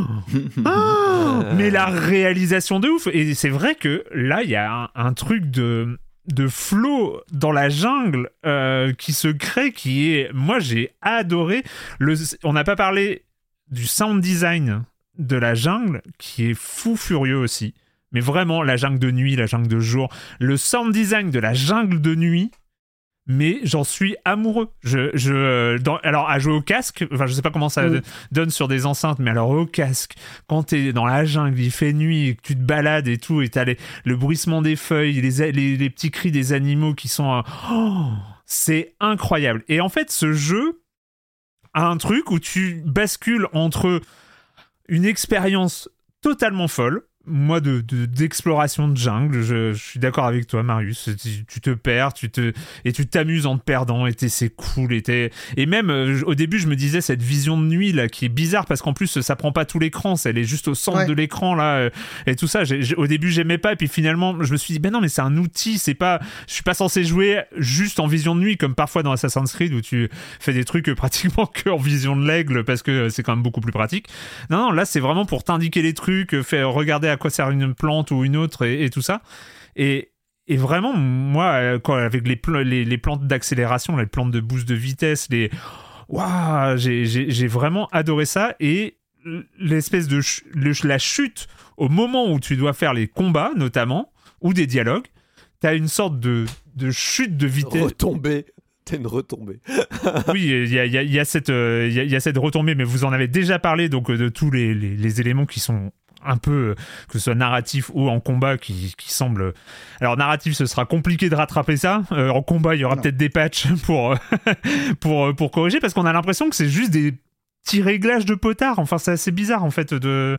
Ah mais la réalisation de ouf. Et c'est vrai que là, il y a un, un truc de, de flow dans la jungle euh, qui se crée, qui est. Moi, j'ai adoré. Le, on n'a pas parlé du sound design de la jungle, qui est fou furieux aussi. Mais vraiment, la jungle de nuit, la jungle de jour, le sound design de la jungle de nuit, mais j'en suis amoureux. Je, je, dans, alors, à jouer au casque, enfin, je sais pas comment ça Mm. donne sur des enceintes, mais alors au casque, quand t'es dans la jungle, il fait nuit, et que tu te balades et tout, et t'as les, le bruissement des feuilles, les, les, les petits cris des animaux qui sont... euh, oh, c'est incroyable. Et en fait, ce jeu a un truc où tu bascules entre une expérience totalement folle. moi, de, de, d'exploration de jungle. Je, je suis d'accord avec toi, Marius. Tu, tu te perds, tu te, et tu t'amuses en te perdant, et t'es, c'est cool. Et, t'es, et même, euh, au début, je me disais, cette vision de nuit, là, qui est bizarre, parce qu'en plus, ça prend pas tout l'écran, elle est juste au centre ouais. de l'écran, là, euh, et tout ça. J'ai, j'ai, au début, j'aimais pas, et puis finalement, je me suis dit, ben non, mais c'est un outil, c'est pas, je suis pas censé jouer juste en vision de nuit, comme parfois dans Assassin's Creed, où tu fais des trucs pratiquement que en vision de l'aigle, parce que c'est quand même beaucoup plus pratique. Non, non, là, c'est vraiment pour t'indiquer les trucs, faire regarder à quoi sert une plante ou une autre, et, et tout ça. Et, et vraiment, moi, quand, avec les, pl- les, les plantes d'accélération, les plantes de boost de vitesse, les... Waouh, j'ai, j'ai, j'ai vraiment adoré ça. Et l'espèce de... Ch- le, la chute, au moment où tu dois faire les combats, notamment, ou des dialogues, t'as une sorte de, de chute de vitesse. Retombée. T'es une retombée. Oui, il y a, y, a, y, a cette, euh, y, a, y a cette retombée, mais vous en avez déjà parlé, donc de tous les, les, les éléments qui sont un peu, que ce soit narratif ou en combat, qui, qui semblent... Alors, narratif, ce sera compliqué de rattraper ça. Euh, en combat, il y aura non. peut-être des patchs pour, pour, pour corriger, parce qu'on a l'impression que c'est juste des petits réglages de potard. Enfin, c'est assez bizarre, en fait, de...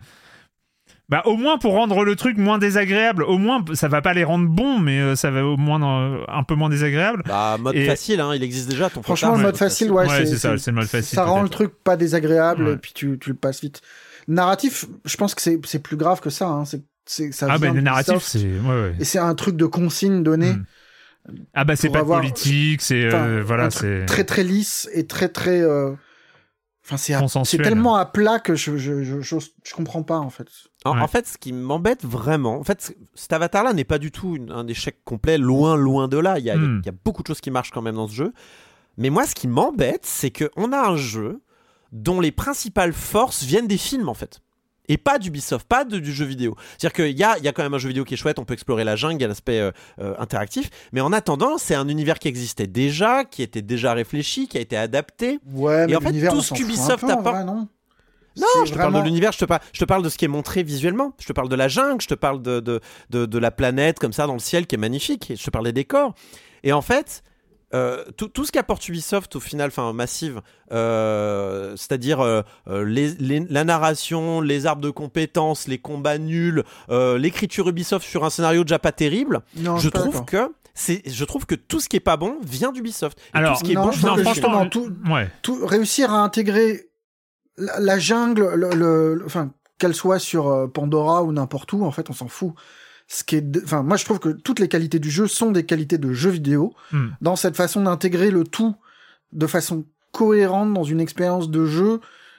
Bah, au moins pour rendre le truc moins désagréable. Au moins, ça va pas les rendre bons, mais euh, ça va au moins dans, un peu moins désagréable. Bah, mode et... facile, hein, il existe déjà. Ton Franchement, le mode facile, ouais, ouais c'est, c'est, ça, c'est, c'est le mode facile. Ça peut-être. rend le truc pas désagréable, ouais. et puis tu, tu le passes vite. Narratif, je pense que c'est, c'est plus grave que ça. Hein. C'est, c'est, ça ah, bah, le narratif, soft, c'est. Ouais, ouais. Et c'est un truc de consigne donné. Mmh. Ah, bah, c'est pas avoir... politique, c'est. Euh, voilà, c'est. Très, très lisse et très, très. Euh... Enfin, c'est, à... c'est tellement à plat que je, je, je, je, je comprends pas, en fait. En, ouais. en fait, ce qui m'embête vraiment, en fait, cet avatar-là n'est pas du tout une, un échec complet, loin, loin de là. Il y, a, mm. il y a beaucoup de choses qui marchent quand même dans ce jeu. Mais moi, ce qui m'embête, c'est qu'on a un jeu dont les principales forces viennent des films, en fait. Et pas d'Ubisoft, pas de, du jeu vidéo. C'est-à-dire qu'il y a, il y a quand même un jeu vidéo qui est chouette, on peut explorer la jungle, il y a l'aspect euh, euh, interactif. Mais en attendant, c'est un univers qui existait déjà, qui était déjà réfléchi, qui a été adapté. Ouais, mais et en fait, tout ce qu'Ubisoft apporte... Non, non je te vraiment... parle de l'univers, je te, par... je te parle de ce qui est montré visuellement. Je te parle de la jungle, je te parle de, de, de, de la planète comme ça dans le ciel qui est magnifique. Je te parle des décors. Et en fait... Euh, tout, tout ce qu'apporte Ubisoft au final, enfin Massive, euh, c'est-à-dire euh, les, les, la narration, les arbres de compétences, les combats nuls, euh, l'écriture Ubisoft sur un scénario déjà pas terrible, non, je trouve d'accord. que c'est, je trouve que tout ce qui est pas bon vient d'Ubisoft. Et alors, tout ce qui non, est bon, je non, franchement, tout, ouais. tout réussir à intégrer la, la jungle, le, le, le, enfin qu'elle soit sur Pandora ou n'importe où, en fait, on s'en fout. Ce qui est, de... enfin, moi je trouve que toutes les qualités du jeu sont des qualités de jeu vidéo, mm. dans cette façon d'intégrer le tout de façon cohérente dans une expérience de jeu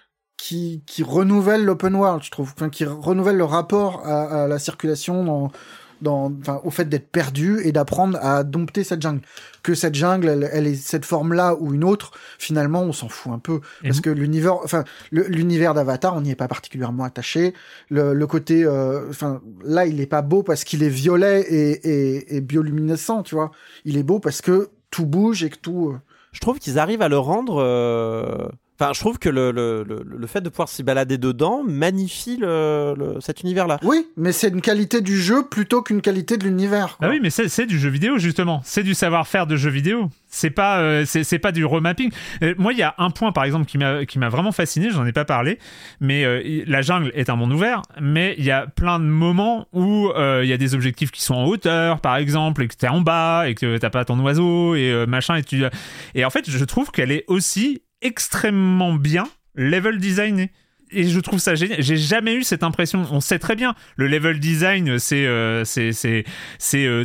qui, qui renouvelle l'open world, je trouve, enfin, qui renouvelle le rapport à, à la circulation dans, dans, enfin, au fait d'être perdu et d'apprendre à dompter cette jungle. Que cette jungle, elle, elle est cette forme-là ou une autre, finalement, on s'en fout un peu. Et parce vous... que l'univers, enfin, le, l'univers d'Avatar, on n'y est pas particulièrement attaché. Le, le côté, enfin, euh, là, il est pas beau parce qu'il est violet et, et, et bioluminescent, tu vois. Il est beau parce que tout bouge et que tout... Euh... Je trouve qu'ils arrivent à le rendre... Euh... Enfin, je trouve que le, le, le, le fait de pouvoir s'y balader dedans magnifie le, le, cet univers-là. Oui, mais c'est une qualité du jeu plutôt qu'une qualité de l'univers. Ah oui, mais c'est, c'est du jeu vidéo, justement. C'est du savoir-faire de jeu vidéo. C'est pas, euh, c'est, c'est pas du remapping. Euh, moi, il y a un point, par exemple, qui m'a, qui m'a vraiment fasciné, j'en ai pas parlé, mais euh, la jungle est un monde ouvert, mais il y a plein de moments où euh, il y a des objectifs qui sont en hauteur, par exemple, et que t'es en bas, et que t'as pas ton oiseau, et euh, machin, et tu... Et en fait, je trouve qu'elle est aussi extrêmement bien level designé. Et je trouve ça génial. J'ai jamais eu cette impression. On sait très bien, le level design, c'est euh, c'est c'est c'est euh,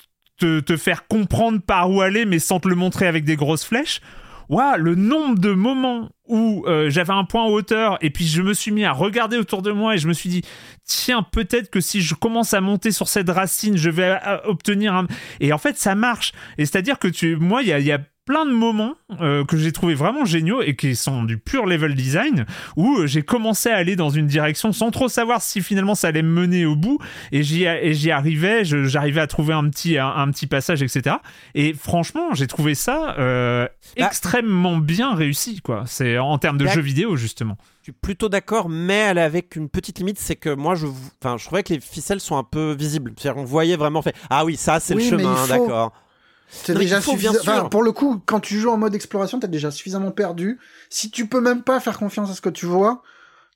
te te faire comprendre par où aller, mais sans te le montrer avec des grosses flèches. Waouh, le nombre de moments où euh, j'avais un point en hauteur et puis je me suis mis à regarder autour de moi et je me suis dit tiens, peut-être que si je commence à monter sur cette racine, je vais à, à obtenir un... Et en fait, ça marche. Et c'est-à-dire que tu, moi, il y a, y a plein de moments euh, que j'ai trouvé vraiment géniaux et qui sont du pur level design où euh, j'ai commencé à aller dans une direction sans trop savoir si finalement ça allait me mener au bout et j'y, et j'y arrivais, je, j'arrivais à trouver un petit, un, un petit passage, et cetera. Et franchement, j'ai trouvé ça euh, bah, extrêmement bien réussi, quoi. C'est en termes de jeux vidéo, justement. Je suis plutôt d'accord, mais elle est avec une petite limite, c'est que moi, je, enfin, je trouvais que les ficelles sont un peu visibles. C'est-à-dire, on voyait vraiment fait. Ah oui, ça, c'est oui, le chemin, faut... d'accord. C'est déjà suffisant. Enfin, pour le coup, quand tu joues en mode exploration, t'es déjà suffisamment perdu. Si tu peux même pas faire confiance à ce que tu vois,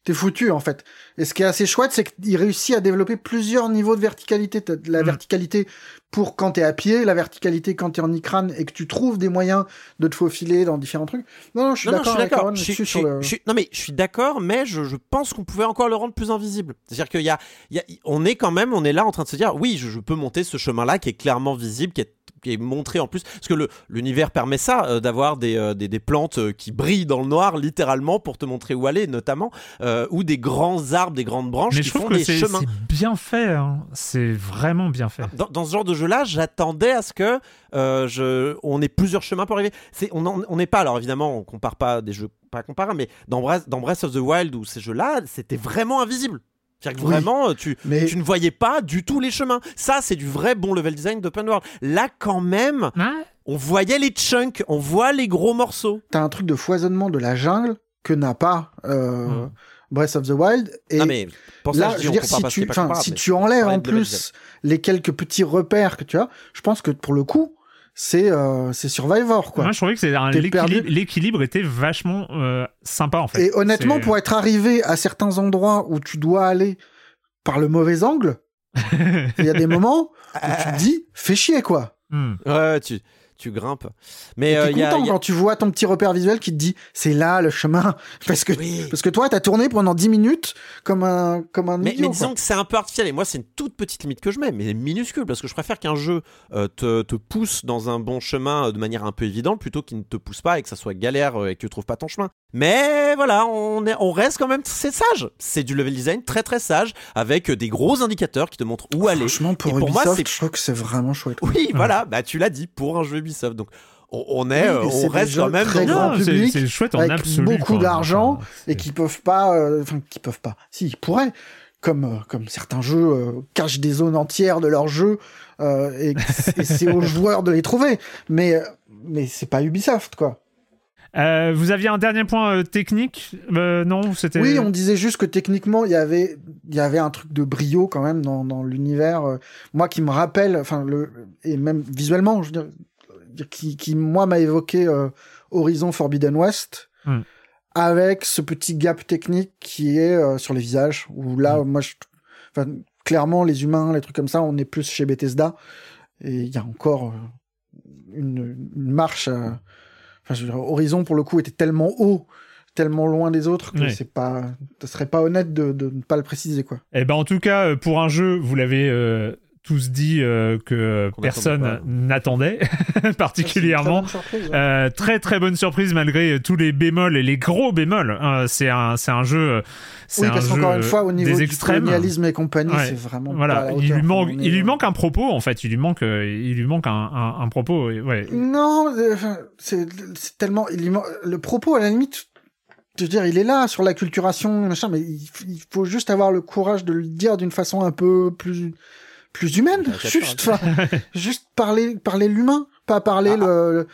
t'es foutu en fait. Et ce qui est assez chouette, c'est qu'il réussit à développer plusieurs niveaux de verticalité. T'as de la mmh. verticalité pour quand t'es à pied, la verticalité quand t'es en icrane et que tu trouves des moyens de te faufiler dans différents trucs. Non, non, je suis non, d'accord. Non, je suis d'accord. Aaron, je, je, je, le... je, non, mais je suis d'accord, mais je, je pense qu'on pouvait encore le rendre plus invisible. C'est-à-dire qu'il y a, il y a, on est quand même, on est là en train de se dire, oui, je, je peux monter ce chemin-là qui est clairement visible, qui est qui est montré en plus, parce que le, l'univers permet ça, euh, d'avoir des, euh, des, des plantes euh, qui brillent dans le noir, littéralement, pour te montrer où aller, notamment, euh, ou des grands arbres, des grandes branches mais qui je trouve font que des c'est, chemins. C'est bien fait, hein. C'est vraiment bien fait. Dans, dans ce genre de jeu-là, j'attendais à ce que euh, je, on ait plusieurs chemins pour arriver. C'est, on n'est pas, alors évidemment, on compare pas des jeux pas comparables, mais dans Breath, dans Breath of the Wild, ou ces jeux-là, c'était vraiment invisible. C'est-à-dire que oui, vraiment, tu, mais... tu ne voyais pas du tout les chemins. Ça, c'est du vrai bon level design d'open world. Là, quand même, ouais. on voyait les chunks, on voit les gros morceaux. T'as un truc de foisonnement de la jungle que n'a pas euh, mmh. Breath of the Wild. Et non, mais pour ça, là, je, dis, je veux dire, si tu, si tu enlèves en plus les quelques petits repères que tu as, je pense que pour le coup, c'est euh, c'est Survivor, quoi. Moi, je trouvais que c'est un, l'équilibre, l'équilibre était vachement euh, sympa, en fait. Et honnêtement, c'est... pour être arrivé à certains endroits où tu dois aller par le mauvais angle, il y a des moments où tu te dis, fais chier, quoi. Mm. Ouais, tu... tu grimpes. Mais et euh, t'es content y a, y a... quand tu vois ton petit repère visuel qui te dit c'est là le chemin, parce que oui. parce que toi t'as tourné pendant dix minutes comme un comme un mais, idiot. Mais disons quoi. que c'est un peu artificiel et moi c'est une toute petite limite que je mets, mais minuscule, parce que je préfère qu'un jeu euh, te, te pousse dans un bon chemin euh, de manière un peu évidente plutôt qu'il ne te pousse pas et que ça soit galère euh, et que tu trouves pas ton chemin. Mais voilà, on est on reste quand même, c'est sage. C'est du level design très très sage avec des gros indicateurs qui te montrent où aller. Franchement, pour, pour Ubisoft, moi, c'est... je trouve que c'est vraiment chouette. Oui, ouais. voilà, bah tu l'as dit, pour un jeu Ubisoft. Donc on est, oui, on reste quand même très dans grand non, public, c'est, c'est chouette en avec absolu, beaucoup quoi. d'argent c'est... et qui peuvent pas, enfin euh, qui peuvent pas. Si, ils pourraient, comme euh, comme certains jeux euh, cachent des zones entières de leur jeu euh, et, et c'est aux joueurs de les trouver. Mais mais c'est pas Ubisoft, quoi. Euh, vous aviez un dernier point euh, technique euh, non, c'était... Oui, on disait juste que techniquement, il y avait, il y avait un truc de brio quand même dans, dans l'univers. Euh, moi, qui me rappelle, enfin, le, et même visuellement, je veux dire, qui, qui moi, m'a évoqué euh, Horizon Forbidden West, mm. avec ce petit gap technique qui est euh, sur les visages, où là, mm. moi, je, enfin, clairement, les humains, les trucs comme ça, on est plus chez Bethesda, et il y a encore euh, une, une marche... Euh, Enfin, je veux dire, Horizon, pour le coup, était tellement haut, tellement loin des autres que oui. c'est pas, ce serait pas honnête de, de ne pas le préciser, quoi. Eh ben, en tout cas, pour un jeu, vous l'avez euh, tous dit euh, que Qu'on personne n'attendait, particulièrement. Très, surprise, ouais. euh, très très bonne surprise malgré tous les bémols et les gros bémols. Euh, c'est un c'est un jeu. C'est oui, un parce qu'encore une fois, au niveau du colonialisme et compagnie, ouais. c'est vraiment voilà. pas à la hauteur. Il lui manque, il est... lui manque un propos en fait. Il lui manque, euh, il lui manque un, un, un propos. Ouais. Non, euh, c'est, c'est tellement. Il lui manque... Le propos, à la limite, je veux dire, il est là sur l'acculturation, machin, mais il, il faut juste avoir le courage de le dire d'une façon un peu plus plus humaine, juste, juste parler parler l'humain, pas parler ah. le, le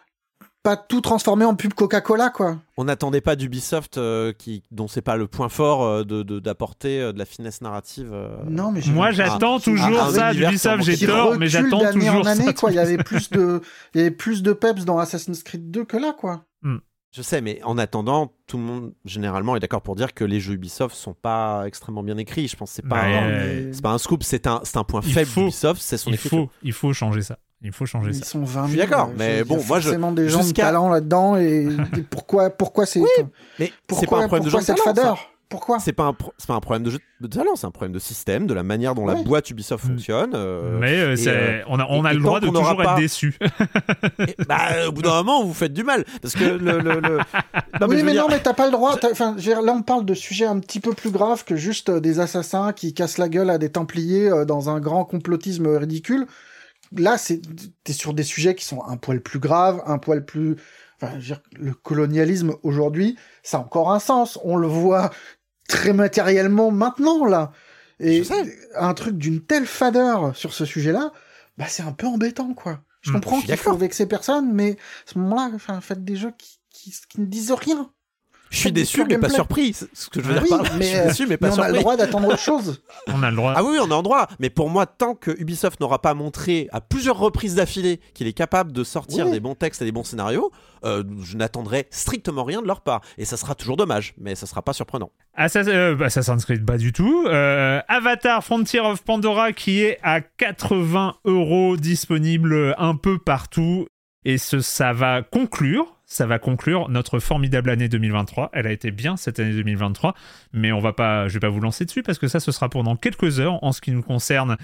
pas tout transformer en pub Coca-Cola, quoi. On n'attendait pas d'Ubisoft euh, qui, dont c'est pas le point fort euh, de, de, d'apporter euh, de la finesse narrative. Euh... Non, mais moi j'attends ah, toujours ah, ça d'Ubisoft, j'ai tort, mais j'attends toujours en année, ça. Quoi. Il y avait plus de, il y avait plus de peps dans Assassin's Creed deux que là, quoi. Mm. Je sais, mais en attendant, tout le monde généralement est d'accord pour dire que les jeux Ubisoft sont pas extrêmement bien écrits. Je pense que c'est pas, mais... un, mais... c'est pas un scoop, c'est un, c'est un point il faible faut, d'Ubisoft, c'est son il écriture. Faut, il faut changer ça. Il faut changer Ils ça. Ils sont vingt mille. Je suis d'accord, euh, mais bon, moi je. Forcément des gens jusqu'à... de talent là-dedans et, et pourquoi, pourquoi c'est. Oui, mais pourquoi, c'est pas un problème de gens de cette talent, fadeur ça. Pourquoi c'est pas un pro... c'est pas un problème de jeu de talent, c'est un problème de système, de la manière dont ouais. la boîte Ubisoft fonctionne. Euh, mais euh, c'est... Euh, on a, on a et, le droit de toujours pas... être déçu. et, bah, au bout d'un moment, vous faites du mal parce que le. le, le... Non, oui, mais, mais dire... non, mais t'as pas le droit. Enfin, là, on parle de sujets un petit peu plus graves que juste euh, des assassins qui cassent la gueule à des Templiers euh, dans un grand complotisme ridicule. Là, c'est t'es sur des sujets qui sont un poil plus graves, un poil plus. Enfin, je veux dire, le colonialisme aujourd'hui, ça a encore un sens. On le voit très matériellement maintenant, là. Et un truc d'une telle fadeur sur ce sujet-là, bah, c'est un peu embêtant, quoi. Je mmh, comprends je qu'il d'accord. faut vexer personne, mais à ce moment-là, enfin, faites des jeux qui, qui, qui ne disent rien. Je suis déçu, mais gameplay. pas surpris. C'est ce que je veux Ah dire oui, par là. mais, je suis déçu, mais pas mais on surpris. a le droit d'attendre autre chose. On a le droit. Ah oui, on a le droit. Mais pour moi, tant que Ubisoft n'aura pas montré à plusieurs reprises d'affilée qu'il est capable de sortir oui. des bons textes et des bons scénarios, euh, je n'attendrai strictement rien de leur part. Et ça sera toujours dommage, mais ça sera pas surprenant. Assassin's, euh, Assassin's Creed, pas du tout. Euh, Avatar Frontier of Pandora qui est à quatre-vingts euros disponible un peu partout. Et ce, ça va conclure, ça va conclure notre formidable année deux mille vingt-trois. Elle a été bien cette année deux mille vingt-trois, mais on va pas, je vais pas vous lancer dessus parce que ça, ce sera pendant quelques heures. En ce qui nous concerne,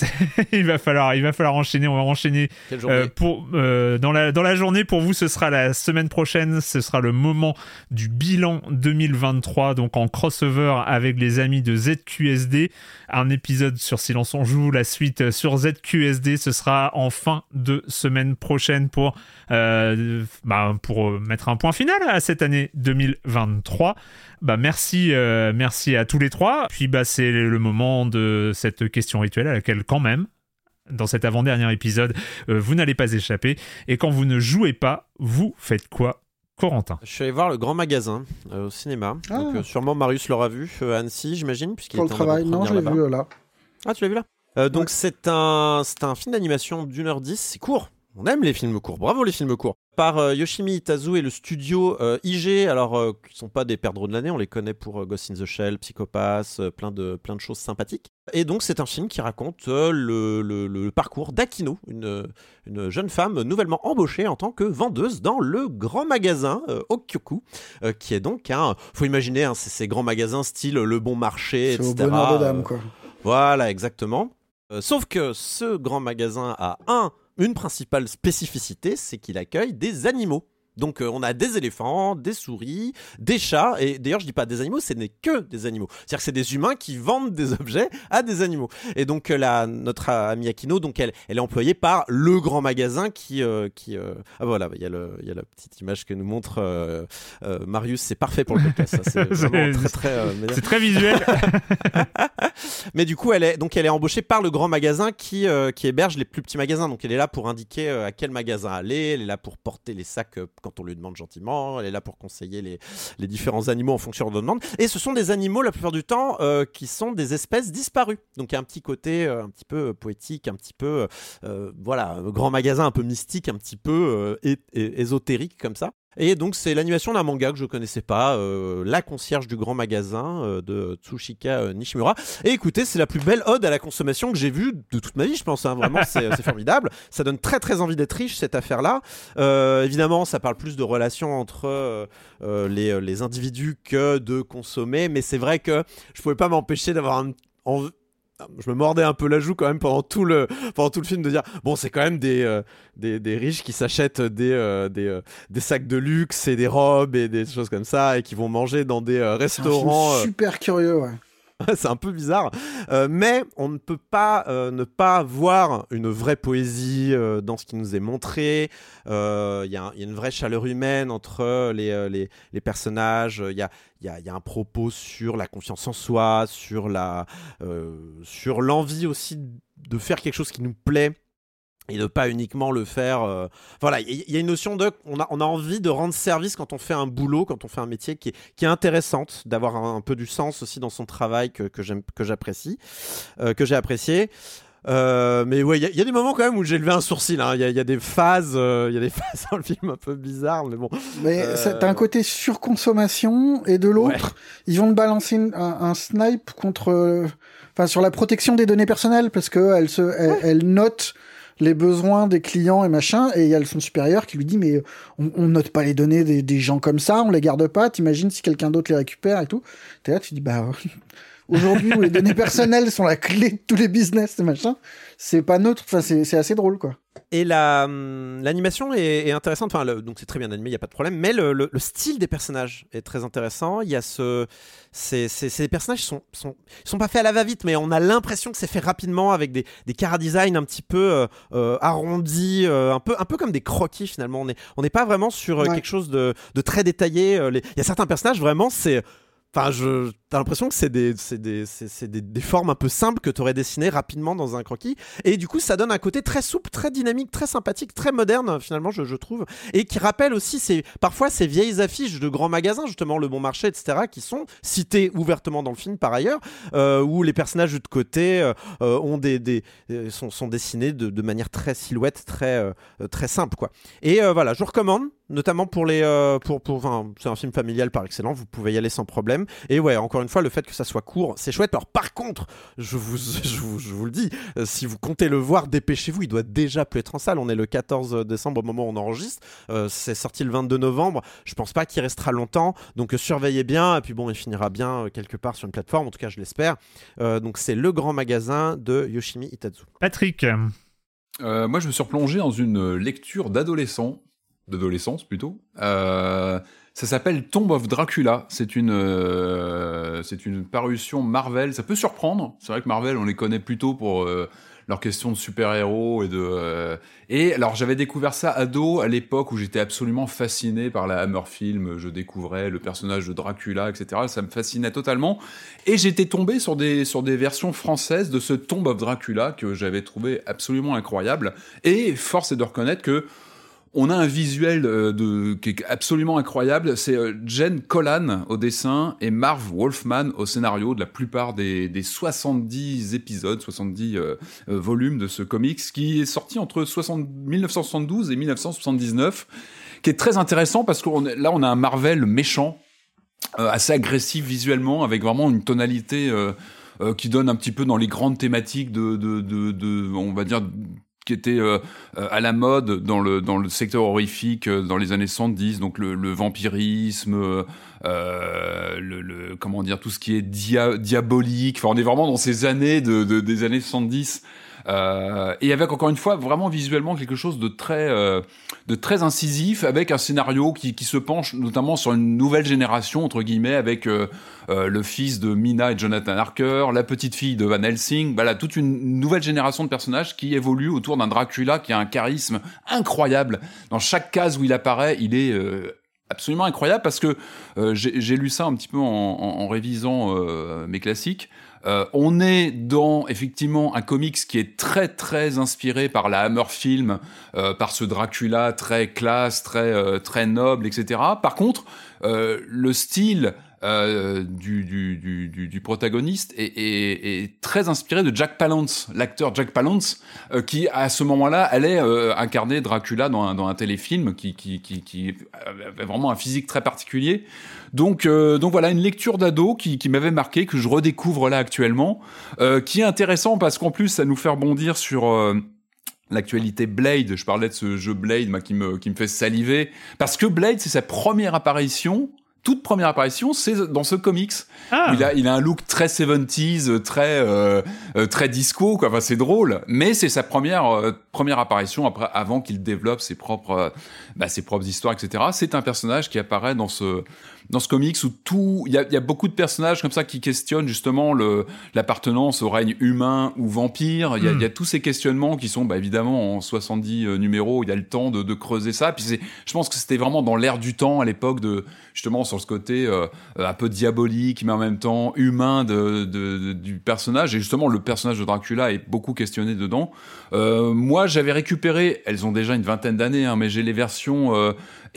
il va falloir, il va falloir enchaîner. On va enchaîner Quelle journée euh, pour euh, dans la dans la journée. Pour vous, ce sera la semaine prochaine. Ce sera le moment du bilan deux mille vingt-trois, donc en crossover avec les amis de Z Q S D. Un épisode sur Silence on joue, la suite sur Z Q S D. Ce sera en fin de semaine prochaine pour euh, bah, pour mettre un point final à cette année deux mille vingt-trois. Bah merci, euh, merci à tous les trois. Puis bah c'est le moment de cette question rituelle à laquelle quand même, dans cet avant-dernier épisode, euh, vous n'allez pas échapper. Et quand vous ne jouez pas, vous faites quoi, Corentin ? Je suis allé voir le Grand Magasin euh, au cinéma. Ah. Donc, euh, sûrement Marius l'aura vu euh, à Annecy, j'imagine, puisqu'il Pour le était en travail, non, je l'ai avant-première vu là-bas. euh, là. Ah, tu l'as vu là euh, Donc Ouais. c'est un c'est un film d'animation d'une heure dix. C'est court. On aime les films courts. Bravo les films courts. Par euh, Yoshimi Itazu et le studio euh, I G. Alors, euh, qui sont pas des perdreaux de l'année. On les connaît pour euh, Ghost in the Shell, Psychopass, euh, plein de plein de choses sympathiques. Et donc c'est un film qui raconte euh, le, le, le parcours d'Akino, une une jeune femme nouvellement embauchée en tant que vendeuse dans le grand magasin euh, Okyoku, euh, qui est donc un. Faut imaginer, hein, c'est ces grands magasins style Le Bon Marché, C'est et cetera. au bonheur de dame, Euh, quoi. Voilà, exactement. Euh, sauf que ce grand magasin a un, une principale spécificité, c'est qu'il accueille des animaux. Donc euh, on a des éléphants, des souris, des chats, et d'ailleurs je dis pas des animaux, ce n'est que des animaux. C'est-à-dire que c'est des humains qui vendent des objets à des animaux. Et donc euh, la, notre amie Akino, donc elle, elle est employée par le grand magasin qui... Euh, qui euh... Ah voilà, il y, a le, il y a la petite image que nous montre euh, euh, Marius, c'est parfait pour le podcast, ça, c'est vraiment très très... Euh, C'est très visuel. Mais du coup, elle est, donc elle est embauchée par le grand magasin qui, euh, qui héberge les plus petits magasins. Donc elle est là pour indiquer euh, à quel magasin aller, elle est là pour porter les sacs euh, quand on lui demande gentiment, elle est là pour conseiller les, les différents animaux en fonction de nos demandes. Et ce sont des animaux, la plupart du temps, euh, qui sont des espèces disparues. Donc il y a un petit côté euh, un petit peu poétique, un petit peu, euh, voilà, grand magasin un peu mystique, un petit peu euh, é- é- ésotérique comme ça. Et donc c'est l'animation d'un manga que je connaissais pas, euh, La concierge du grand magasin euh, de Tsushika euh, Nishimura. Et écoutez, c'est la plus belle ode à la consommation que j'ai vue de toute ma vie, je pense. Hein. Vraiment, c'est, c'est formidable. Ça donne très très envie d'être riche cette affaire-là. Euh, évidemment, ça parle plus de relations entre euh, euh, les, les individus que de consommer. Mais c'est vrai que je pouvais pas m'empêcher d'avoir un envie. Je me mordais un peu la joue quand même pendant tout le, pendant tout le film de dire bon, c'est quand même des, euh, des, des riches qui s'achètent des, euh, des, euh, des sacs de luxe et des robes et des choses comme ça et qui vont manger dans des euh, restaurants. C'est un film super curieux, ouais. C'est un peu bizarre, euh, mais on ne peut pas euh, ne pas voir une vraie poésie euh, dans ce qui nous est montré. Il euh, y, y a une vraie chaleur humaine entre les, euh, les, les personnages. Il y a, y, a, y a un propos sur la confiance en soi, sur, la, euh, sur l'envie aussi de faire quelque chose qui nous plaît. Et de pas uniquement le faire. Euh... Voilà, il y, y a une notion de, on a, on a envie de rendre service quand on fait un boulot, quand on fait un métier qui est, qui est intéressante, d'avoir un, un peu du sens aussi dans son travail que, que j'aime, que j'apprécie, euh, que j'ai apprécié. Euh, mais ouais, il y, y a des moments quand même où j'ai levé un sourcil. Il hein. y, y a des phases, il euh, y a des phases dans le film un peu bizarres, mais bon. Mais euh... ça, t'as un côté surconsommation et de l'autre, ouais. Ils vont te balancer une, un, un snipe contre, enfin sur la protection des données personnelles parce que elle se, elle, ouais. elle note les besoins des clients et machin, et il y a son supérieur qui lui dit mais on, on note pas les données des, des gens comme ça, on les garde pas, t'imagines si quelqu'un d'autre les récupère et tout. T'es là, tu dis bah aujourd'hui où les données personnelles sont la clé de tous les business et machin, c'est pas neutre, enfin c'est, c'est assez drôle quoi. Et la, l'animation est, est intéressante, enfin, le, donc c'est très bien animé, il n'y a pas de problème, mais le, le, le style des personnages est très intéressant. Il y a ce, ces, ces, ces personnages sont, sont, sont pas faits à la va-vite, mais on a l'impression que c'est fait rapidement avec des, des chara-design un petit peu euh, arrondis, euh, un, peu, un peu comme des croquis finalement. On n'est on n'est pas vraiment sur euh, ouais. quelque chose de, de très détaillé. Les... Il y a certains personnages, vraiment, c'est... Enfin, je, t'as l'impression que c'est des, c'est des, c'est, c'est des, des formes un peu simples que t'aurais dessinées rapidement dans un croquis. Et du coup, ça donne un côté très souple, très dynamique, très sympathique, très moderne, finalement, je, je trouve. Et qui rappelle aussi ces, parfois ces vieilles affiches de grands magasins, justement, Le Bon Marché, et cetera, qui sont citées ouvertement dans le film, par ailleurs, euh, où les personnages de côté euh, ont des, des, sont, sont dessinés de, de manière très silhouette, très, euh, très simple, quoi. Et euh, voilà, je recommande, notamment pour les... Euh, pour, pour, enfin, c'est un film familial par excellence, vous pouvez y aller sans problème. Et ouais, encore une fois, le fait que ça soit court, c'est chouette. Alors par contre, je vous, je vous, je vous le dis, euh, si vous comptez le voir, dépêchez-vous, il doit déjà plus être en salle. On est le quatorze décembre au moment où on enregistre. Euh, c'est sorti le vingt-deux novembre. Je pense pas qu'il restera longtemps. Donc euh, surveillez bien. Et puis bon, il finira bien euh, quelque part sur une plateforme. En tout cas, je l'espère. Euh, donc c'est Le Grand Magasin de Yoshimi Itazu. Patrick. Euh, moi, je me suis replongé dans une lecture d'adolescent, d'adolescence plutôt. Euh, ça s'appelle Tomb of Dracula. C'est une, euh, c'est une parution Marvel. Ça peut surprendre. C'est vrai que Marvel, on les connaît plutôt pour euh, leurs questions de super-héros et de. Euh... Et alors, j'avais découvert ça ado à l'époque où j'étais absolument fasciné par la Hammer Film. Je découvrais le personnage de Dracula, et cetera. Ça me fascinait totalement. Et j'étais tombé sur des sur des versions françaises de ce Tomb of Dracula que j'avais trouvé absolument incroyable. Et force est de reconnaître que on a un visuel euh, de, qui est absolument incroyable. C'est euh, Jen Collan au dessin et Marv Wolfman au scénario de la plupart des, des soixante-dix épisodes, soixante-dix euh, euh, volumes de ce comics qui est sorti entre soixante, dix-neuf cent soixante-douze et dix-neuf cent soixante-dix-neuf, qui est très intéressant parce que on, là on a un Marvel méchant, euh, assez agressif visuellement, avec vraiment une tonalité euh, euh, qui donne un petit peu dans les grandes thématiques de, de, de, de on va dire, qui était euh, à la mode dans le dans le secteur horrifique euh, dans les années soixante-dix, donc le, le vampirisme, euh, le, le comment dire, tout ce qui est dia- diabolique. Enfin, on est vraiment dans ces années de, de des années soixante-dix. Euh, et avec encore une fois vraiment visuellement quelque chose de très euh, de très incisif, avec un scénario qui qui se penche notamment sur une nouvelle génération entre guillemets, avec euh, euh, le fils de Mina et Jonathan Harker, la petite fille de Van Helsing, voilà, toute une nouvelle génération de personnages qui évoluent autour d'un Dracula qui a un charisme incroyable. Dans chaque case où il apparaît, il est euh, absolument incroyable, parce que euh, j'ai, j'ai lu ça un petit peu en, en, en révisant euh, mes classiques. Euh, on est dans effectivement un comics qui est très très inspiré par la Hammer Film, euh, par ce Dracula très classe, très euh, très noble, et cetera. Par contre, euh, le style euh, du, du, du, du, du protagoniste est, est, est très inspiré de Jack Palance, l'acteur Jack Palance, euh, qui à ce moment-là allait euh, incarner Dracula dans un, dans un téléfilm qui, qui, qui, qui avait vraiment un physique très particulier. Donc, euh, donc voilà, une lecture d'ado qui, qui m'avait marqué, que je redécouvre là actuellement, euh, qui est intéressant parce qu'en plus ça nous fait rebondir sur euh, l'actualité Blade. Je parlais de ce jeu Blade moi, qui me qui me fait saliver, parce que Blade, c'est sa première apparition. Toute première apparition, c'est dans ce comics. Ah. Où il a, il a un look très soixante-dix, très, euh, très disco, quoi. Enfin, c'est drôle. Mais c'est sa première, euh, première apparition après, avant qu'il développe ses propres, euh, bah, ses propres histoires, et cetera. C'est un personnage qui apparaît dans ce, dans ce comics où tout, il y a, il y a beaucoup de personnages comme ça qui questionnent justement le, l'appartenance au règne humain ou vampire. Il y a, mm. il y a tous ces questionnements qui sont, bah, évidemment, en soixante-dix euh, numéros, il y a le temps de, de creuser ça. Puis c'est, je pense que c'était vraiment dans l'air du temps à l'époque de, justement, sur ce côté euh, un peu diabolique, mais en même temps humain de, de, de, du personnage. Et justement, le personnage de Dracula est beaucoup questionné dedans. Euh, moi, j'avais récupéré, elles ont déjà une vingtaine d'années, hein, mais j'ai les versions euh,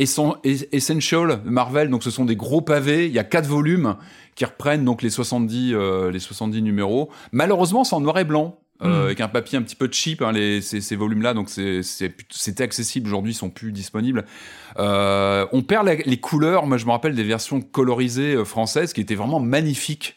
Essential Marvel, donc ce sont des gros pavés, il y a quatre volumes qui reprennent donc les soixante-dix, euh, les soixante-dix numéros. Malheureusement, c'est en noir et blanc. Euh, mmh. Avec un papier un petit peu cheap, hein, les, ces, ces volumes-là, donc c'est, c'est, c'était accessible, aujourd'hui ils sont plus disponibles. Euh, on perd la, les couleurs. Moi je me rappelle des versions colorisées euh, françaises qui étaient vraiment magnifiques.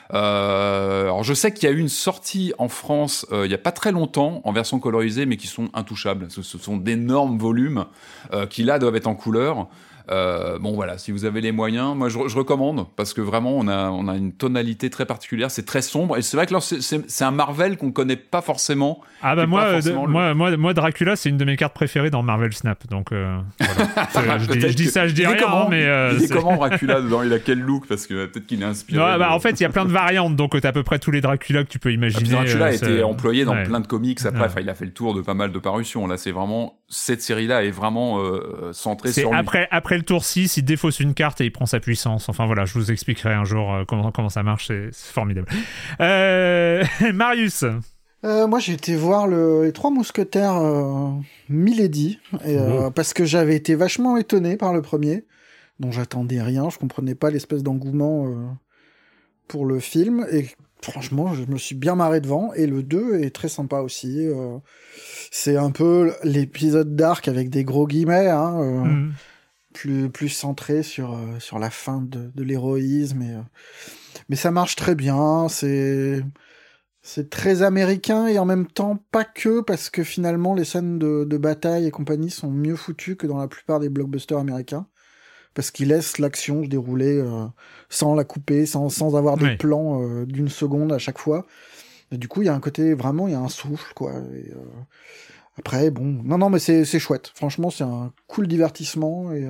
Euh, alors je sais qu'il y a eu une sortie en France euh, il y a pas très longtemps en version colorisée, mais qui sont intouchables. Ce, ce sont d'énormes volumes euh, qui là doivent être en couleur. Euh, bon voilà, si vous avez les moyens, moi je, je recommande, parce que vraiment on a on a une tonalité très particulière, c'est très sombre, et c'est vrai que là c'est, c'est, c'est un Marvel qu'on connaît pas forcément. Ah bah moi, de, le... moi moi moi Dracula c'est une de mes cartes préférées dans Marvel Snap, donc euh, voilà. je, dis, je dis ça, je dis il rien, comment, mais euh, il est comment Dracula dedans, il a quel look, parce que peut-être qu'il est inspiré. Ouais, bah, de... en fait il y a plein de variantes, donc t'as à peu près tous les Dracula que tu peux imaginer. Ah, Dracula euh, a été employé dans ouais. plein de comics après, ouais. enfin il a fait le tour de pas mal de parutions. Là c'est vraiment, cette série là est vraiment euh, centrée c'est sur lui. après après après le tour six, il défausse une carte et il prend sa puissance. Enfin voilà, je vous expliquerai un jour euh, comment, comment ça marche, c'est, c'est formidable. Euh, Marius. Euh, moi, j'ai été voir le, les Trois Mousquetaires euh, Milady, et, euh, oh. parce que j'avais été vachement étonné par le premier, dont j'attendais rien, je comprenais pas l'espèce d'engouement euh, pour le film, et franchement, je me suis bien marré devant, et le deux est très sympa aussi. Euh, c'est un peu l'épisode Dark avec des gros guillemets, hein, euh, mmh. plus, plus centré sur, euh, sur la fin de, de l'héroïsme, et, euh, mais ça marche très bien, c'est... C'est très américain et en même temps pas que, parce que finalement les scènes de, de bataille et compagnie sont mieux foutues que dans la plupart des blockbusters américains, parce qu'ils laissent l'action se dérouler euh, sans la couper, sans, sans avoir des oui. plans euh, d'une seconde à chaque fois. Et du coup il y a un côté, vraiment il y a un souffle quoi. Et, euh, après bon, non non mais c'est, c'est chouette, franchement c'est un cool divertissement et, euh,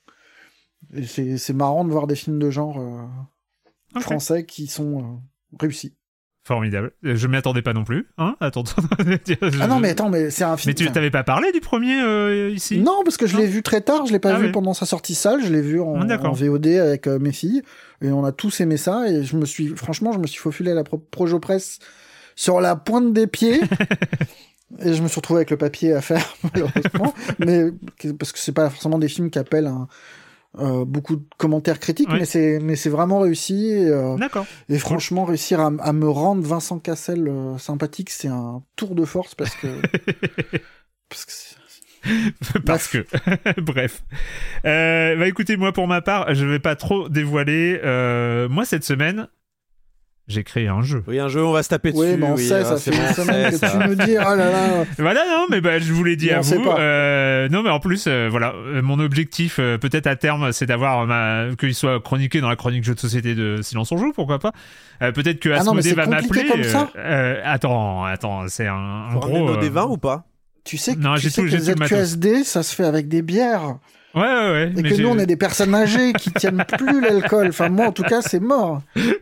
et c'est, c'est marrant de voir des films de genre euh, okay. français qui sont euh, réussis. Formidable. Je m'y attendais pas non plus. Hein attends. ah non, mais attends, mais c'est un film. Mais tu t'avais pas parlé du premier euh, ici ? Non, parce que je non. l'ai vu très tard. Je l'ai pas ah vu oui. pendant sa sortie salle. Je l'ai vu en, ah, en V O D avec euh, mes filles. Et on a tous aimé ça. Et je me suis, franchement, je me suis faufilé à la pro- Projopresse sur la pointe des pieds. Et je me suis retrouvé avec le papier à faire, malheureusement. mais parce que c'est pas forcément des films qui appellent un. Euh, beaucoup de commentaires critiques, oui. mais c'est mais c'est vraiment réussi. Et, euh, D'accord. Et franchement, réussir à, à me rendre Vincent Cassel euh, sympathique, c'est un tour de force parce que parce que c'est... parce que bref. Euh, bah écoutez, moi pour ma part, je vais pas trop dévoiler. Euh, moi cette semaine. J'ai créé un jeu. Oui, un jeu, on va se taper dessus. Oui, mais on oui, sait, hein, ça fait une semaine que ça. Tu me dis, oh là là. Voilà, non, mais bah, je vous l'ai dit mais à vous. Euh, non, mais en plus, euh, voilà, euh, mon objectif, euh, peut-être à terme, c'est d'avoir ma... qu'il soit chroniqué dans la chronique jeu de société de Silence on Joue, pourquoi pas. Euh, peut-être que Asmodée ah va m'appeler. Comme ça euh, euh, attends, attends, c'est un, un Faut gros. Nos euh... des vins ou pas? Tu sais que, non, tu j'ai sais tout, que j'ai les tout le Q S D, ça se fait avec des bières. Ouais, ouais, ouais. Et mais que j'ai... nous, on est des personnes âgées qui tiennent plus l'alcool. Enfin, moi, en tout cas, c'est mort.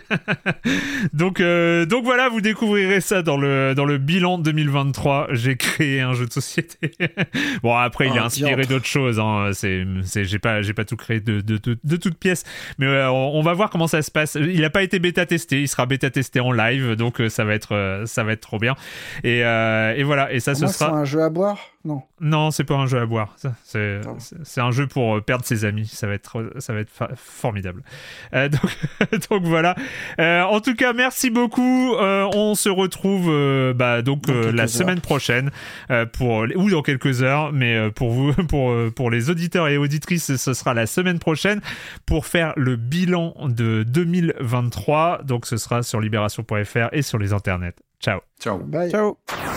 donc, euh, donc voilà, vous découvrirez ça dans le, dans le bilan deux mille vingt-trois. J'ai créé un jeu de société. Bon, après, il est oh, inspiré diante. d'autres choses. Hein. C'est, c'est, j'ai pas, j'ai pas tout créé de, de, de, de toutes pièces. Mais euh, on, on va voir comment ça se passe. Il n'a pas été bêta-testé. Il sera bêta-testé en live. Donc, euh, ça va être, euh, ça va être trop bien. Et, euh, et voilà. Et ça, Moi, ce sera. C'est un jeu à boire? Non. Non, c'est pas un jeu à boire. Ça, c'est, c'est, c'est un jeu pour perdre ses amis. Ça va être, ça va être fa- formidable. Euh, donc, donc voilà. Euh, en tout cas, merci beaucoup. Euh, on se retrouve euh, bah, donc euh, la heures. semaine prochaine euh, pour ou dans quelques heures, mais euh, pour vous, pour pour les auditeurs et auditrices, ce sera la semaine prochaine pour faire le bilan de deux mille vingt-trois. Donc, ce sera sur libération point f r et sur les internets. Ciao. Ciao. Bye. Ciao.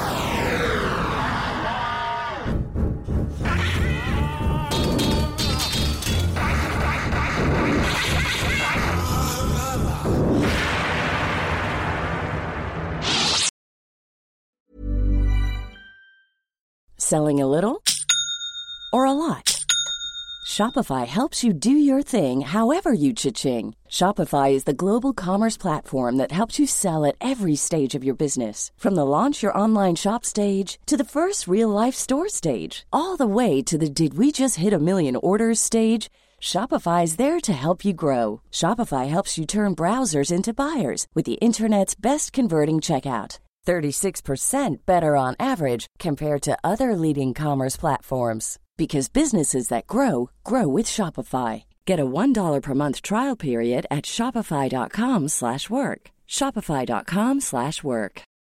Selling a little or a lot? Shopify helps you do your thing however you cha-ching. Shopify is the global commerce platform that helps you sell at every stage of your business. From the launch your online shop stage to the first real-life store stage, all the way to the did we just hit a million orders stage. Shopify's there to help you grow. Shopify helps you turn browsers into buyers with the internet's best converting checkout. thirty-six percent better on average compared to other leading commerce platforms. Because businesses that grow, grow with Shopify. Get a one dollar per month trial period at shopify.com slash work. Shopify.com slash work.